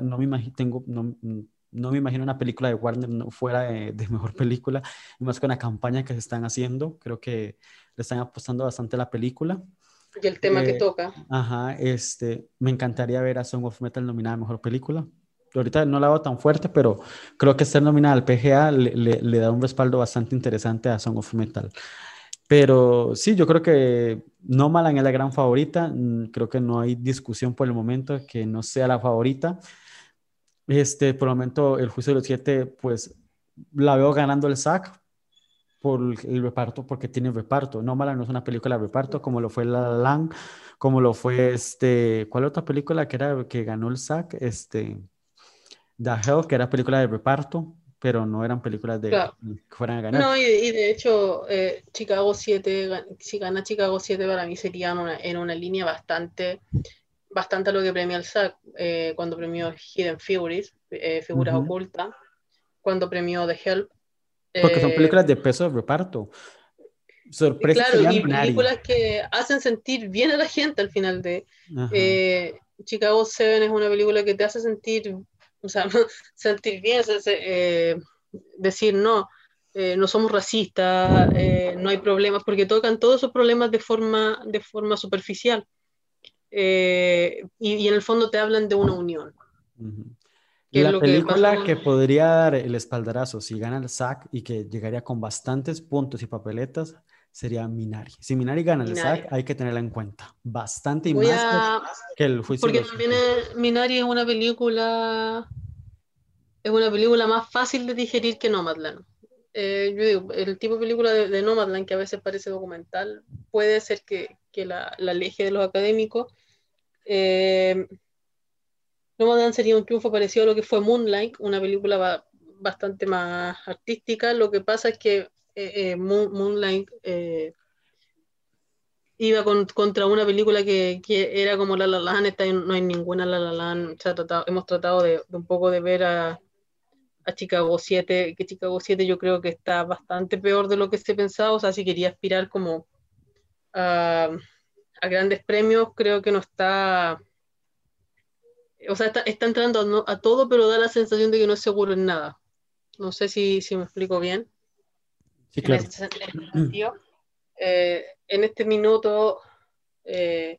S2: no me imagino una película de Warner fuera de mejor película, y más con la campaña que se están haciendo, creo que le están apostando bastante a la película.
S3: y el tema que
S2: Eh,
S3: toca.
S2: ajá, me encantaría ver a Song of Metal nominada a mejor película. Ahorita no la veo tan fuerte, pero creo que estar nominada al PGA le da un respaldo bastante interesante a Song of Metal. Pero sí, yo creo que Nomadland es la gran favorita. Creo que no hay discusión por el momento que no sea la favorita. Por el momento, El Juicio de los 7, pues la veo ganando el SAG por el reparto, porque tiene reparto. Nomadland no es una película de reparto, como lo fue La La Land, como lo fue ¿cuál otra película que ganó el SAG? The Hell, que era película de reparto, pero no eran películas
S3: Claro.
S2: que fueran a ganar.
S3: No, y de hecho, Chicago 7, si gana Chicago 7, para mí sería en una línea bastante a lo que premia el SAG, cuando premió Hidden Figures, figuras
S2: Ujú.
S3: ocultas, cuando premió The Help.
S2: Porque son
S3: eh,
S2: películas de peso de reparto. Sorpresa
S3: claro,
S2: sería
S3: y
S2: Minari.
S3: películas que hacen sentir bien a la gente al final de...
S2: Ajá.
S3: eh, Chicago 7 es una película que te hace sentir, o sea, sentir bien, decir no, no somos racistas, no hay problemas, porque tocan todos esos problemas de forma superficial. Y en el fondo te hablan de una unión,
S2: Ujú.
S3: que es
S2: La
S3: lo que
S2: película
S3: pasó.
S2: que podría dar el espaldarazo si gana el SAG y que llegaría con bastantes puntos y papeletas sería Minari. Si Minari gana el SAG,
S3: Minari.
S2: hay que tenerla en cuenta. Bastante y
S3: Voy
S2: más
S3: a,
S2: que el juicio de
S3: porque
S2: los
S3: también
S2: siete.
S3: Minari es una película más fácil de digerir que Nomadland. yo digo, el tipo de película de Nomadland, que a veces parece documental, puede ser que la aleje de los académicos. Nomadland sería un triunfo parecido a lo que fue Moonlight, una película bastante más artística. Lo que pasa es que Moonlight iba contra una película que era como La La Land. No hay ninguna La La Land. Hemos tratado de un poco de ver a Chicago 7, que Chicago 7 yo creo que está bastante peor de lo que se pensaba. O sea, si quería aspirar como a grandes premios, creo que no está. O sea, está entrando a todo, pero da la sensación de que no es seguro en nada. No sé si me explico bien
S2: Sí,
S3: en
S2: claro.
S3: ese sentido. En este minuto eh,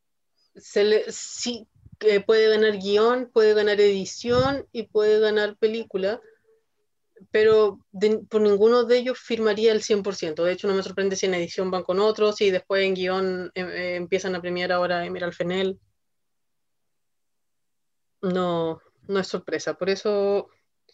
S3: sí puede ganar guión, puede ganar edición y puede ganar película, pero por ninguno de ellos firmaría el 100%. De hecho, no me sorprende si en edición van con otros y después en guión empiezan a premiar ahora a Emerald Fennell. No, no es sorpresa. Por eso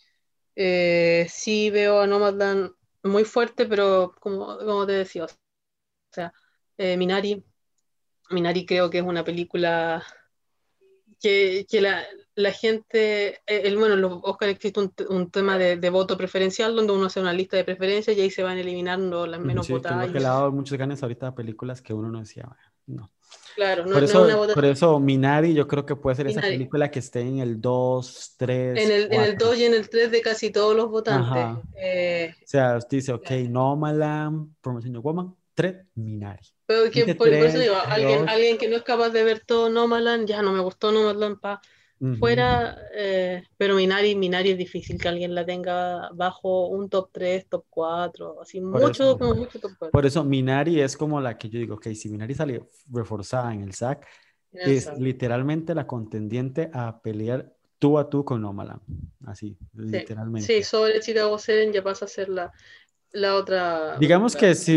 S3: sí veo a Nomadland muy fuerte, pero como te decía, o sea, Minari creo que es una película que la gente, bueno, en los Oscars existe un tema de voto preferencial donde uno hace una lista de preferencias y ahí se van eliminando las menos
S2: Sí, que es lo
S3: votadas.
S2: que le ha dado muchos ganes ahorita a películas que uno no decía, "Bueno, no".
S3: Claro, no,
S2: Por
S3: no es una
S2: eso, por
S3: votación
S2: eso Minari yo creo que puede ser esa
S3: binaria.
S2: película que esté en el 2,
S3: En
S2: 3,
S3: el 2
S2: 4.
S3: y en el 3 de casi todos los votantes.
S2: Ajá. O sea, usted dice, ok, Nomadland, Promising Young Woman, 3, Minari.
S3: Pero que
S2: Dice
S3: por eso
S2: 3,
S3: digo,
S2: 2.
S3: alguien que no es capaz de ver todo Nomadland, ya no me gustó Nomadland para fuera, pero Minari es difícil que alguien la tenga bajo un top 3 top 4 así
S2: Por eso.
S3: mucho, como mucho top 4
S2: Por eso Minari es como la que yo digo, ok, si Minari sale reforzada en el SAC,
S3: en el
S2: es
S3: SAG.
S2: literalmente la contendiente a pelear tú a tú con Nomadland. Así,
S3: Sí, sí,
S2: literalmente.
S3: sobre Chicago 7 ya pasa a ser la otra.
S2: Digamos que si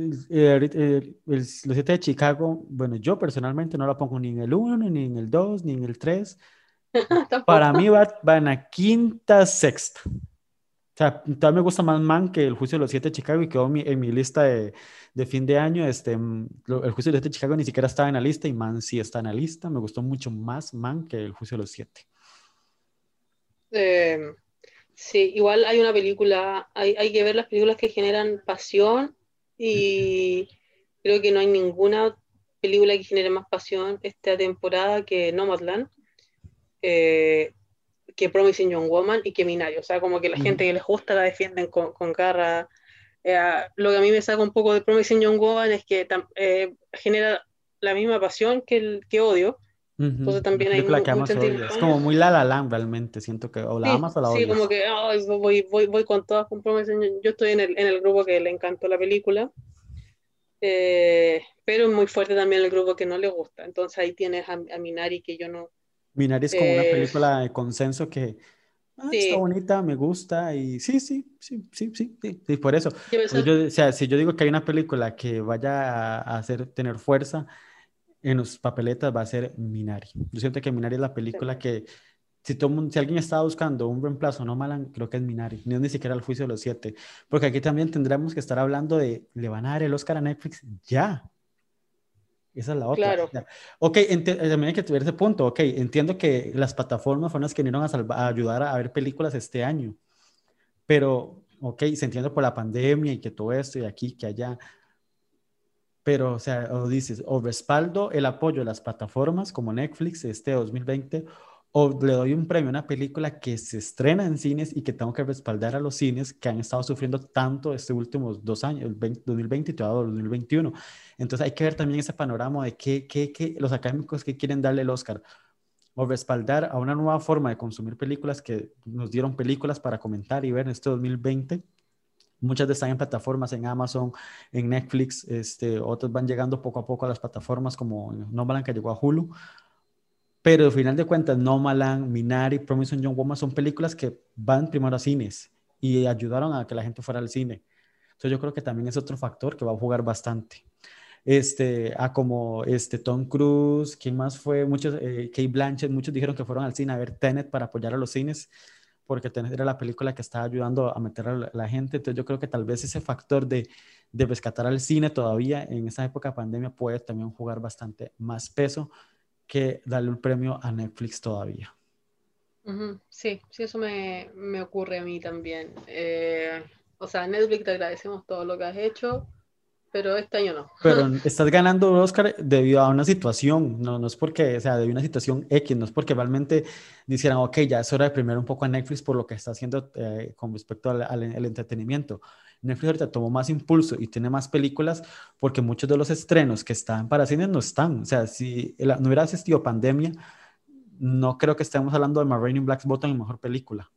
S2: los 7 de Chicago, bueno, yo personalmente no la pongo ni en el 1, ni en el 2, ni en el 3. Para
S3: Tampoco.
S2: mí va en la quinta, sexta. O sea, todavía me gusta más Man que el Juicio de los 7 de Chicago y quedó en mi lista de fin de año. El Juicio de los 7 de Chicago ni siquiera estaba en la lista y Man sí está en la lista. Me gustó mucho más Man que el Juicio de los 7.
S3: Eh, sí, igual hay una película, hay que ver las películas que generan pasión y creo que no hay ninguna película que genere más pasión esta temporada que Nomadland. Que Promising Young Woman y que Minari. O sea, como que la gente que les gusta la defienden con garra. Lo que a mí me saca un poco de Promising Young Woman es que genera la misma pasión que odio. Entonces
S2: Una
S3: también hay
S2: película que
S3: mucha
S2: amas o odias. Es
S3: intriga.
S2: como muy La La Land realmente. Siento que o la
S3: Sí,
S2: amas o la
S3: sí, como
S2: odias.
S3: que ay, voy con todas con Promising Young. Yo estoy en el grupo que le encantó la película. Pero es muy fuerte también el grupo que no le gusta. Entonces ahí tienes a Minari que yo no.
S2: Minari es como una
S3: eh,
S2: película de consenso que está
S3: sí,
S2: bonita, me gusta y sí, sí, sí, sí, sí, sí, sí, por eso.
S3: que
S2: Porque o sea, si yo digo que hay una película que vaya a hacer, tener fuerza en los papeletas, va a ser Minari. Yo siento que Minari es la película que, si alguien estaba buscando un reemplazo, no Malan, creo que es Minari, no es ni siquiera el Juicio de los 7, porque aquí también tendremos que estar hablando de, ¿le van a dar el Oscar a Netflix? Ya. Esa es la otra. O
S3: claro,
S2: sea, ok, también hay que ver ese punto. Ok, entiendo que las plataformas fueron las que vinieron a ayudar a ver películas este año, pero, ok, se entiende por la pandemia y que todo esto y aquí, que allá, pero, o sea, o dices, o respaldo el apoyo de las plataformas como Netflix este 2020, o le doy un premio a una película que se estrena en cines y que tengo que respaldar a los cines que han estado sufriendo tanto estos últimos 2 años, el 2020 y todo el 2021. Entonces hay que ver también ese panorama de qué los académicos que quieren darle el Oscar, o respaldar a una nueva forma de consumir películas que nos dieron películas para comentar y ver en este 2020. Muchas de están en plataformas, en Amazon, en Netflix, otras van llegando poco a poco a las plataformas como Nomadland que llegó a Hulu, pero al final de cuentas Nomadland, Minari, Promising Young Woman son películas que van primero a cines y ayudaron a que la gente fuera al cine. Entonces yo creo que también es otro factor que va a jugar bastante. Como Tom Cruise, ¿quién más fue? Muchos, Kate Blanchett, muchos dijeron que fueron al cine a ver Tenet para apoyar a los cines, porque Tenet era la película que estaba ayudando a meter a la gente. Entonces yo creo que tal vez ese factor de rescatar al cine todavía en esa época de pandemia puede también jugar bastante más peso que darle un premio a Netflix todavía.
S3: Sí, sí, eso me ocurre a mí también. O sea, Netflix, te agradecemos todo lo que has hecho, pero este año no.
S2: Pero estás ganando un Oscar debido a una situación, no es porque, o sea, debido a una situación X, no es porque realmente dijeran, ok, ya es hora de premiar un poco a Netflix por lo que está haciendo con respecto al entretenimiento. Netflix ahorita tomó más impulso y tiene más películas porque muchos de los estrenos que están para cines no están. O sea, si no hubiera existido pandemia, no creo que estemos hablando de Ma Rainey in Black Bottom en mejor película.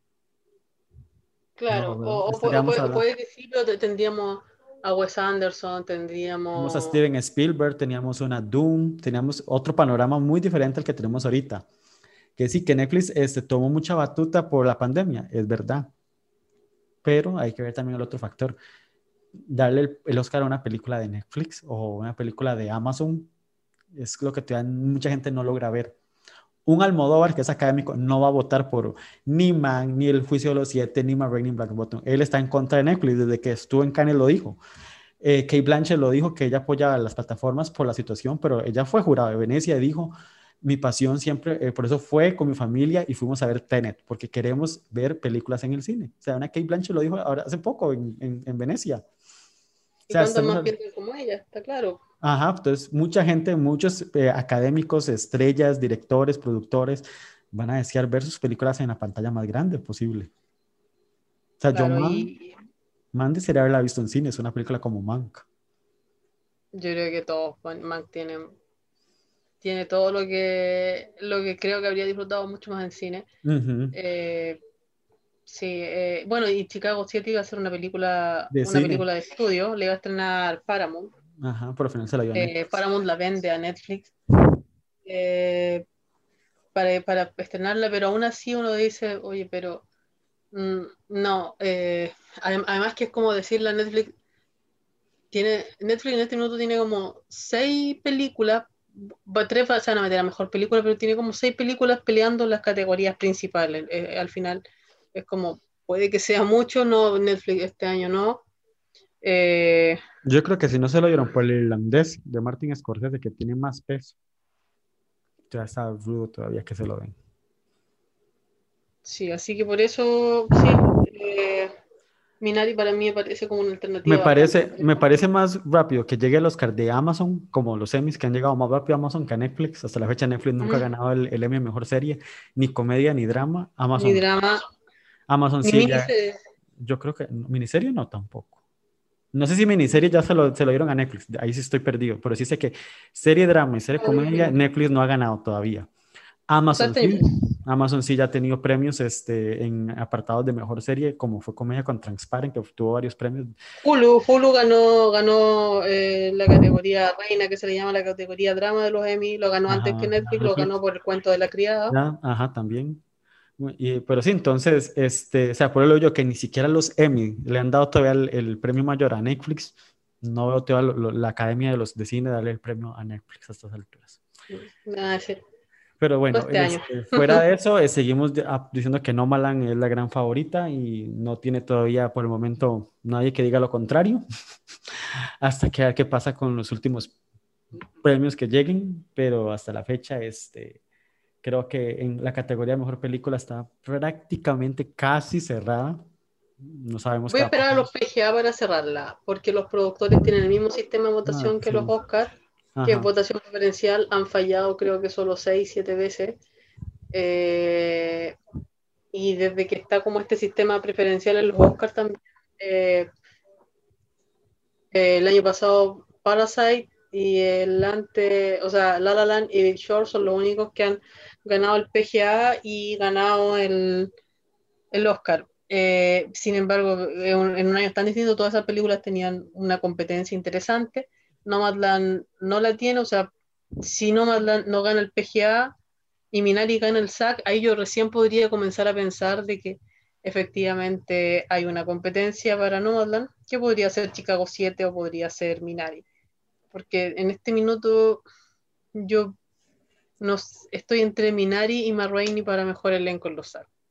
S2: No,
S3: Claro,
S2: ¿verdad? Estaríamos hablando.
S3: puede que sí, pero tendríamos a Wes Anderson,
S2: Teníamos a
S3: tendríamos...
S2: Steven Spielberg, teníamos una Doom, teníamos otro panorama muy diferente al que tenemos ahorita. Que sí, que Netflix tomó mucha batuta por la pandemia, es verdad, pero hay que ver también el otro factor. Darle el Oscar a una película de Netflix o una película de Amazon es lo que todavía mucha gente no logra ver. Un Almodóvar que es académico no va a votar por ni Man, ni El Juicio de los Siete, ni Ma Rainey in Black Bottom. Él está en contra de Netflix desde que estuvo en Cannes, lo dijo. Kate Blanchett lo dijo, que ella apoya a las plataformas por la situación, pero ella fue jurada de Venecia y dijo, mi pasión siempre, por eso fue con mi familia y fuimos a ver Tenet, porque queremos ver películas en el cine. O sea, una Kate Blanchett lo dijo ahora hace poco en Venecia. O
S3: ¿Y
S2: sea,
S3: cuántos más
S2: estamos...
S3: piensan como ella? Está claro.
S2: Ajá, entonces mucha gente, muchos académicos, estrellas, directores, productores, van a desear ver sus películas en la pantalla más grande posible. O sea, yo
S3: Claro,
S2: Man desearía haberla visto en cine, es una película como Mank.
S3: yo creo que todos, Mank tiene todo lo que creo que habría disfrutado mucho más en cine.
S2: Ujú.
S3: Eh, sí, bueno, y Chicago 7 iba a ser
S2: De
S3: una
S2: cine.
S3: película de estudio, le iba a estrenar Paramount.
S2: Ajá, por al final se la dio a Netflix.
S3: Paramount la vende a Netflix eh, para estrenarla, pero aún así uno dice, oye, pero no, además que es como decirle a Netflix, Netflix en este minuto tiene como 6 películas, tres se van a meter a mejor película, pero tiene como 6 películas peleando en las categorías principales. Al final es como, puede que sea mucho, no, Netflix este año no. Eh,
S2: Yo creo que si no se lo dieron por el irlandés de Martin Scorsese, que tiene más peso, ya está rudo todavía que se lo den.
S3: sí, así que por eso, sí, Minari para mí me parece como una
S2: Me
S3: alternativa bastante
S2: parece, me
S3: interesante.
S2: parece más rápido que llegue el Oscar de Amazon, como los Emmys que han llegado más rápido a Amazon que a Netflix. Hasta la fecha Netflix nunca ha
S3: Ujú.
S2: ganado el Emmy a Mejor Serie, ni comedia, ni drama.
S3: Ni
S2: Amazon,
S3: drama,
S2: Amazon
S3: ni
S2: sí ya,
S3: miniserie.
S2: yo creo que, miniserie no tampoco. No sé si miniserie ya se lo dieron a Netflix, ahí sí estoy perdido, pero sí sé que serie drama y serie comedia, Netflix no ha ganado todavía.
S3: O sea,
S2: Amazon
S3: este año
S2: sí,
S3: parece.
S2: Amazon sí ya ha tenido premios en apartados de mejor serie, como fue Comedia con Transparent, que tuvo varios premios.
S3: Hulu ganó la categoría reina, que se le llama la categoría drama de los Emmy, lo ganó antes que
S2: Ajá,
S3: Netflix, lo ganó
S2: Netflix,
S3: por El cuento de la criada.
S2: ya, ajá, también. Pero sí, entonces, o sea, por eso yo que ni siquiera los Emmy le han dado todavía el premio mayor a Netflix. No veo todavía la Academia de los de Cine darle el premio a Netflix a estas alturas.
S3: Nada, decir,
S2: Pero
S3: no
S2: bueno,
S3: este año.
S2: fuera de eso, seguimos diciendo que Nomadland es la gran favorita y no tiene todavía por el momento nadie que diga lo contrario, hasta que a ver qué pasa con los últimos premios que lleguen, pero hasta la fecha, creo que en la categoría de mejor película está prácticamente casi cerrada. No sabemos
S3: Voy
S2: qué
S3: a
S2: va a
S3: esperar a
S2: pasar.
S3: los PGA para cerrarla, porque los productores tienen el mismo sistema de
S2: Ah,
S3: votación que los
S2: sí.
S3: Oscars, que es
S2: Ajá.
S3: votación preferencial, han fallado creo que solo 6, 7 veces. Eh, y desde que está como este sistema preferencial en los Oscars también, eh, el año pasado Parasite y o sea, La La Land y Big Short son los únicos que han ganado el PGA y ganado el Oscar. Sin embargo, en un año tan distinto, todas esas películas tenían una competencia interesante. Nomadland no la tiene, o sea, si Nomadland no gana el PGA y Minari gana el SAG, ahí yo recién podría comenzar a pensar de que efectivamente hay una competencia para Nomadland, que podría ser Chicago 7 o podría ser Minari. Porque en este minuto yo no, estoy entre Minari y Ma Rainey para mejor elenco en los SAG.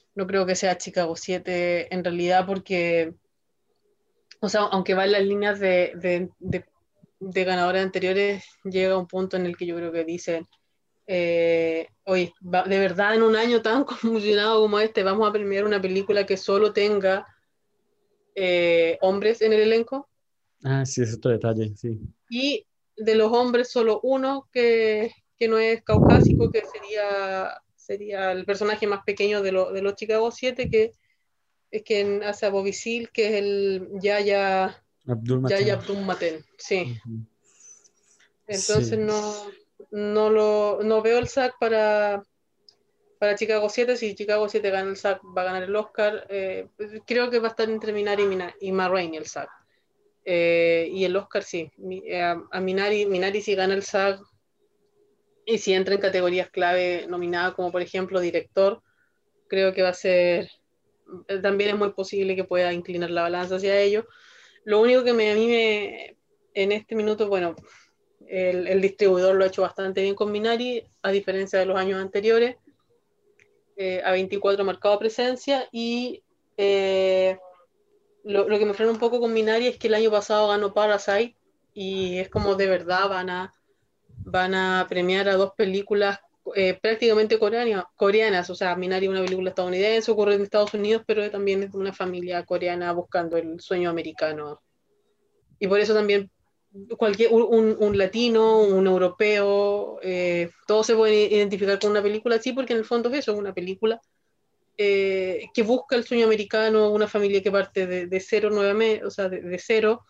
S3: no creo que sea Chicago 7 en realidad, porque, o sea, aunque va en las líneas de ganadores anteriores, llega un punto en el que yo creo que dicen, oye, de verdad en un año tan convulsionado como este, vamos a premiar una película que solo tenga hombres en el elenco.
S2: Ah, sí, es otro detalle, sí.
S3: Y de los hombres, solo uno que no es caucásico, que sería el personaje más pequeño de los Chicago 7, que es quien hace a Bobby Seale, que es el Yahya
S2: Abdul
S3: Mateen. Sí.
S2: Uh-huh.
S3: Entonces
S2: sí.
S3: no veo el SAG para Chicago 7. Si Chicago 7 gana el SAG, va a ganar el Oscar. Creo que va a estar entre Minari y Ma Rainey el SAG. Y el Oscar sí. A Minari si gana el SAG y si entra en categorías clave nominada, como por ejemplo director, creo que va a ser, también es muy posible que pueda inclinar la balanza hacia ello. Lo único que a mí en este minuto, bueno, el distribuidor lo ha hecho bastante bien con Minari, a diferencia de los años anteriores. A24 ha marcado presencia, y lo que me frena un poco con Minari es que el año pasado ganó Parasite, y es como de verdad van a premiar a dos películas prácticamente coreanas. O sea, Minari es una película estadounidense, ocurre en Estados Unidos, pero también es de una familia coreana buscando el sueño americano. Y por eso también un latino, un europeo, todos se pueden identificar con una película así, porque en el fondo eso es una película que busca el sueño americano, una familia que parte de cero nuevamente, o sea, de cero,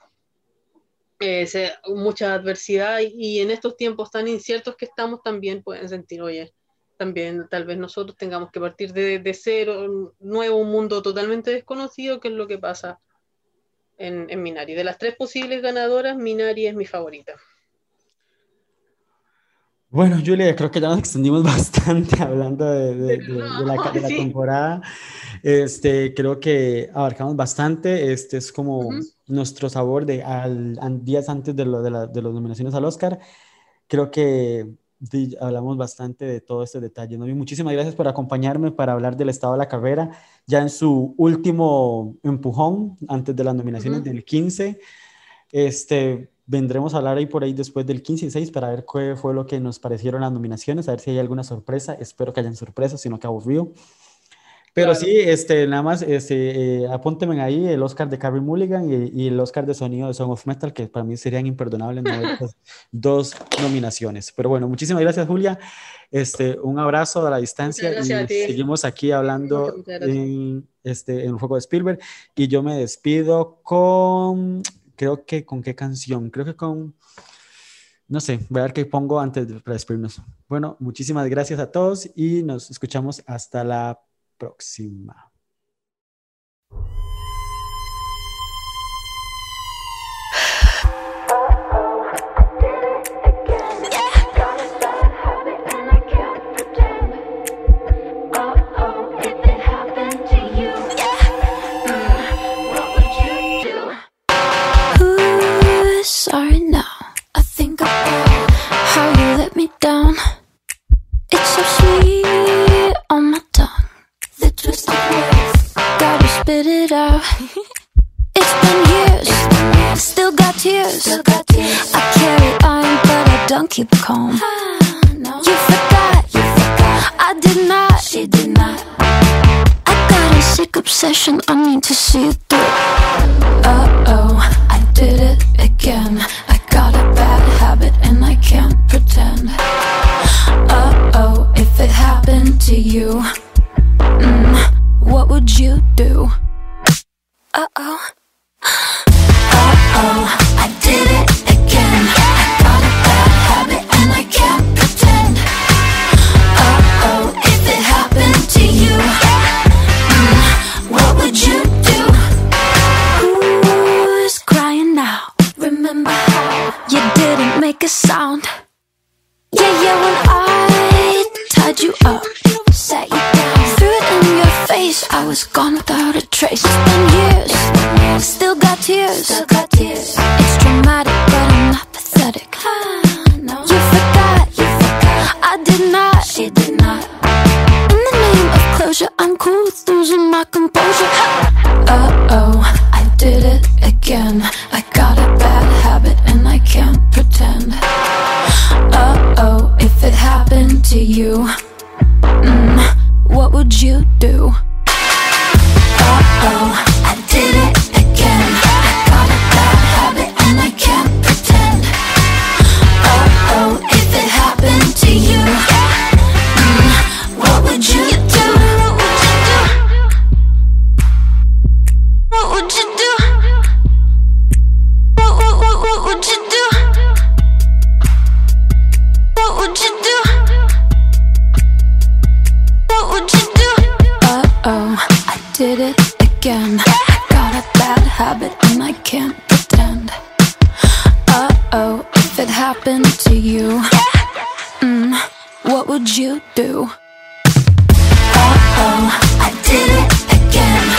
S3: mucha adversidad, y en estos tiempos tan inciertos que estamos también pueden sentir, oye, también tal vez nosotros tengamos que partir de cero, nuevo, un mundo totalmente desconocido, que es lo que pasa en Minari. De las 3 posibles ganadoras, Minari es mi favorita.
S2: Bueno, Julia, creo que ya nos extendimos bastante hablando de la temporada. Creo que abarcamos bastante. Es como nuestro sabor días antes de las nominaciones al Oscar. Creo que hablamos bastante de todo este detalle, ¿no? Y muchísimas gracias por acompañarme para hablar del estado de la carrera, ya en su último empujón antes de las nominaciones del 15. Vendremos a hablar ahí por ahí después del 15 y 16 para ver qué fue lo que nos parecieron las nominaciones, a ver si hay alguna sorpresa. Espero que hayan sorpresas, sino que aburrido. Pero claro, sí, nada más, apúntenme ahí el Oscar de Carey Mulligan y el Oscar de sonido de Song of Metal, que para mí serían imperdonables no ver estas 2 nominaciones. Pero bueno, muchísimas gracias, Julia. Un abrazo a la distancia, y seguimos aquí hablando en el juego de Spielberg. Y yo me despido con, creo que con qué canción, creo que con, no sé, voy a ver qué pongo antes para despedirnos. Bueno, muchísimas gracias a todos y nos escuchamos hasta la próxima.
S4: Sorry now, I think about how you let me down. It's so sweet on my tongue, the twisted words, gotta spit it out. It's been years, still got tears. I carry on, but I don't keep calm. You forgot, I did not. She did not. I got a sick obsession, I need to see it through. Uh-oh, I did it again. I got a bad habit and I can't pretend. Uh-oh, if it happened to you, what would you do? Uh-oh. Uh-oh, I did it again. I got a bad habit and I can't pretend. Uh-oh, if it happened to you, what would you do? Who's crying now? Remember how you didn't make a sound? Yeah, when I tied you up, sat you down, threw it in your face, I was gone without a trace. It's been years, still got tears. It's dramatic, but I'm not pathetic. You forgot, I did not. She did not. In the name of closure, I'm cool through Uh-oh, I did it again. I got a bad habit and I can't pretend. Uh-oh, if it happened to you, what would you do? Uh-oh, I did it again. I got a bad habit and I can't pretend. Uh-oh, if it happened to you, what would you do? What would you do? What would you do? What would you do? What would you do? Uh-oh, I did it again. I got a bad habit and I can't pretend. Uh-oh, if it happened to you, what would you do? Uh-oh, I did it again.